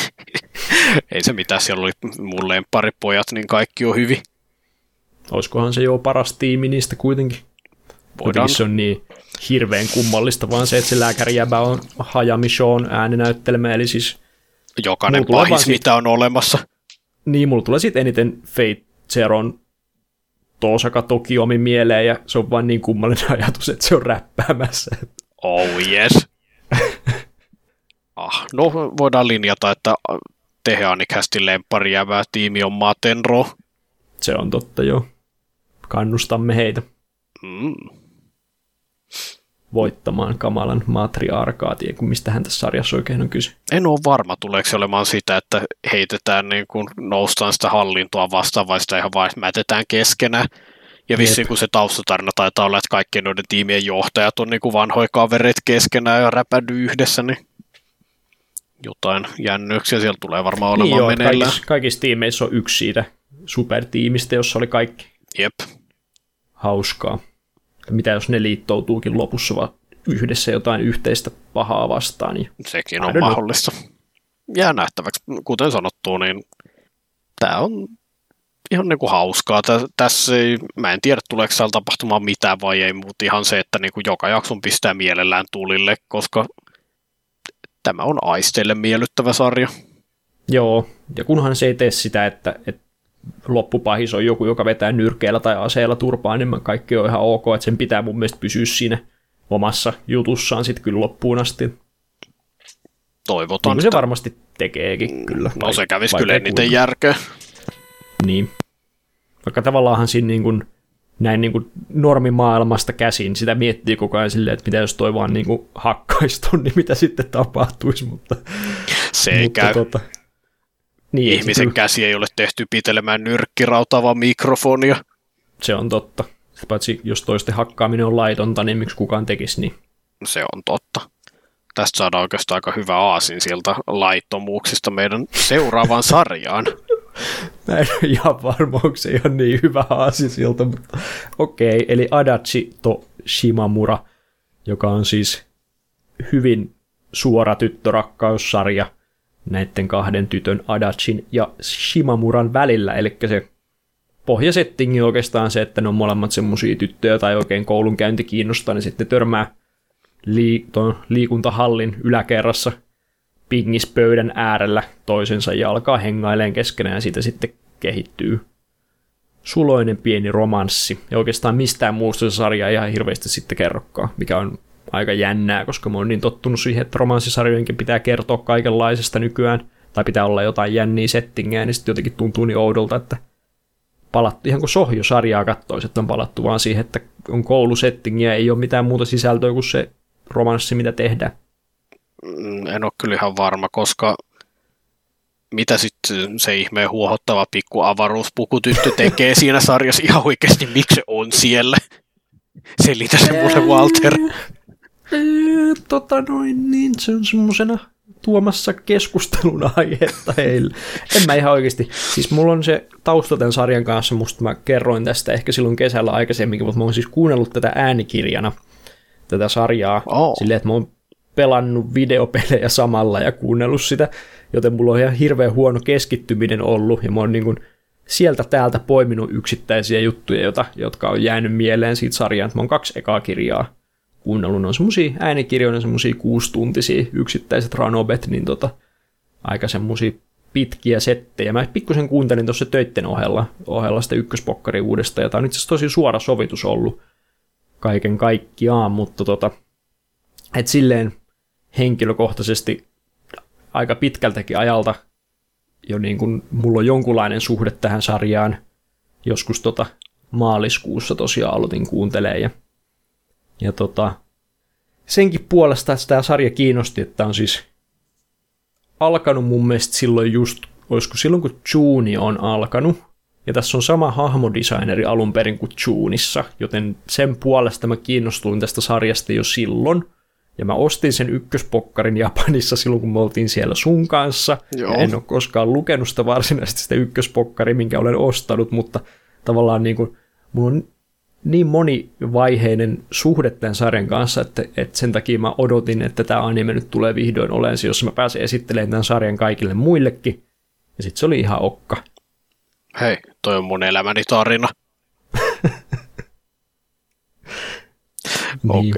[SPEAKER 1] Ei se mitään, siellä oli mun lempparipojat, niin kaikki on hyvin.
[SPEAKER 2] Olisikohan se jo paras tiimi niistä kuitenkin? Voidaan. Se on niin hirveän kummallista, vaan se, että se lääkärijäbä on Hayami Shown ääninäyttelemä, eli siis...
[SPEAKER 1] Jokainen pahis, sit... mitä on olemassa.
[SPEAKER 2] Niin, mulla tulee sitten eniten Fate Zeron Tosaka Tokiomi mieleen, ja se on vain niin kummallinen ajatus, että se on räppäämässä.
[SPEAKER 1] Oh yes. ah, no, voidaan linjata, että Teheanikästin lempparijävä tiimi on Matenro.
[SPEAKER 2] Se on totta, joo. Kannustamme heitä.
[SPEAKER 1] Mm.
[SPEAKER 2] Voittamaan kamalan matriarkaatia, kun mistähän tässä sarjassa oikein on kyse.
[SPEAKER 1] En ole varma, tuleeko se olemaan sitä, että heitetään niin kuin noustaan sitä hallintoa vastaan, vai sitä ihan vain mätetään keskenään. Ja vissiin kun se taustatarina taitaa olla, että kaikkien noiden tiimien johtajat on niin kuin vanhoja kavereita keskenään ja räpädy yhdessä, niin jotain jännyyksiä siellä tulee varmaan olemaan niin joo, meneillään.
[SPEAKER 2] Kaikissa, kaikissa tiimeissä on yksi siitä supertiimistä, jossa oli kaikki.
[SPEAKER 1] Jep.
[SPEAKER 2] Hauskaa. Mitä jos ne liittoutuukin lopussa vaan yhdessä jotain yhteistä pahaa vastaan? Niin
[SPEAKER 1] sekin on mahdollista. Jää nähtäväksi. Kuten sanottu, niin tämä on ihan niinku hauskaa. Tässä ei, mä en tiedä, tuleeko täällä tapahtumaan mitään vai ei, mutta ihan se, että niinku joka jakson pistää mielellään tulille, koska tämä on aisteille miellyttävä sarja.
[SPEAKER 2] Joo, ja kunhan se ei tee sitä, että, että loppupahis on joku, joka vetää nyrkeillä tai aseella turpaan, niin kaikki on ihan ok, että sen pitää mun mielestä pysyä siinä omassa jutussaan sitten kyllä loppuun asti.
[SPEAKER 1] Toivotaan.
[SPEAKER 2] Niin se varmasti tekeekin kyllä.
[SPEAKER 1] No se kävisi kyllä eniten järkeä.
[SPEAKER 2] Niin. Vaikka tavallaanhan siinä niin kuin, näin niin kuin normimaailmasta käsin sitä miettii koko ajan silleen, että mitä jos toi vaan niin kuin hakkaisi ton, niin mitä sitten tapahtuisi. Mutta,
[SPEAKER 1] se ei
[SPEAKER 2] mutta,
[SPEAKER 1] käy.
[SPEAKER 2] Tota, niin,
[SPEAKER 1] ihmisen
[SPEAKER 2] kyllä,
[SPEAKER 1] käsi ei ole tehty pitelemään nyrkkirautaa, vaan mikrofonia.
[SPEAKER 2] se on totta. Sitä paitsi jos toisten hakkaaminen on laitonta, niin miksi kukaan tekisi niin?
[SPEAKER 1] Se on totta. Tästä saadaan oikeastaan aika hyvä aasin sieltä laittomuuksista meidän seuraavaan sarjaan.
[SPEAKER 2] Mä en ole ihan varma, onko se ihan niin hyvä aasin sieltä, mutta okei. Okay, eli Adachi to Shimamura, joka on siis hyvin suora tyttörakkaussarja näiden kahden tytön Adachin ja Shimamuran välillä, eli se pohjasettingi on oikeastaan se, että ne on molemmat semmosia tyttöjä tai oikein koulunkäynti kiinnostaa, niin sitten törmää lii- liikuntahallin yläkerrassa pingispöydän äärellä toisensa ja alkaa hengailemaan keskenään ja siitä sitten kehittyy suloinen pieni romanssi. Ja oikeastaan mistään muusta se sarja ei ihan hirveästi sitten kerrokaan, mikä on aika jännää, koska mä oon niin tottunut siihen, että romanssisarjojenkin pitää kertoa kaikenlaisesta nykyään, tai pitää olla jotain jänniä settingejä, niin sitten jotenkin tuntuu niin oudolta, että palattu ihan kuin Sohjo-sarjaa katsoisi, että on palattu vaan siihen, että on koulusettingiä, ei ole mitään muuta sisältöä kuin se romanssi, mitä tehdään.
[SPEAKER 1] En ole kyllä ihan varma, koska mitä sitten se ihmeen huohottava pikku avaruuspukutyttö tekee siinä sarjassa ihan oikeasti, miksi se on siellä? Selitä se mulle, Walter.
[SPEAKER 2] Eee, tota noin, niin se on semmosena tuomassa keskustelun aihetta heille. En mä ihan oikeasti. Siis mulla on se tausta tämän sarjan kanssa, musta mä kerroin tästä ehkä silloin kesällä aikaisemminkin, mutta mä oon siis kuunnellut tätä äänikirjana, tätä sarjaa, oh. silleen, että mä oon pelannut videopelejä samalla ja kuunnellut sitä, joten mulla on ihan hirveän huono keskittyminen ollut, ja mä oon niin kuin sieltä täältä poiminut yksittäisiä juttuja, jota, jotka on jäänyt mieleen siitä sarjaan. Mä oon kaksi ekaa kirjaa kuunnellut, ne on semmosia äänikirjoja, semmosia kuusituntisia yksittäiset ranobet, niin tota, aika semmosia pitkiä settejä. Mä pikkusen kuuntelin tuossa töitten ohella, ohella sitä ykköspokkari uudestaan, ja tää on itse asiassa tosi suora sovitus ollut kaiken kaikkiaan, mutta tota, et silleen henkilökohtaisesti aika pitkältäkin ajalta jo niin kuin mulla on jonkunlainen suhde tähän sarjaan. Joskus tota maaliskuussa tosiaan aloitin kuuntelemaan. Ja, ja tota, senkin puolesta, että tämä sarja kiinnosti, että on siis alkanut mun mielestä silloin just, olisiko silloin kun Juni on alkanut. Ja tässä on sama hahmodesigneri alun perin kuin Junissa, joten sen puolesta mä kiinnostuin tästä sarjasta jo silloin. Ja mä ostin sen ykköspokkarin Japanissa silloin, kun me oltiin siellä sun kanssa. Ja en ole koskaan lukenut sitä varsinaisesti sitä ykköspokkaria, minkä olen ostanut, mutta tavallaan niin kuin, mulla on niin monivaiheinen suhde tämän sarjan kanssa, että, että sen takia mä odotin, että tämä anime nyt tulee vihdoin olemaan se, jossa mä pääsen esittelemään tämän sarjan kaikille muillekin. Ja sitten se oli ihan okka.
[SPEAKER 1] Hei, toi on mun elämäni tarina.
[SPEAKER 2] Niin.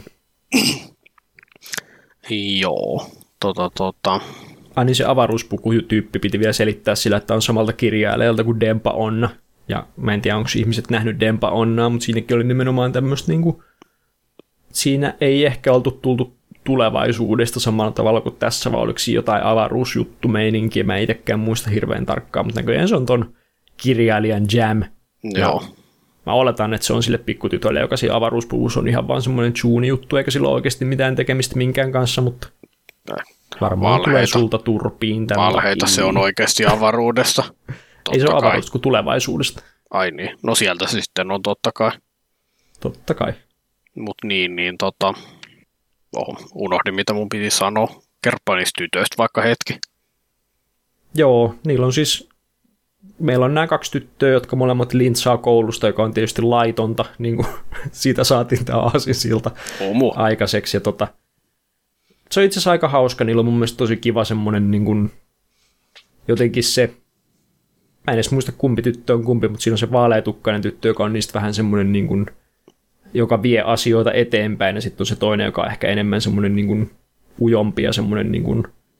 [SPEAKER 1] Joo, tota tota.
[SPEAKER 2] Ai niin se avaruuspukutyyppi piti vielä selittää sillä, että on samalta kirjailijalta kuin Dempa Onna. Ja mä en tiedä, onko ihmiset nähnyt Dempa Onnaa, mutta siinäkin oli nimenomaan tämmöistä niinku, siinä ei ehkä oltu tultu tulevaisuudesta samalla tavalla kuin tässä, vai oliko siinä jotain avaruusjuttumeininkiä, mä en itsekään muista hirveän tarkkaan, mutta näköjään se on ton kirjailijan jam.
[SPEAKER 1] Joo.
[SPEAKER 2] Ja mä oletan, että se on sille pikkutytölle, joka siinä avaruuspuvussa on ihan vaan semmoinen Juni-juttu, eikä sillä ole oikeasti mitään tekemistä minkään kanssa, mutta varmaan
[SPEAKER 1] Valheita.
[SPEAKER 2] Tulee sulta turpiin.
[SPEAKER 1] Valheita se on oikeasti avaruudesta.
[SPEAKER 2] Ei se ole avaruudesta kuin tulevaisuudesta.
[SPEAKER 1] Ai niin, no sieltä se sitten on totta kai.
[SPEAKER 2] Totta kai.
[SPEAKER 1] Mut niin, niin tota, oh, unohdin mitä mun piti sanoa. Kerropa niistä tytöistä vaikka hetki.
[SPEAKER 2] Joo, niillä on siis, meillä on nämä kaksi tyttöä, jotka molemmat lintsaa koulusta, joka on tietysti laitonta, niin kuin siitä saatiin tämä aasinsilta aikaiseksi. Ja tota, se on itse asiassa aika hauska, niillä on mun mielestä tosi kiva semmoinen niin kuin, jotenkin se, mä en edes muista kumpi tyttö on kumpi, mutta siinä on se vaaleatukkainen tyttö, joka on niistä vähän semmoinen, niin kuin, joka vie asioita eteenpäin, ja sitten on se toinen, joka on ehkä enemmän semmoinen niin kuin ujompi ja semmoinen niin kuin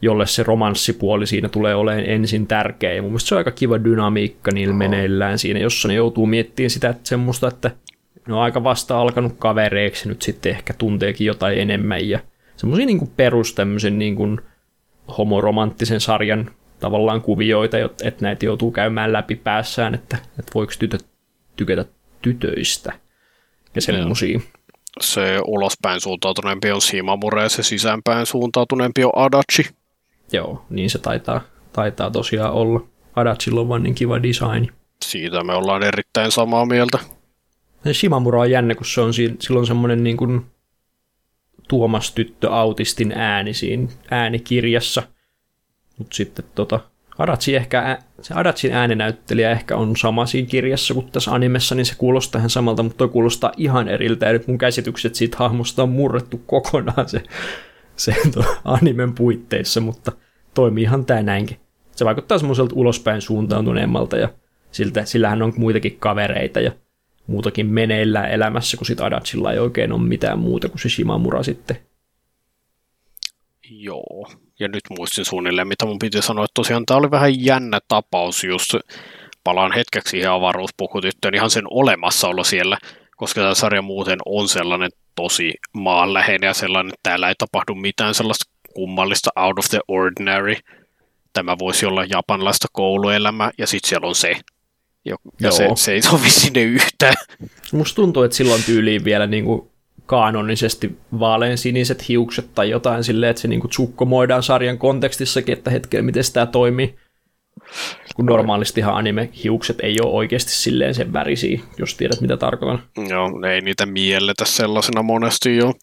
[SPEAKER 2] jolle se romanssipuoli siinä tulee olemaan ensin tärkeä. Ja mun mielestä se on aika kiva dynamiikka niillä meneillään siinä, jossa ne joutuu miettimään sitä, että semmoista, että ne on aika vasta alkanut kavereiksi, nyt sitten ehkä tunteekin jotain enemmän. Ja semmoisia niin kuin perus tämmöisen niin kuin homoromanttisen sarjan tavallaan kuvioita, että näitä joutuu käymään läpi päässään, että, että voiko tytöt tykätä tytöistä ja semmoisia.
[SPEAKER 1] Se ulospäin suuntautuneempi on Shimamura ja se sisäänpäin suuntautuneempi on Adachi.
[SPEAKER 2] Joo, niin se taitaa, taitaa tosiaan olla. Adachilla on vaan niin kiva design.
[SPEAKER 1] Siitä me ollaan erittäin samaa mieltä.
[SPEAKER 2] Shimamura on jännä, kun se on silloin semmoinen niin kuin Tuomas tyttö autistin ääni siinä äänikirjassa. Mutta sitten tota, Adachi ehkä, se Adachin ääninäyttelijä ehkä on sama siinä kirjassa kuin tässä animessa, niin se kuulostaa ihan samalta, mutta toi kuulostaa ihan eriltä. Ja nyt mun käsitykset siitä hahmosta on murrettu kokonaan se, se animen puitteissa, mutta toimii ihan tää näinkin. Se vaikuttaa semmoiselta ulospäin suuntautuneemmalta ja siltä, sillähän on muitakin kavereita ja muutakin meneillään elämässä, kun sit Adachilla ei oikein ole mitään muuta kuin se Shimamura sitten.
[SPEAKER 1] Joo, ja nyt muistin suunnilleen, mitä mun piti sanoa, että tosiaan tämä oli vähän jännä tapaus, just palaan hetkeksi siihen avaruuspukutyttöön, ihan sen olemassaolo siellä, koska tämä sarja muuten on sellainen tosi maanläheinen ja sellainen, että täällä ei tapahdu mitään sellaista kummallista out of the ordinary. Tämä voisi olla japanlaista kouluelämää, ja sitten siellä on se. Ja se, se ei sovi sinne yhtään.
[SPEAKER 2] Musta tuntuu, että silloin tyyliin vielä niinku kaanonisesti vaalean siniset hiukset tai jotain silleen, että se niinku tsukkomoidaan sarjan kontekstissakin, että hetkellä miten tämä toimii. Kun normaalistihan anime-hiukset ei ole oikeasti silleen sen värisiä, jos tiedät mitä tarkoitan.
[SPEAKER 1] Joo, ei niitä mielletä sellaisena monesti jo.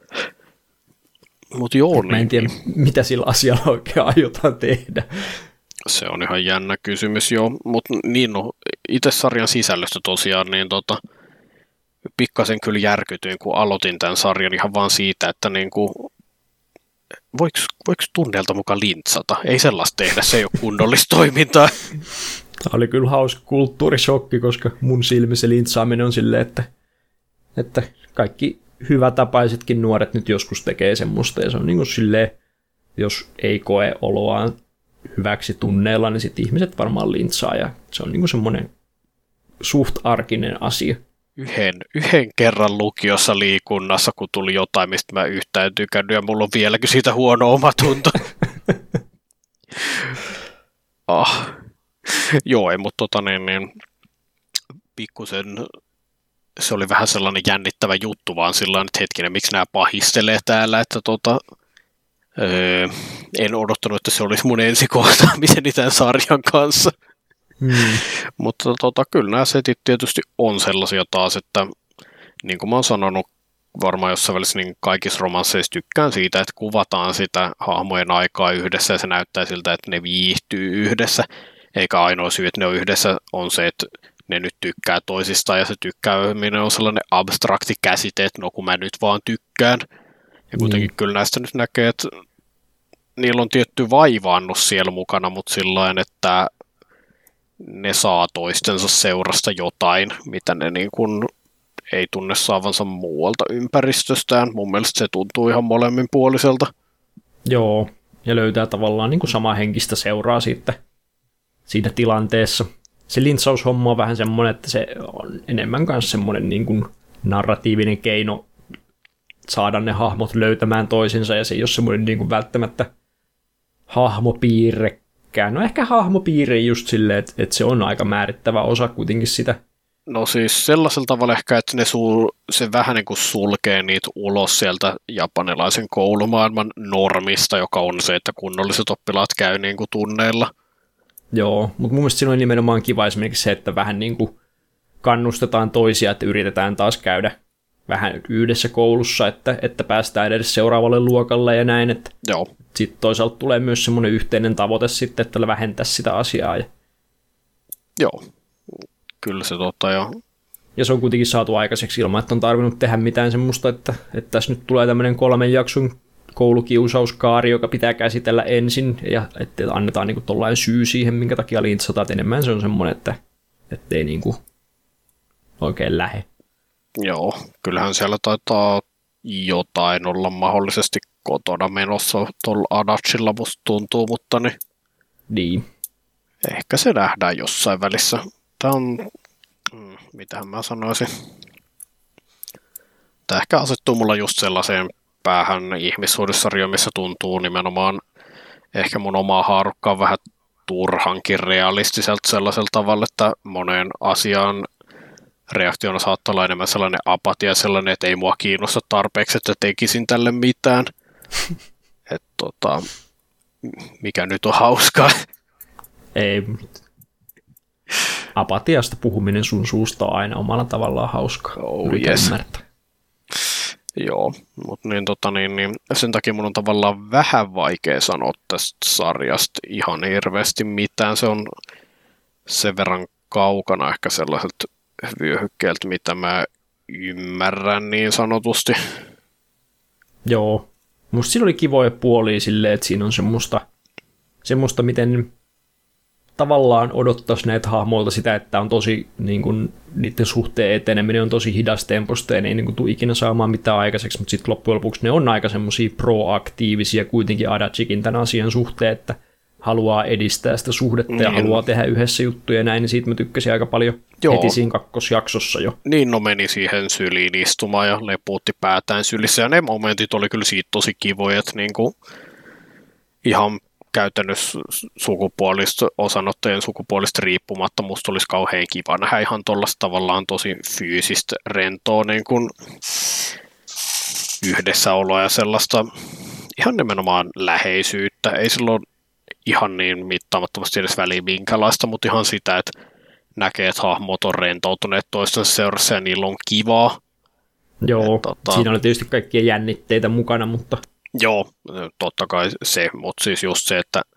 [SPEAKER 1] Mut joo,
[SPEAKER 2] mä en niin. tiedä, mitä sillä asialla oikein aiotaan tehdä.
[SPEAKER 1] Se on ihan jännä kysymys, joo. Mutta niin no, itse sarjan sisällöstä tosiaan, niin tota, pikkasen kyllä järkytyin, kun aloitin tämän sarjan ihan vaan siitä, että niinku, voiko, voiko tunnelta mukaan lintsata? Ei sellaista tehdä, se ei ole kunnollista toimintaa.
[SPEAKER 2] Tämä oli kyllä hauska kulttuurishokki, koska mun silmissä lintsaaminen on silleen, että, että kaikki hyvätapaisetkin nuoret nyt joskus tekee semmoista, ja se on niin kuin silleen, jos ei koe oloaan hyväksi tunneilla, niin sitten ihmiset varmaan lintsaa, ja se on niin kuin semmoinen suht arkinen asia.
[SPEAKER 1] Yhden, yhden kerran lukiossa liikunnassa, kun tuli jotain, mistä mä yhtään tykännyt, ja mulla on vieläkin siitä huono omatunto. ah. Joo, ei, mutta tota niin, niin pikkusen se oli vähän sellainen jännittävä juttu, vaan sillä että hetkinen, miksi nämä pahistelee täällä, että tota, öö, en odottanut, että se olisi mun ensikohtaamiseni tämän sarjan kanssa. Hmm. Mutta tota, kyllä nämä setit tietysti on sellaisia taas, että niin kuin mä oon sanonut varmaan jossain välissä, niin kaikissa romansseissa tykkään siitä, että kuvataan sitä hahmojen aikaa yhdessä ja se näyttää siltä, että ne viihtyy yhdessä, eikä ainoa syy, että ne on yhdessä on se, että ne nyt tykkää toisistaan ja se tykkääminen on sellainen abstrakti käsite, että no kun mä nyt vaan tykkään. Ja kuitenkin mm. kyllä näistä nyt näkee, että niillä on tietty vaivaannus siellä mukana, mutta sillain, että ne saa toistensa seurasta jotain, mitä ne niin kuin ei tunne saavansa muualta ympäristöstään. Mun mielestä se tuntuu ihan molemminpuoliselta. Joo,
[SPEAKER 2] ja löytää tavallaan niin kuin samaa henkistä seuraa siitä, siinä tilanteessa. Se lintsaushomma on vähän semmoinen, että se on enemmän kanssa semmoinen niin kuin narratiivinen keino saada ne hahmot löytämään toisensa, ja se ei ole semmoinen niin kuin välttämättä hahmopiirrekään. No ehkä hahmopiirre just silleen, että, että se on aika määrittävä osa kuitenkin sitä.
[SPEAKER 1] No siis sellaisella tavalla ehkä, että ne sul, se vähän niin kuin sulkee niitä ulos sieltä japanilaisen koulumaailman normista, joka on se, että kunnolliset oppilaat käy niin kuin tunneilla.
[SPEAKER 2] Joo, mutta mun mielestä siinä on nimenomaan kiva esimerkiksi se, että vähän niin kuin kannustetaan toisia, että yritetään taas käydä vähän yhdessä koulussa, että, että päästään edes seuraavalle luokalle ja näin. Että
[SPEAKER 1] joo.
[SPEAKER 2] Sitten toisaalta tulee myös semmoinen yhteinen tavoite sitten, että vähentää sitä asiaa. Ja
[SPEAKER 1] joo, kyllä se totta joo.
[SPEAKER 2] Ja se on kuitenkin saatu aikaiseksi ilman, että on tarvinnut tehdä mitään semmoista, että, että tässä nyt tulee tämmöinen kolmen jakson koulukiusauskaari, joka pitää käsitellä ensin, ja että annetaan niinku tollainen syy siihen, minkä takia lintsataan, että enemmän se on semmoinen, että ettei niinku oikein lähe.
[SPEAKER 1] Joo, kyllähän siellä taitaa jotain olla mahdollisesti kotona menossa tuolla Adachilla musta tuntuu, mutta niin,
[SPEAKER 2] niin.
[SPEAKER 1] Ehkä se nähdään jossain välissä. Tämä on, mm, mitähän mä sanoisin, tämä ehkä asettuu mulla just sellaiseen päähän ihmissuhdesarjoon, missä tuntuu nimenomaan ehkä mun omaa haarukkaa vähän turhankin realistiselta sellaisella tavalla, että moneen asiaan reaktiona saattaa olla enemmän sellainen apatia, sellainen, että ei mua kiinnosta tarpeeksi, että tekisin tälle mitään. Et, tota, mikä nyt on hauskaa.
[SPEAKER 2] Ei. Apatiasta puhuminen sun suusta on aina omalla tavallaan hauskaa.
[SPEAKER 1] Oh, yes. Joo, mutta niin, tota, niin, niin, sen takia mun on tavallaan vähän vaikea sanoa tästä sarjasta ihan hirveästi mitään. Se on sen verran kaukana ehkä sellaiselta vyöhykkeeltä, mitä mä ymmärrän niin sanotusti.
[SPEAKER 2] Joo, musta siinä oli kivoja puolia silleen, että siinä on semmoista, semmoista miten tavallaan odottaisi näitä hahmoilta sitä, että on tosi, niin kuin, niiden suhteen eteneminen on tosi hidastempoista ja ne ei niin kuin, tule ikinä saamaan mitään aikaiseksi, mutta sitten loppujen lopuksi ne on aika semmoisia proaktiivisia kuitenkin Adachikin tämän asian suhteen, että haluaa edistää sitä suhdetta ja niin. haluaa tehdä yhdessä juttuja ja näin, niin siitä mä tykkäsin aika paljon Joo. heti siinä kakkosjaksossa jo.
[SPEAKER 1] Niin, no meni siihen syliin istumaan ja lepuutti päätään sylissä ja ne momentit oli kyllä siitä tosi kivoja, että niin kuin ihan käytännössä sukupuolista, osanottajien sukupuolista riippumatta musta olisi kauhean kiva nähdä ihan tuollaista tavallaan tosi fyysistä rentoa niin kuin yhdessäoloa ja sellaista ihan nimenomaan läheisyyttä. Ei silloin ihan niin mittaamattomasti edes väliin minkälaista, mutta ihan sitä, että näkee, että hahmot on rentoutuneet toistensa seurassa ja niillä on kivaa.
[SPEAKER 2] Joo, et, tota... siinä oli tietysti kaikkia jännitteitä mukana, mutta...
[SPEAKER 1] Joo, totta kai se, mutta siis just se, että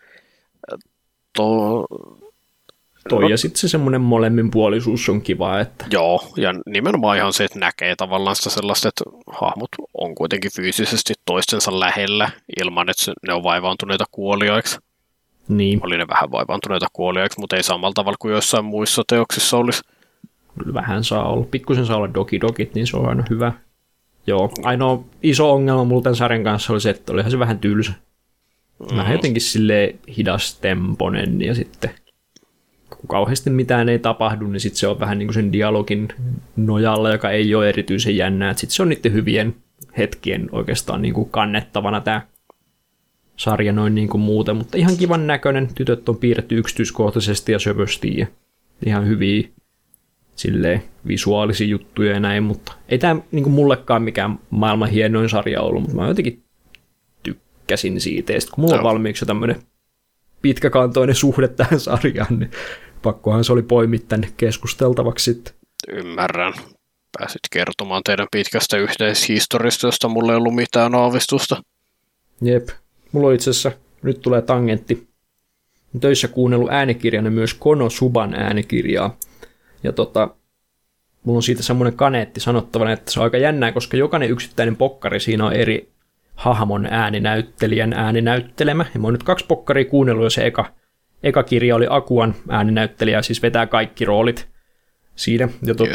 [SPEAKER 1] to...
[SPEAKER 2] toi no, ja sitten se semmoinen molemminpuolisuus on kiva, että...
[SPEAKER 1] Joo, ja nimenomaan ihan se, että näkee tavallaan sitä sellaista, että hahmot on kuitenkin fyysisesti toistensa lähellä ilman, että ne on vaivaantuneita kuoliaiksi.
[SPEAKER 2] Niin.
[SPEAKER 1] Oli ne vähän vaivaantuneita kuoliaiksi, mutta ei samalla tavalla kuin joissain muissa teoksissa olisi.
[SPEAKER 2] Vähän saa olla, pikkusen saa olla doki-dokit, niin se on aina hyvä. Joo, ainoa iso ongelma mulla tämän sarjan kanssa oli se, että olihan se vähän tylsä. Vähän mm. jotenkin silleen hidastemponen ja sitten kun kauheasti mitään ei tapahdu, niin sitten se on vähän niin kuin sen dialogin nojalla, joka ei ole erityisen jännää. Sitten se on niiden hyvien hetkien oikeastaan niin kuin kannettavana tämä sarja noin niin kuin muuten, mutta ihan kivan näköinen. Tytöt on piirretty yksityiskohtaisesti ja söpösti ja ihan hyviä silleen visuaalisia juttuja ja näin, mutta ei tämä niin kuin mullekaan mikään maailman hienoin sarja ollut, mutta mä jotenkin tykkäsin siitä. Ja sitten kun mulla on valmiiksi tämmöinen pitkäkantoinen suhde tähän sarjaan, niin pakkohan se oli poimia tänne keskusteltavaksi sitten.
[SPEAKER 1] Ymmärrän. Pääsit kertomaan teidän pitkästä yhteishistoriasta, josta mulla ei ollut mitään aavistusta.
[SPEAKER 2] Jep. Mulla on itse asiassa, nyt tulee tangentti, töissä kuunnellut äänikirjana myös Konosuban äänikirjaa. Ja tota, mulla on siitä semmoinen kaneetti sanottavana, että se on aika jännää, koska jokainen yksittäinen pokkari siinä on eri hahmon ääninäyttelijän ääninäyttelemä. Ja mä oon nyt kaksi pokkaria kuunnellut, ja se eka, eka kirja oli Akuan ääninäyttelijä, siis vetää kaikki roolit siinä. Ja, tota,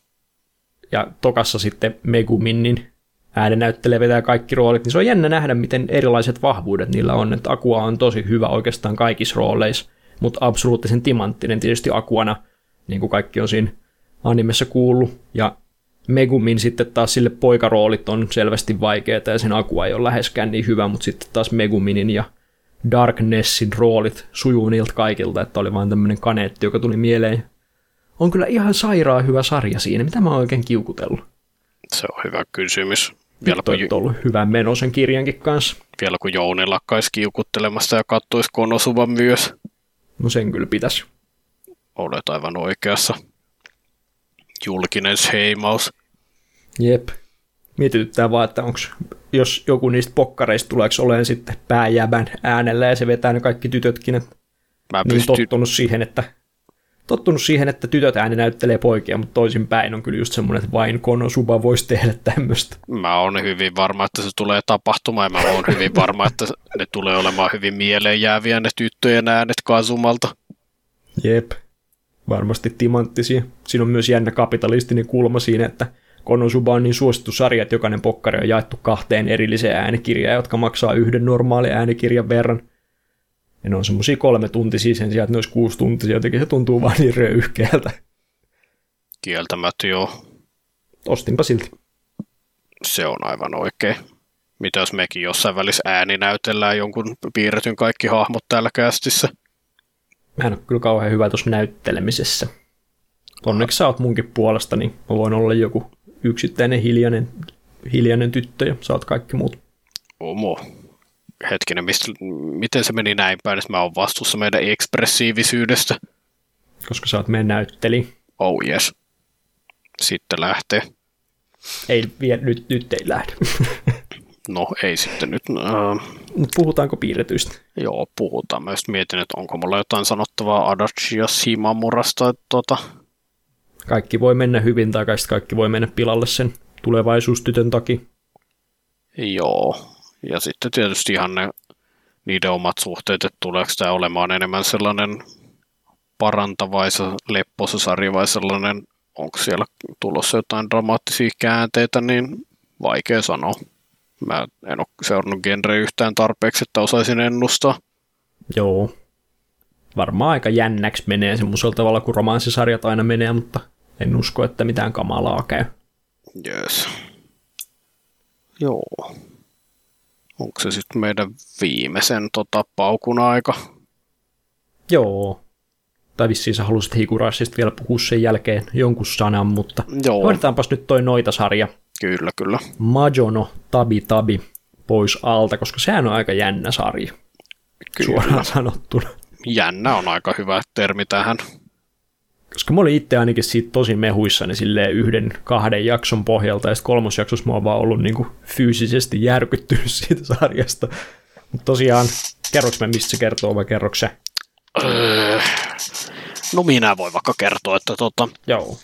[SPEAKER 2] ja tokassa sitten Meguminnin ääninäyttelijä vetää kaikki roolit, niin se on jännä nähdä, miten erilaiset vahvuudet niillä on. Että Akua on tosi hyvä oikeastaan kaikissa rooleissa, mutta absoluuttisen timanttinen tietysti Akuana, niin kuin kaikki on siinä animessa kuullut. Ja Megumin sitten taas sille poikaroolit on selvästi vaikeita ja sen Akua ei ole läheskään niin hyvä, mutta sitten taas Meguminin ja Darknessin roolit sujuu niiltä kaikilta, että oli vaan tämmöinen kaneetti, joka tuli mieleen. On kyllä ihan sairaan hyvä sarja siinä. Mitä mä oon oikein kiukutellut?
[SPEAKER 1] Se on hyvä kysymys.
[SPEAKER 2] Vielä kun... on ollut hyvä meno sen kirjankin kanssa.
[SPEAKER 1] Vielä kun Jouni lakkaisi kiukuttelemasta ja kattuisi Konosuban myös.
[SPEAKER 2] No sen kyllä pitäisi.
[SPEAKER 1] Olet aivan oikeassa. Julkinen heimaus.
[SPEAKER 2] Jep. Mietityttää vaan, että onko, jos joku niistä pokkareista tuleeko olemaan sitten pääjäbän äänellä ja se vetää ne kaikki tytötkin. Mä niin pysty... tottunut siihen, että tottunut siihen, että tytöt ääni näyttelee poikia, mutta toisinpäin on kyllä just semmoinen, että vain Konosuba voisi tehdä tämmöistä.
[SPEAKER 1] Mä oon hyvin varma, että se tulee tapahtumaan ja mä oon hyvin varma, että ne tulee olemaan hyvin mieleenjääviä ne tyttöjen äänet Kazumalta.
[SPEAKER 2] Jep. Varmasti timanttisia. Siinä on myös jännä kapitalistinen kulma siinä, että Konosuba on niin suosittu sarja, että jokainen pokkari on jaettu kahteen erilliseen äänikirjaan, jotka maksaa yhden normaalin äänikirjan verran. Ja ne on semmosia kolme tuntisia sen sijaan, että ne olisi kuusi tuntisia, jotenkin se tuntuu vaan niin röyhkeältä.
[SPEAKER 1] Kieltämättä joo.
[SPEAKER 2] Ostinpa silti.
[SPEAKER 1] Se on aivan oikein. Mitä jos mekin jossain välissä ääni näytellään jonkun piirretyn kaikki hahmot täällä kästissä?
[SPEAKER 2] Mä en ole kyllä kauhean hyvä tuossa näyttelemisessä. Onneksi sä oot munkin puolesta, niin mä voin olla joku yksittäinen hiljainen, hiljainen tyttö ja sä oot kaikki muut.
[SPEAKER 1] Omo. Hetkinen, mistä, miten se meni näin päin, että mä oon vastuussa meidän ekspressiivisyydestä?
[SPEAKER 2] Koska sä oot meidän näytteli.
[SPEAKER 1] Oh yes. Sitten lähtee.
[SPEAKER 2] Ei, vielä, nyt, nyt ei lähde.
[SPEAKER 1] No ei sitten nyt. Äh...
[SPEAKER 2] Mutta puhutaanko piirretyistä?
[SPEAKER 1] Joo, puhutaan. Mä just mietin, että onko mulla jotain sanottavaa Adachi ja Shimamurasta. Että tota...
[SPEAKER 2] Kaikki voi mennä hyvin, tai kaikki voi mennä pilalle sen tulevaisuustytön takia.
[SPEAKER 1] Joo, ja sitten tietysti ihan ne, niiden omat suhteet, että tuleeko tämä olemaan enemmän sellainen parantavaisa, lepposa sarja vai sellainen, onko siellä tulossa jotain dramaattisia käänteitä, niin vaikea sanoa. Mä en ole seurannut genreä yhtään tarpeeksi, että osaisin ennustaa.
[SPEAKER 2] Joo. Varmaan aika jännäksi menee semmoisella tavalla, kun romanssisarjat aina menee, mutta en usko, että mitään kamalaa käy.
[SPEAKER 1] Yes. Joo. Onko se sitten meidän viimeisen tota, paukun aika?
[SPEAKER 2] Joo. Tai vissiin sä halusit Higurashista vielä puhua sen jälkeen jonkun sanan, mutta
[SPEAKER 1] Joo.
[SPEAKER 2] hoidetaanpas nyt toi Noita-sarja.
[SPEAKER 1] Kyllä, kyllä.
[SPEAKER 2] Majo no Tabi Tabi pois alta, koska sehän on aika jännä sarja. Kyllä. Suoraan sanottuna.
[SPEAKER 1] Jännä on aika hyvä termi tähän.
[SPEAKER 2] Koska mä olin itse ainakin siitä tosi mehuissani silleen yhden, kahden jakson pohjalta, ja sitten kolmosjaksossa mä oon vaan ollut niinku fyysisesti järkyttynyt siitä sarjasta. Mutta tosiaan, kerroks mä mistä se kertoo vai kerroks se?
[SPEAKER 1] Öö, no minä voin vaikka kertoa, että tota,
[SPEAKER 2] Joo.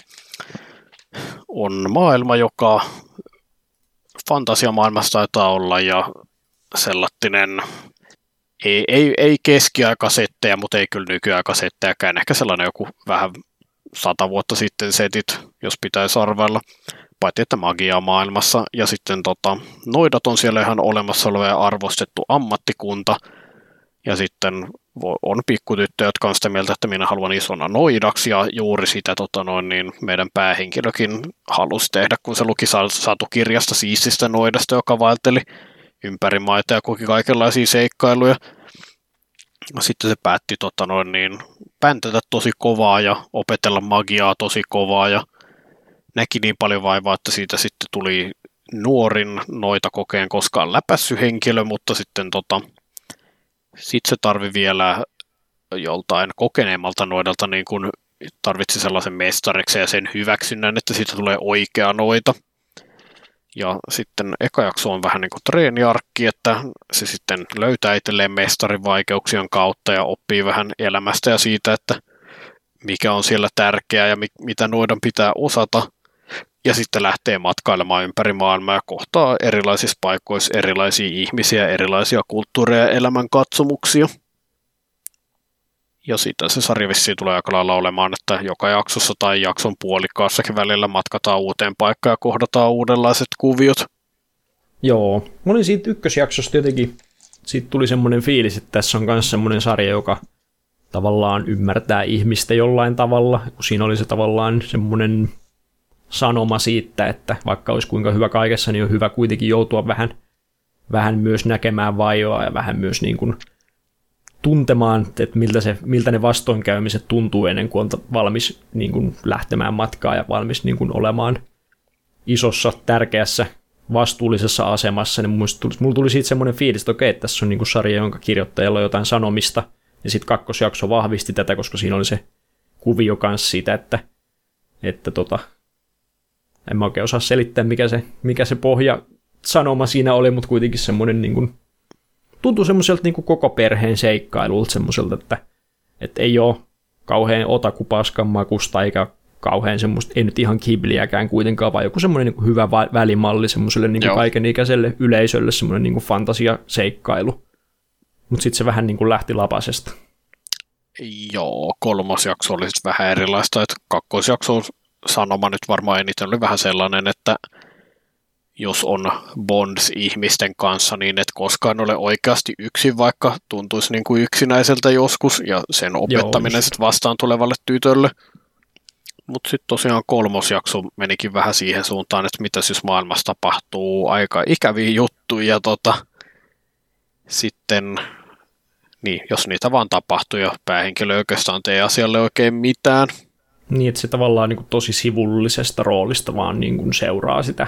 [SPEAKER 1] on maailma, joka fantasiamaailmassa taitaa olla, ja sellainen ei, ei, ei keskiaikasettejä, mutta ei kyllä nykyaikasettejäkään. Ehkä sellainen joku vähän sata vuotta sitten setit, jos pitäisi arvailla. Paitsi että magiaa maailmassa. Ja sitten tota, noidat on siellä ihan olemassa oleva ja arvostettu ammattikunta. Ja sitten on pikkutyttöjä, jotka on sitä mieltä, että minä haluan isona noidaksi. Ja juuri sitä tota noin, niin meidän päähenkilökin halusi tehdä, kun se luki satukirjasta siististä noidasta, joka vaelteli ympäri maita ja koki kaikenlaisia seikkailuja. Sitten se päätti tota noin, niin, päntätä tosi kovaa ja opetella magiaa tosi kovaa ja näki niin paljon vaivaa, että siitä sitten tuli nuorin noita kokeen koskaan läpässy henkilö, mutta sitten tota, sit se tarvi vielä joltain kokeneemmalta noidalta niin kun tarvitsi sellaisen mestariksi ja sen hyväksynnän, että siitä tulee oikea noita. Ja sitten eka jakso on vähän niin kuin treeniarkki, että se sitten löytää itselleen mestarin vaikeuksien kautta ja oppii vähän elämästä ja siitä, että mikä on siellä tärkeää ja mi- mitä noidan pitää osata. Ja sitten lähtee matkailemaan ympäri maailmaa ja kohtaa erilaisissa paikoissa erilaisia ihmisiä, erilaisia kulttuureja ja elämänkatsomuksia. Ja siitä se sarja vissiin tulee aika lailla olemaan, että joka jaksossa tai jakson puolikkaassakin välillä matkataan uuteen paikkaan ja kohdataan uudenlaiset kuviot.
[SPEAKER 2] Joo, mä olin siitä ykkösjaksosta jotenkin, siitä tuli semmoinen fiilis, että tässä on myös semmoinen sarja, joka tavallaan ymmärtää ihmistä jollain tavalla, kun siinä oli se tavallaan semmoinen sanoma siitä, että vaikka olisi kuinka hyvä kaikessa, niin on hyvä kuitenkin joutua vähän, vähän myös näkemään vaivaa ja vähän myös niin kuin tuntemaan, että miltä, se, miltä ne vastoinkäymiset tuntuu ennen kuin on valmis niin kuin lähtemään matkaan ja valmis niin kuin olemaan isossa, tärkeässä, vastuullisessa asemassa. Niin tuli, mulla tuli siitä semmoinen fiilis, että okei, että tässä on niin kuin sarja, jonka kirjoittajalla on jotain sanomista, ja sitten kakkosjakso vahvisti tätä, koska siinä oli se kuvio kanssa siitä, että, että tota, en mä oikein osaa selittää, mikä se, mikä se pohja sanoma siinä oli, mutta kuitenkin semmoinen niin kuin tuntui semmoiselta niin kuin koko perheen seikkailulta semmoiselta, että, että ei ole kauhean otakupaskan makusta eikä kauhean semmoista, ei nyt ihan kibliäkään kuitenkaan, vaan joku semmoinen niin kuin hyvä välimalli semmoiselle niin kuin kaikenikäiselle yleisölle, semmoinen niin kuin fantasiaseikkailu. Mutta sitten se vähän niin kuin lähti lapasesta.
[SPEAKER 1] Joo, kolmas jakso oli sitten vähän erilaista, että kakkosjakso sanoma nyt varmaan eniten oli vähän sellainen, että jos on bonds ihmisten kanssa, niin et koskaan ole oikeasti yksin, vaikka tuntuisi niin kuin yksinäiseltä joskus, ja sen opettaminen sitten vastaan tulevalle tytölle. Mutta sitten tosiaan kolmosjakso menikin vähän siihen suuntaan, että mitä siis maailmassa tapahtuu, aika ikäviä juttuja, ja tota, sitten, niin, jos niitä vaan tapahtuu, ja päähenkilö oikeastaan tee asialle oikein mitään.
[SPEAKER 2] Niin, että se tavallaan niin kuin tosi sivullisesta roolista vaan niin kuin seuraa sitä,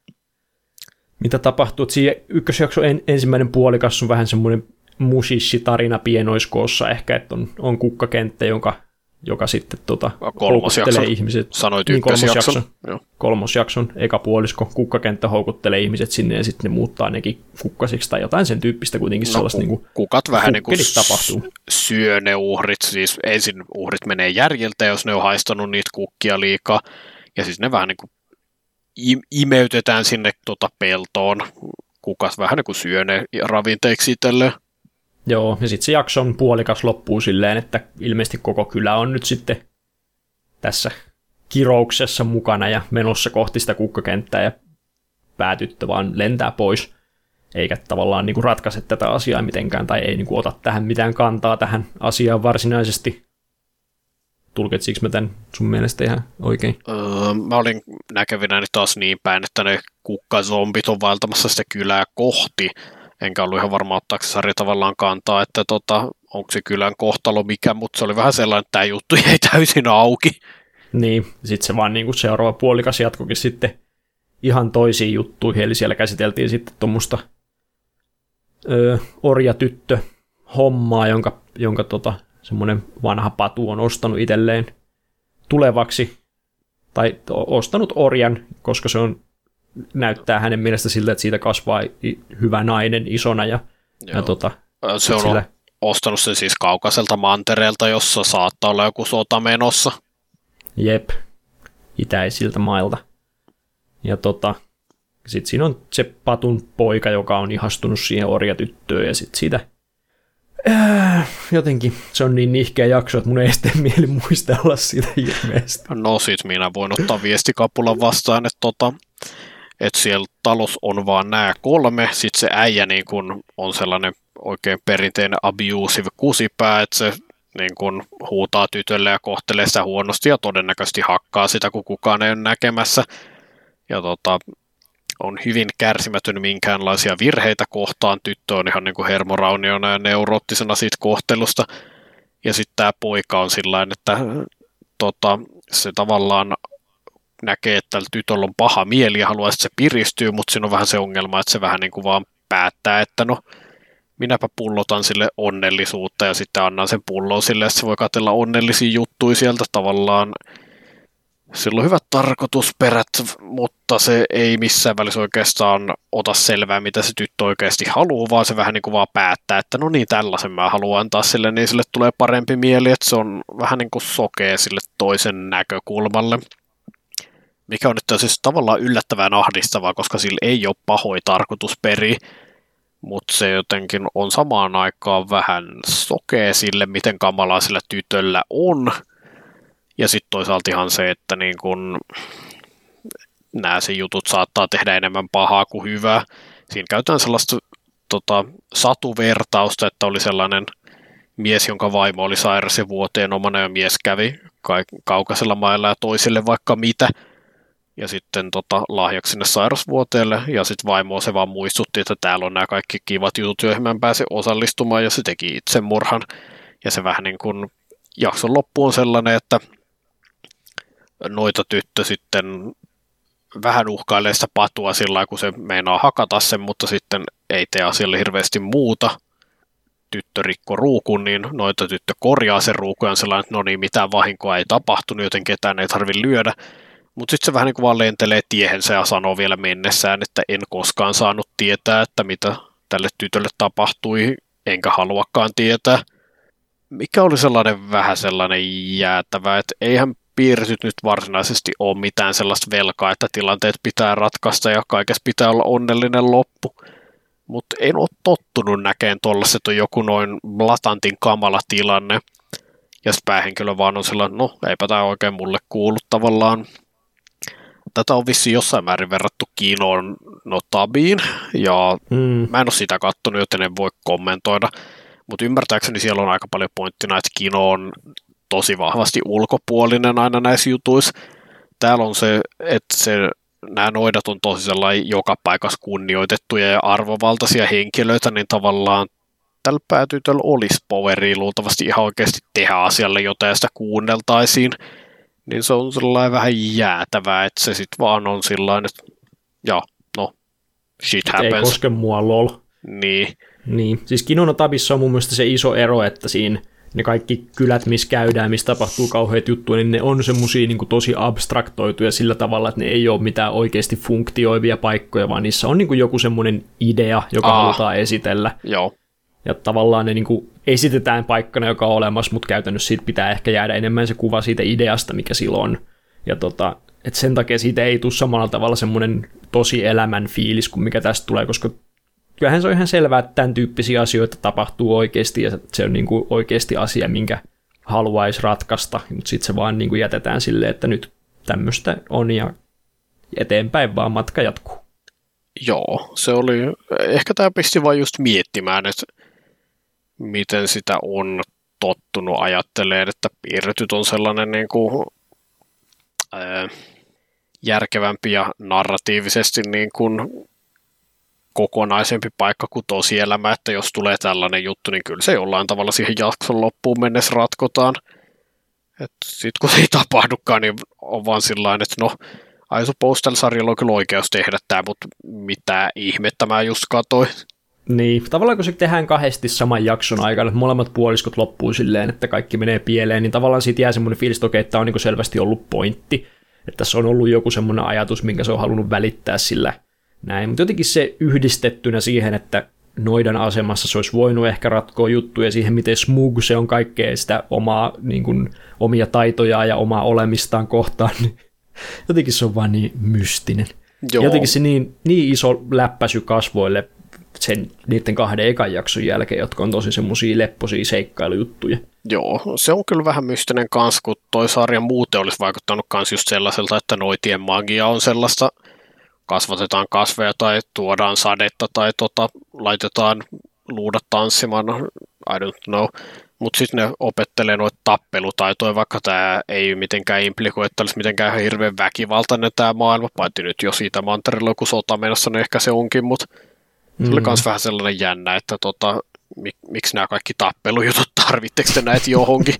[SPEAKER 2] mitä tapahtuu. Että siinä ykkösjakso en, ensimmäinen puolikas on vähän semmoinen mushishi-tarina pienoiskoossa ehkä, että on, on kukkakenttä, jonka, joka sitten tota, houkuttelee ihmiset.
[SPEAKER 1] Sanoit niin, ykkösjakson.
[SPEAKER 2] Kolmosjakson, eka puolisko, kukkakenttä houkuttelee ihmiset sinne ja sitten ne muuttaa nekin kukkasiksi tai jotain sen tyyppistä kuitenkin no, sellaista. Ku, niin
[SPEAKER 1] kukat vähän niin kuin syö ne uhrit, siis ensin uhrit menee järjeltä, jos ne on haistanut niitä kukkia liikaa, ja siis ne vähän niin kuin imeytetään sinne tota peltoon. Kukat vähän niin kuin syö ne ravinteiksi itselleen.
[SPEAKER 2] Joo, ja sitten se jakson puolikas loppuu silleen, että ilmeisesti koko kylä on nyt sitten tässä kirouksessa mukana ja menossa kohti sitä kukkakenttää ja päätyttö vaan lentää pois, eikä tavallaan niin kuin ratkaise tätä asiaa mitenkään tai ei niin kuin ota tähän mitään kantaa tähän asiaan varsinaisesti. Tulkitsinko mä tämän sun mielestä ihan oikein?
[SPEAKER 1] Öö, mä olin näkevinäni taas niin päin, että ne kukkazombit on vaeltamassa sitä kylää kohti. Enkä ollut ihan varma ottaako se sarja tavallaan kantaa, että tota, onko se kylän kohtalo mikä, mutta se oli vähän sellainen, että tämä juttu jäi täysin auki.
[SPEAKER 2] Niin, sitten se vaan niin kuin seuraava puolikas jatkokin sitten ihan toisiin juttuihin, eli siellä käsiteltiin sitten tuommoista öö, orjatyttö hommaa, jonka, jonka tota, semmoinen vanha patu on ostanut itselleen tulevaksi, tai ostanut orjan, koska se on näyttää hänen mielestä siltä, että siitä kasvaa hyvä nainen isona. Ja, ja tota,
[SPEAKER 1] se on sillä ostanut sen siis kaukaiselta mantereelta, jossa saattaa olla joku sota menossa.
[SPEAKER 2] Jep, itäisiltä mailta. Ja tota, sitten siinä on se patun poika, joka on ihastunut siihen orjatyttöön, ja sitten siitä äh, jotenkin se on niin nihkeä jakso, että mun ei sitten mieli muistella sitä ilmeisesti.
[SPEAKER 1] No sit minä voin ottaa viestikapulan vastaan, että tota, että siellä talossa on vaan nämä kolme, sitten se äijä niin kun on sellainen oikein perinteinen abusive kusipää, että se niin kun huutaa tytölle ja kohtelee sitä huonosti ja todennäköisesti hakkaa sitä, kun kukaan ei ole näkemässä. Ja tota, on hyvin kärsimätön minkäänlaisia virheitä kohtaan. Tyttö on ihan niin kuin hermorauniona ja neuroottisena siitä kohtelusta. Ja sitten tämä poika on sillain, että tota, se tavallaan näkee, että tällä tytöllä on paha mieli ja haluaa, että se piristyy, mutta siinä on vähän se ongelma, että se vähän niin kuin vaan päättää, että no, minäpä pullotan sille onnellisuutta ja sitten annan sen pullon sille, että se voi katsella onnellisia juttuja sieltä tavallaan. Sillä on hyvät tarkoitusperät, mutta se ei missään välissä oikeastaan ota selvää, mitä se tyttö oikeasti haluaa, vaan se vähän niin kuin vaan päättää, että no niin, tällaisen mä haluan antaa sille, niin sille tulee parempi mieli, että se on vähän niin kuin sokea sille toisen näkökulmalle. Mikä on nyt siis tavallaan yllättävän ahdistavaa, koska sillä ei ole pahoja tarkoitusperiä, mutta se jotenkin on samaan aikaan vähän sokea sille, miten kamalaa sillä tytöllä on. Ja sitten toisaalta ihan se, että niin kun nämä se jutut saattaa tehdä enemmän pahaa kuin hyvää. Siinä käytetään sellaista tota, satuvertausta, että oli sellainen mies, jonka vaimo oli sairas ja vuoteen omana ja mies kävi kaukaisella mailla ja toisille vaikka mitä. Ja sitten tota, lahjaksi sinne sairasvuoteelle, ja sitten vaimo se vaan muistutti, että täällä on nämä kaikki kivat jutut, joihin mä en pääse osallistumaan, ja se teki itsemurhan. Ja se vähän niin kuin jakson loppu on sellainen, että noita tyttö sitten vähän uhkailee sitä patua sillä lailla, kun se meinaa hakata sen, mutta sitten ei tee asialle hirveästi muuta. Tyttö rikko ruukun, niin noita tyttö korjaa sen ruukun, ja on sellainen, että no niin, mitään vahinkoa ei tapahtunut, joten ketään ei tarvitse lyödä. Mutta sitten se vähän niin kuin vaan lentelee tiehensä ja sanoo vielä mennessään, että en koskaan saanut tietää, että mitä tälle tytölle tapahtui, enkä haluakaan tietää. Mikä oli sellainen vähän sellainen jäätävä, että eihän piirtyt nyt varsinaisesti ole mitään sellaista velkaa, että tilanteet pitää ratkaista ja kaikessa pitää olla onnellinen loppu. Mutta en ole tottunut näkemään tuollaiset, että on joku noin blatantin kamala tilanne. ja sitten päähenkilö vaan on sellainen, no eipä tämä oikein mulle kuulu tavallaan. Tätä on vissiin jossain määrin verrattu Kinoon no tabiin, ja mm. mä en ole sitä kattonut, joten en voi kommentoida, mutta ymmärtääkseni siellä on aika paljon pointtina, että Kino on tosi vahvasti ulkopuolinen aina näissä jutuissa. Täällä on se, että se, nämä noidat on tosi sellainen joka paikassa kunnioitettuja ja arvovaltaisia henkilöitä, niin tavallaan tällä päätytöllä olisi poweria luultavasti ihan oikeasti tehdä asialle jotain ja sitä kuunneltaisiin. Niin se on sellainen vähän jäätävää, että se sitten vaan on sillain, että ja, no, shit happens.
[SPEAKER 2] Ei koske mua, lol.
[SPEAKER 1] Niin.
[SPEAKER 2] Niin, siis Kino no tabissa on mun mielestä se iso ero, että siinä ne kaikki kylät, missä käydään, missä tapahtuu kauheita juttuja, niin ne on semmosia niin kuin tosi abstraktoituja sillä tavalla, että ne ei ole mitään oikeasti funktioivia paikkoja, vaan niissä on niin kuin joku semmoinen idea, joka Aa, halutaan esitellä.
[SPEAKER 1] Joo.
[SPEAKER 2] Ja tavallaan ne niin kuin esitetään paikkana, joka on olemassa, mutta käytännössä siitä pitää ehkä jäädä enemmän se kuva siitä ideasta, mikä silloin on. Ja tota, et sen takia siitä ei tule samalla tavalla semmoinen tosi elämän fiilis kuin mikä tästä tulee, koska kyllähän se on ihan selvää, että tämän tyyppisiä asioita tapahtuu oikeasti, ja se on niin kuin oikeasti asia, minkä haluaisi ratkaista, mutta sitten se vaan niin kuin jätetään silleen, että nyt tämmöistä on, ja eteenpäin vaan matka jatkuu.
[SPEAKER 1] Joo, se oli, ehkä tämä pisti vaan just miettimään, että miten sitä on tottunut ajattelemaan, että piirretyt on sellainen niin kuin, ää, järkevämpi ja narratiivisesti niin kuin kokonaisempi paikka kuin tosielämä, että jos tulee tällainen juttu, niin kyllä se jollain tavalla siihen jakson loppuun mennessä ratkotaan. Sitten kun se ei tapahdukaan, niin on vaan sillain, että no, I suppose tällä sarjalla on kyllä oikeus tehdä tämä, mutta mitä ihmettä mä just katsoin.
[SPEAKER 2] Niin, tavallaan kun se tehdään kahdesti saman jakson aikana, että molemmat puoliskot loppuu silleen, että kaikki menee pieleen, niin tavallaan siitä jää semmoinen fiilis, että okei, että tämä on niin selvästi ollut pointti, että tässä on ollut joku semmoinen ajatus, minkä se on halunnut välittää sillä näin, mutta jotenkin se yhdistettynä siihen, että noidan asemassa se olisi voinut ehkä ratkoa juttuja siihen, miten smug se on kaikkea sitä omaa, niin kuin, omia taitojaan ja omaa olemistaan kohtaan, niin jotenkin se on vaan niin mystinen. Joo. Jotenkin se niin, niin iso läppäsy kasvoille sen, niiden kahden ekan jakson jälkeen, jotka on tosi semmosia lepposia seikkailujuttuja.
[SPEAKER 1] Joo, se on kyllä vähän mystinen kans, kun toi sarja muuten olisi vaikuttanut kans just sellaiselta, että noitien magia on sellaista, kasvatetaan kasveja tai tuodaan sadetta tai tota, laitetaan luudat tanssimaan, I don't know. Mutta sitten ne opettelee noita tappelutaitoja, vaikka tämä ei mitenkään implikoi, että olisi mitenkään hirveän väkivaltainen tämä maailma, paitsi nyt jo siitä mantereella joku sota menossa, niin ehkä se onkin, mutta mm. se oli myös vähän sellainen jännä, että tota, mik, miksi nämä kaikki tappelujutut, tarvitteko te näitä johonkin?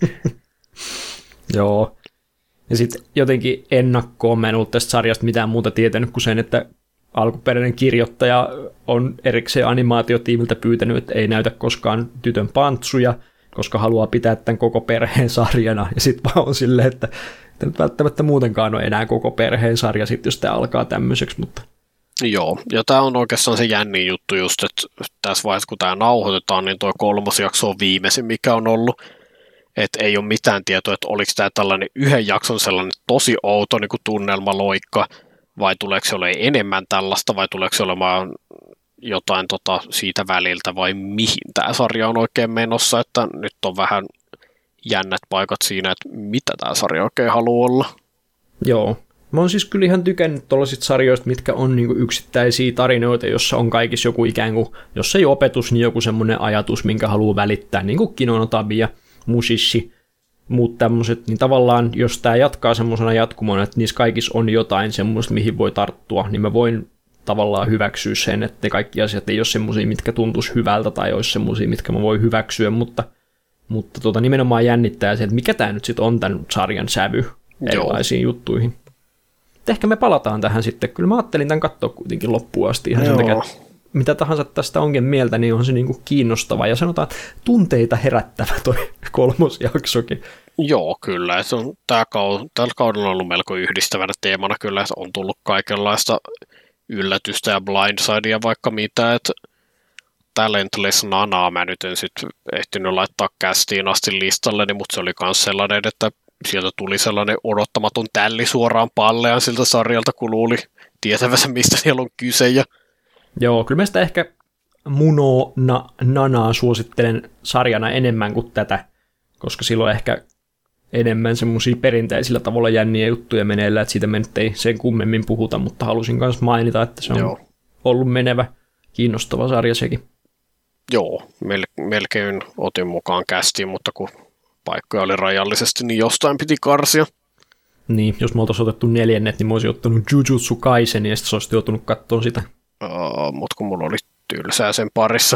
[SPEAKER 2] Joo. Ja sitten jotenkin ennakkoon mä en ollut tästä sarjasta mitään muuta tietänyt kuin sen, että alkuperäinen kirjoittaja on erikseen animaatiotiimiltä pyytänyt, että ei näytä koskaan tytön pantsuja, koska haluaa pitää tämän koko perheen sarjana. Ja sitten vaan on silleen, että tämä nyt välttämättä muutenkaan ole enää koko perheen sarja, sit, jos tämä alkaa tämmöiseksi. Mutta
[SPEAKER 1] joo, ja tämä on oikeastaan se jännin juttu just, että tässä vaiheessa kun tämä nauhoitetaan, niin tuo kolmas jakso on viimeisin, mikä on ollut. Että ei ole mitään tietoa, että oliko tämä tällainen yhden jakson sellainen tosi outo niin kuin tunnelmaloikka, vai tuleeko se olemaan enemmän tällaista, vai tuleeko se olemaan jotain tota siitä väliltä, vai mihin tämä sarja on oikein menossa, että nyt on vähän jännät paikat siinä, että mitä tämä sarja oikein haluaa olla.
[SPEAKER 2] Joo. Mä oon siis kyllä ihan tykännyt tuollaisista sarjoista, mitkä on niinku yksittäisiä tarinoita, jossa on kaikissa joku ikään kuin, jos ei opetus, niin joku semmoinen ajatus, minkä haluaa välittää, niin kuin Kino no tabi ja Mushishi, muut tämmöiset, niin tavallaan, jos tämä jatkaa semmoisena jatkumona, että niissä kaikissa on jotain semmoista, mihin voi tarttua, niin mä voin tavallaan hyväksyä sen, että ne kaikki asiat ei ole semmoisia, mitkä tuntuisi hyvältä, tai olisi semmoisia, mitkä mä voin hyväksyä, mutta, mutta tota, nimenomaan jännittää se, että mikä tämä nyt sitten on tämän sarjan sävy erilaisiin Joo. juttuihin. Ehkä me palataan tähän sitten. Kyllä mä ajattelin tämän katsoa kuitenkin loppuun asti ihan sen takia, että mitä tahansa tästä onkin mieltä, niin on se niinku kiinnostava ja sanotaan tunteita herättävä toi kolmosjaksokin.
[SPEAKER 1] Joo, kyllä. Että on, tää kau- tällä kaudella on ollut melko yhdistävänä teemana kyllä, että on tullut kaikenlaista yllätystä ja blindsidea vaikka mitä, että Talentless Nanaa mä nyt en sitten ehtinyt laittaa kästiin asti listalle, mutta se oli myös sellainen, että sieltä tuli sellainen odottamaton tälli suoraan palleaan siltä sarjalta, kun luuli tietävänsä, mistä siellä on kyse. Ja
[SPEAKER 2] joo, kyllä mä sitä ehkä Muno na, Nanaa suosittelen sarjana enemmän kuin tätä, koska silloin ehkä enemmän semmoisia perinteisillä tavalla jänniä juttuja meneillään, että siitä me nyt ei sen kummemmin puhuta, mutta halusin myös mainita, että se on Joo. ollut menevä, kiinnostava sarja sekin.
[SPEAKER 1] Joo, mel- melkein otin mukaan kästiin, mutta kun paikkoja oli rajallisesti, niin jostain piti karsia.
[SPEAKER 2] Niin, jos me oltaisiin otettu neljännet, niin mä olisin ottanut Jujutsu Kaisen, ja sitten sä olisit joutunut katsomaan sitä.
[SPEAKER 1] Uh, mutta kun mulla oli tylsää sen parissa.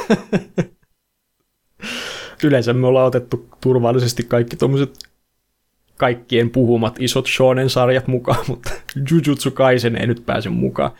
[SPEAKER 2] Yleensä me ollaan otettu turvallisesti kaikki tommoset kaikkien puhumat isot shonen-sarjat mukaan, mutta Jujutsu Kaisen ei nyt pääse mukaan.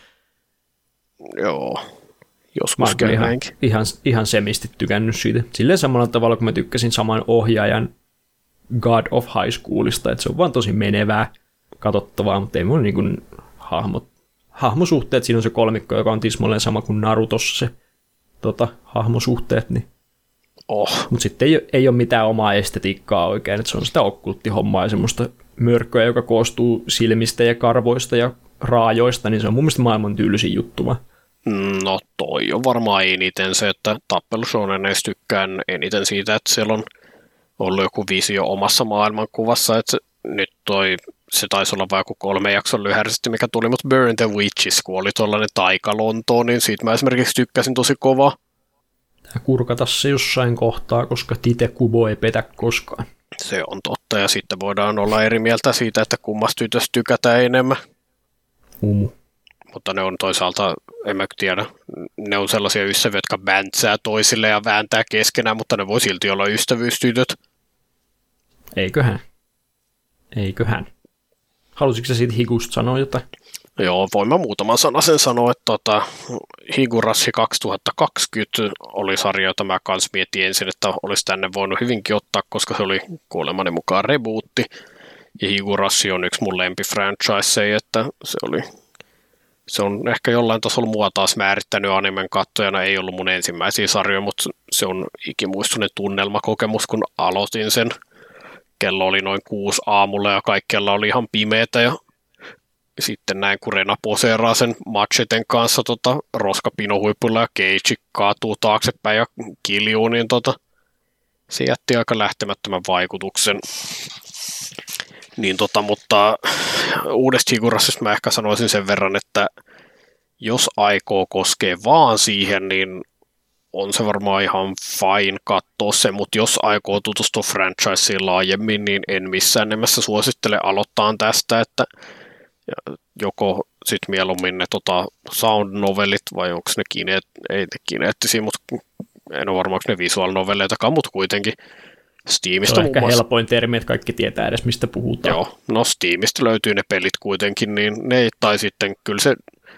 [SPEAKER 1] Joo, joskus käy
[SPEAKER 2] ihan,
[SPEAKER 1] näinkin.
[SPEAKER 2] Ihan, ihan semisti tykännyt siitä. Silleen samalla tavalla, kun mä tykkäsin saman ohjaajan God of High Schoolista, että se on vaan tosi menevää, katsottavaa, mutta ei mulla niin kuin hahmot, hahmosuhteet, siinä on se kolmikko, joka on tismalleen sama kuin Narutossa se tota, hahmosuhteet, niin
[SPEAKER 1] Oh.
[SPEAKER 2] mutta sitten ei, ei ole mitään omaa estetiikkaa oikein, että se on sitä okkulttihommaa ja semmoista mörkköä, joka koostuu silmistä ja karvoista ja raajoista, niin se on mun mielestä maailman tyylisin juttu.
[SPEAKER 1] No toi on varmaan eniten se, että tappelushoneneissa tykkään eniten siitä, että siellä on ollut joku visio omassa maailmankuvassa, että nyt toi, se taisi olla vain joku kolme jakson lyhäisesti, mikä tuli, mutta Burn the Witches, kun oli tuollainen taikalonto, niin siitä mä esimerkiksi tykkäsin tosi kovaa.
[SPEAKER 2] Kurkata se jossain kohtaa, koska Tite Kubo ei petä koskaan.
[SPEAKER 1] Se on totta, ja sitten voidaan olla eri mieltä siitä, että kummasta tytöstä tykätään enemmän.
[SPEAKER 2] Umu.
[SPEAKER 1] Mutta ne on toisaalta, en mä tiedä, ne on sellaisia ystäviä, jotka bäntsää toisille ja vääntää keskenään, mutta ne voi silti olla ystävyystytöt.
[SPEAKER 2] Eiköhän. Eiköhän. Halusitko sä siitä Higusta sanoa jotain?
[SPEAKER 1] Joo, voin mä muutaman sanasen sanoa, että tota, Higurashi kaksituhattakaksikymmentä oli sarja, jota mä kans mietin ensin, että olisi tänne voinut hyvinkin ottaa, koska se oli kuulemani mukaan rebootti. Ja Higurashi on yksi mun lempifranchise, että se oli, se on ehkä jollain tasolla mua taas määrittänyt animen kattojana, ei ollut mun ensimmäisiä sarjoja, mutta se on ikimuistoinen tunnelmakokemus, kun aloitin sen. Kello oli noin kuusi aamulla ja kaikkialla oli ihan pimeätä ja sitten näin, kun Rena poseeraa sen macheten kanssa tota, roskapinohuipulla ja Keiichi kaatuu taaksepäin ja kiljuu, niin tota, se jätti aika lähtemättömän vaikutuksen. Niin tota, mutta uudesta Higurashista mä ehkä sanoisin sen verran, että jos aikoo koskee vaan siihen, niin on se varmaan ihan fine katsoa se, mutta jos aikoo tutustua franchiseen laajemmin, niin en missään nimessä suosittele aloittaa tästä, että joko sitten mieluummin ne tota, sound novellit vai onko ne kineet, ei ne kineettisiä, mutta en ole varma, onko ne visual novelleitakaan, mutta kuitenkin Steamista
[SPEAKER 2] se on ehkä
[SPEAKER 1] muun muassa
[SPEAKER 2] helpoin termi, että kaikki tietää edes mistä puhutaan.
[SPEAKER 1] Joo, no Steamista löytyy ne pelit kuitenkin, niin ne tai sitten kyllä se,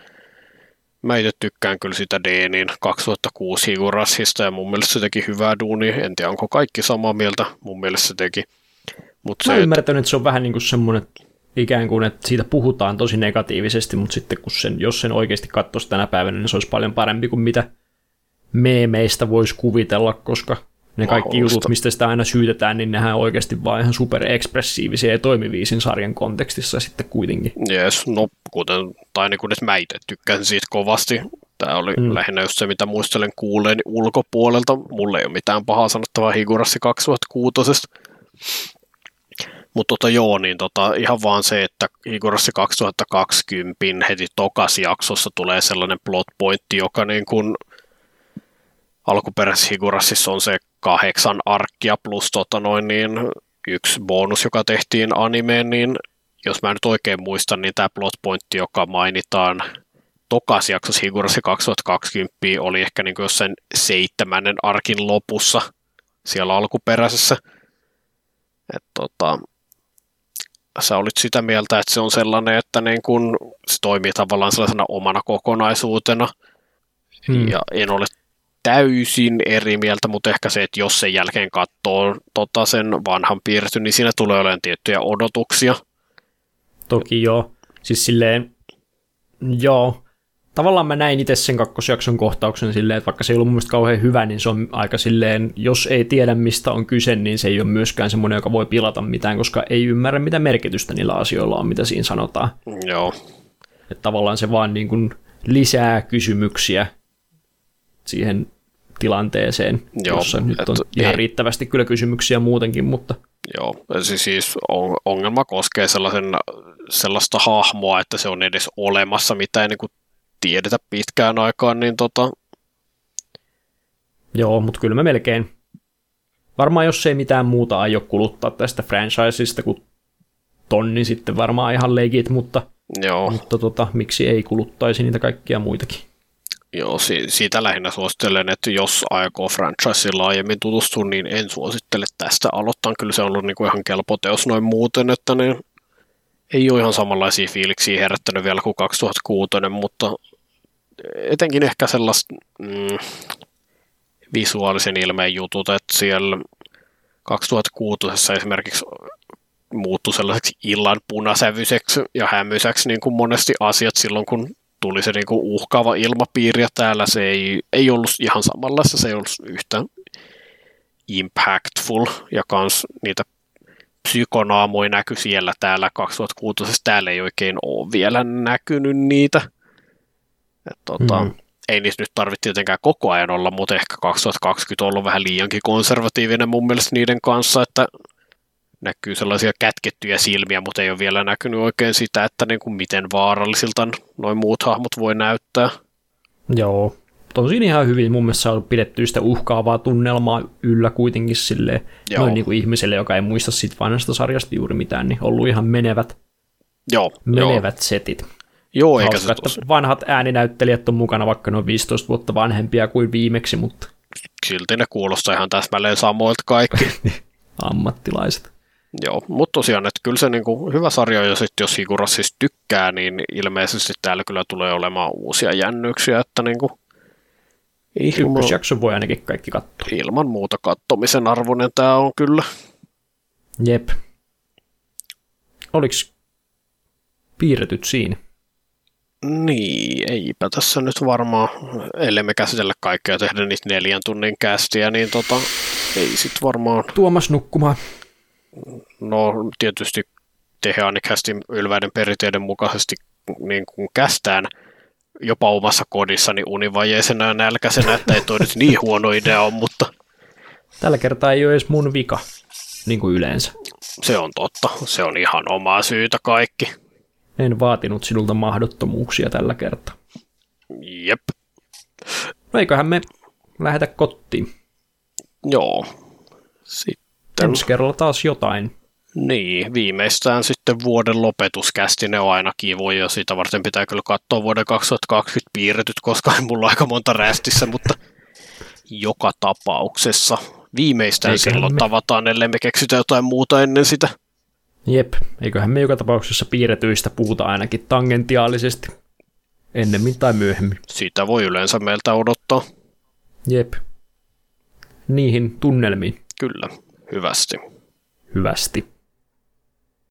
[SPEAKER 1] mä itse tykkään kyllä sitä Deenin kaksituhattakuusi Higurashista ja mun mielestä se teki hyvää duunia, en tiedä onko kaikki samaa mieltä, mun mielestä se teki. Mut
[SPEAKER 2] mä
[SPEAKER 1] se,
[SPEAKER 2] ymmärtänyt, että se on vähän niin kuin semmoinen ikään kuin, että siitä puhutaan tosi negatiivisesti, mutta sitten kun sen, jos sen oikeasti katsoisi tänä päivänä, niin se olisi paljon parempi kuin mitä meemeistä voisi kuvitella, koska ne kaikki jutut, mistä sitä aina syytetään, niin nehän on oikeasti vaan ihan superekspressiivisia ja toimivia siinä sarjan kontekstissa sitten kuitenkin.
[SPEAKER 1] Jees, no kuten, tai niin kuin nyt mä itse tykkäsin siitä kovasti. Tämä oli mm. lähinnä just se, mitä muistelen kuulleeni ulkopuolelta. Mulle ei ole mitään pahaa sanottavaa Higurashi kaksituhattakuusi. Mutta tota, joo, niin tota, ihan vaan se, että Higurashi kaksituhattakaksikymmentä heti tokas jaksossa tulee sellainen plot pointti, joka niin kuin alkuperäisessä Higurashissa on se kahdeksan arkkia plus tota noin, niin yksi bonus, joka tehtiin animeen, niin jos mä nyt oikein muistan, niin tämä plot pointti, joka mainitaan tokas jaksossa Higurashi kaksituhattakaksikymmentä, oli ehkä niin kuin jossain seitsemännen arkin lopussa siellä alkuperäisessä. Et tota, sä olit sitä mieltä, että se on sellainen, että niin kun se toimii tavallaan sellaisena omana kokonaisuutena. Hmm. Ja en ole täysin eri mieltä, mutta ehkä se, että jos sen jälkeen katsoo tota sen vanhan piirretyn, niin siinä tulee olemaan tiettyjä odotuksia.
[SPEAKER 2] Toki joo. Siis silleen, joo. Tavallaan mä näin itse sen kakkosjakson kohtauksen silleen, että vaikka se ei ollut mun mielestä kauhean hyvä, niin se on aika silleen, jos ei tiedä mistä on kyse, niin se ei ole myöskään semmoinen, joka voi pilata mitään, koska ei ymmärrä mitä merkitystä niillä asioilla on, mitä siinä sanotaan.
[SPEAKER 1] Joo.
[SPEAKER 2] Että tavallaan se vaan niin kuin lisää kysymyksiä siihen tilanteeseen, Joo, jossa nyt on ihan ei. riittävästi kyllä kysymyksiä muutenkin, mutta
[SPEAKER 1] Joo, siis, siis ongelma koskee sellaisen, sellaista hahmoa, että se on edes olemassa, mitä ei niin kuin tiedetä pitkään aikaan, niin tota...
[SPEAKER 2] Joo, mutta kyllä me melkein, varmaan jos ei mitään muuta aio kuluttaa tästä franchisesta kuin tonni sitten varmaan ihan legit, mutta,
[SPEAKER 1] Joo.
[SPEAKER 2] mutta tota, miksi ei kuluttaisi niitä kaikkia muitakin.
[SPEAKER 1] Joo, si- siitä lähinnä suosittelen, että jos aikoo franchiseen laajemmin tutustua, niin en suosittele tästä aloittaa. Kyllä se on ollut niinku ihan kelpo teos noin muuten, että niin ei ole ihan samanlaisia fiiliksiä herättänyt vielä kuin kaksituhattakuusi, mutta etenkin ehkä sellaista mm, visuaalisen ilmeen jutut, että siellä kaksituhattakuusi esimerkiksi muuttui sellaiseksi illan punasävyiseksi ja hämyiseksi niin kuin monesti asiat silloin, kun tuli se niin kuin uhkaava ilmapiiri, ja täällä se ei, ei ollut ihan samanlaista, se ei ollut yhtä impactful, ja kans niitä psykonaamoja näkyi siellä täällä kaksituhattakuusi, täällä ei oikein ole vielä näkynyt niitä. Et, tota, mm. Ei niissä nyt tarvitse tietenkään koko ajan olla, mutta ehkä kaksituhattakaksikymmentä on ollut vähän liiankin konservatiivinen mun mielestä niiden kanssa, että näkyy sellaisia kätkettyjä silmiä, mutta ei ole vielä näkynyt oikein sitä, että niin kuin miten vaarallisilta noin muut hahmot voi näyttää.
[SPEAKER 2] Joo, tosin ihan hyvin mun mielestä on pidetty sitä uhkaavaa tunnelmaa yllä kuitenkin silleen, noin niin kuin ihmiselle, joka ei muista siitä vanhasta sarjasta juuri mitään, niin ollut ihan menevät,
[SPEAKER 1] Joo,
[SPEAKER 2] menevät
[SPEAKER 1] joo.
[SPEAKER 2] setit.
[SPEAKER 1] Joo, eikä
[SPEAKER 2] Hauska,
[SPEAKER 1] se tos...
[SPEAKER 2] vanhat ääninäyttelijät on mukana, vaikka noin viisitoista vuotta vanhempia kuin viimeksi, mutta
[SPEAKER 1] silti ne kuulostaa ihan täsmälleen samoilta kaikki.
[SPEAKER 2] Ammattilaiset.
[SPEAKER 1] Joo, mutta tosiaan, että kyllä se niinku hyvä sarja, ja sitten jos Higurassista tykkää, niin ilmeisesti täällä kyllä tulee olemaan uusia jännyksiä, että niinku
[SPEAKER 2] ykkösjakson voi ainakin kaikki katsoa.
[SPEAKER 1] Ilman muuta kattomisen arvoinen tämä on kyllä.
[SPEAKER 2] Jep. Oliko piirretyt siinä?
[SPEAKER 1] Niin, eipä tässä nyt varmaan, ellei me käsitellä kaikkea tehdä niitä neljän tunnin kästiä, niin tota, ei sit varmaan.
[SPEAKER 2] Tuomas nukkumaan.
[SPEAKER 1] No tietysti Teheanikästin ylväiden perinteiden mukaisesti niin kuin kästään jopa omassa kodissani univajeisena ja nälkäisenä, että ei toi nyt niin huono idea on, mutta
[SPEAKER 2] tällä kertaa ei ole edes mun vika, niin kuin yleensä.
[SPEAKER 1] Se on totta, se on ihan omaa syytä kaikki.
[SPEAKER 2] En vaatinut sinulta mahdottomuuksia tällä kertaa.
[SPEAKER 1] Jep.
[SPEAKER 2] No eiköhän me lähetä kotiin.
[SPEAKER 1] Joo. Sitten.
[SPEAKER 2] Ensi kerralla taas jotain.
[SPEAKER 1] Niin, viimeistään sitten vuoden lopetuskästi ne on aina kivoja, ja sitä varten pitää kyllä katsoa vuoden kaksituhattakaksikymmentä piirretyt, koska ei mulla aika monta rästissä, mutta joka tapauksessa viimeistään eiköhän silloin me tavataan, ellei me keksitä jotain muuta ennen sitä.
[SPEAKER 2] Jep, eiköhän me joka tapauksessa piirretyistä puhuta ainakin tangentiaalisesti, ennemmin tai myöhemmin.
[SPEAKER 1] Sitä voi yleensä meiltä odottaa.
[SPEAKER 2] Jep, niihin tunnelmiin.
[SPEAKER 1] Kyllä, hyvästi.
[SPEAKER 2] Hyvästi.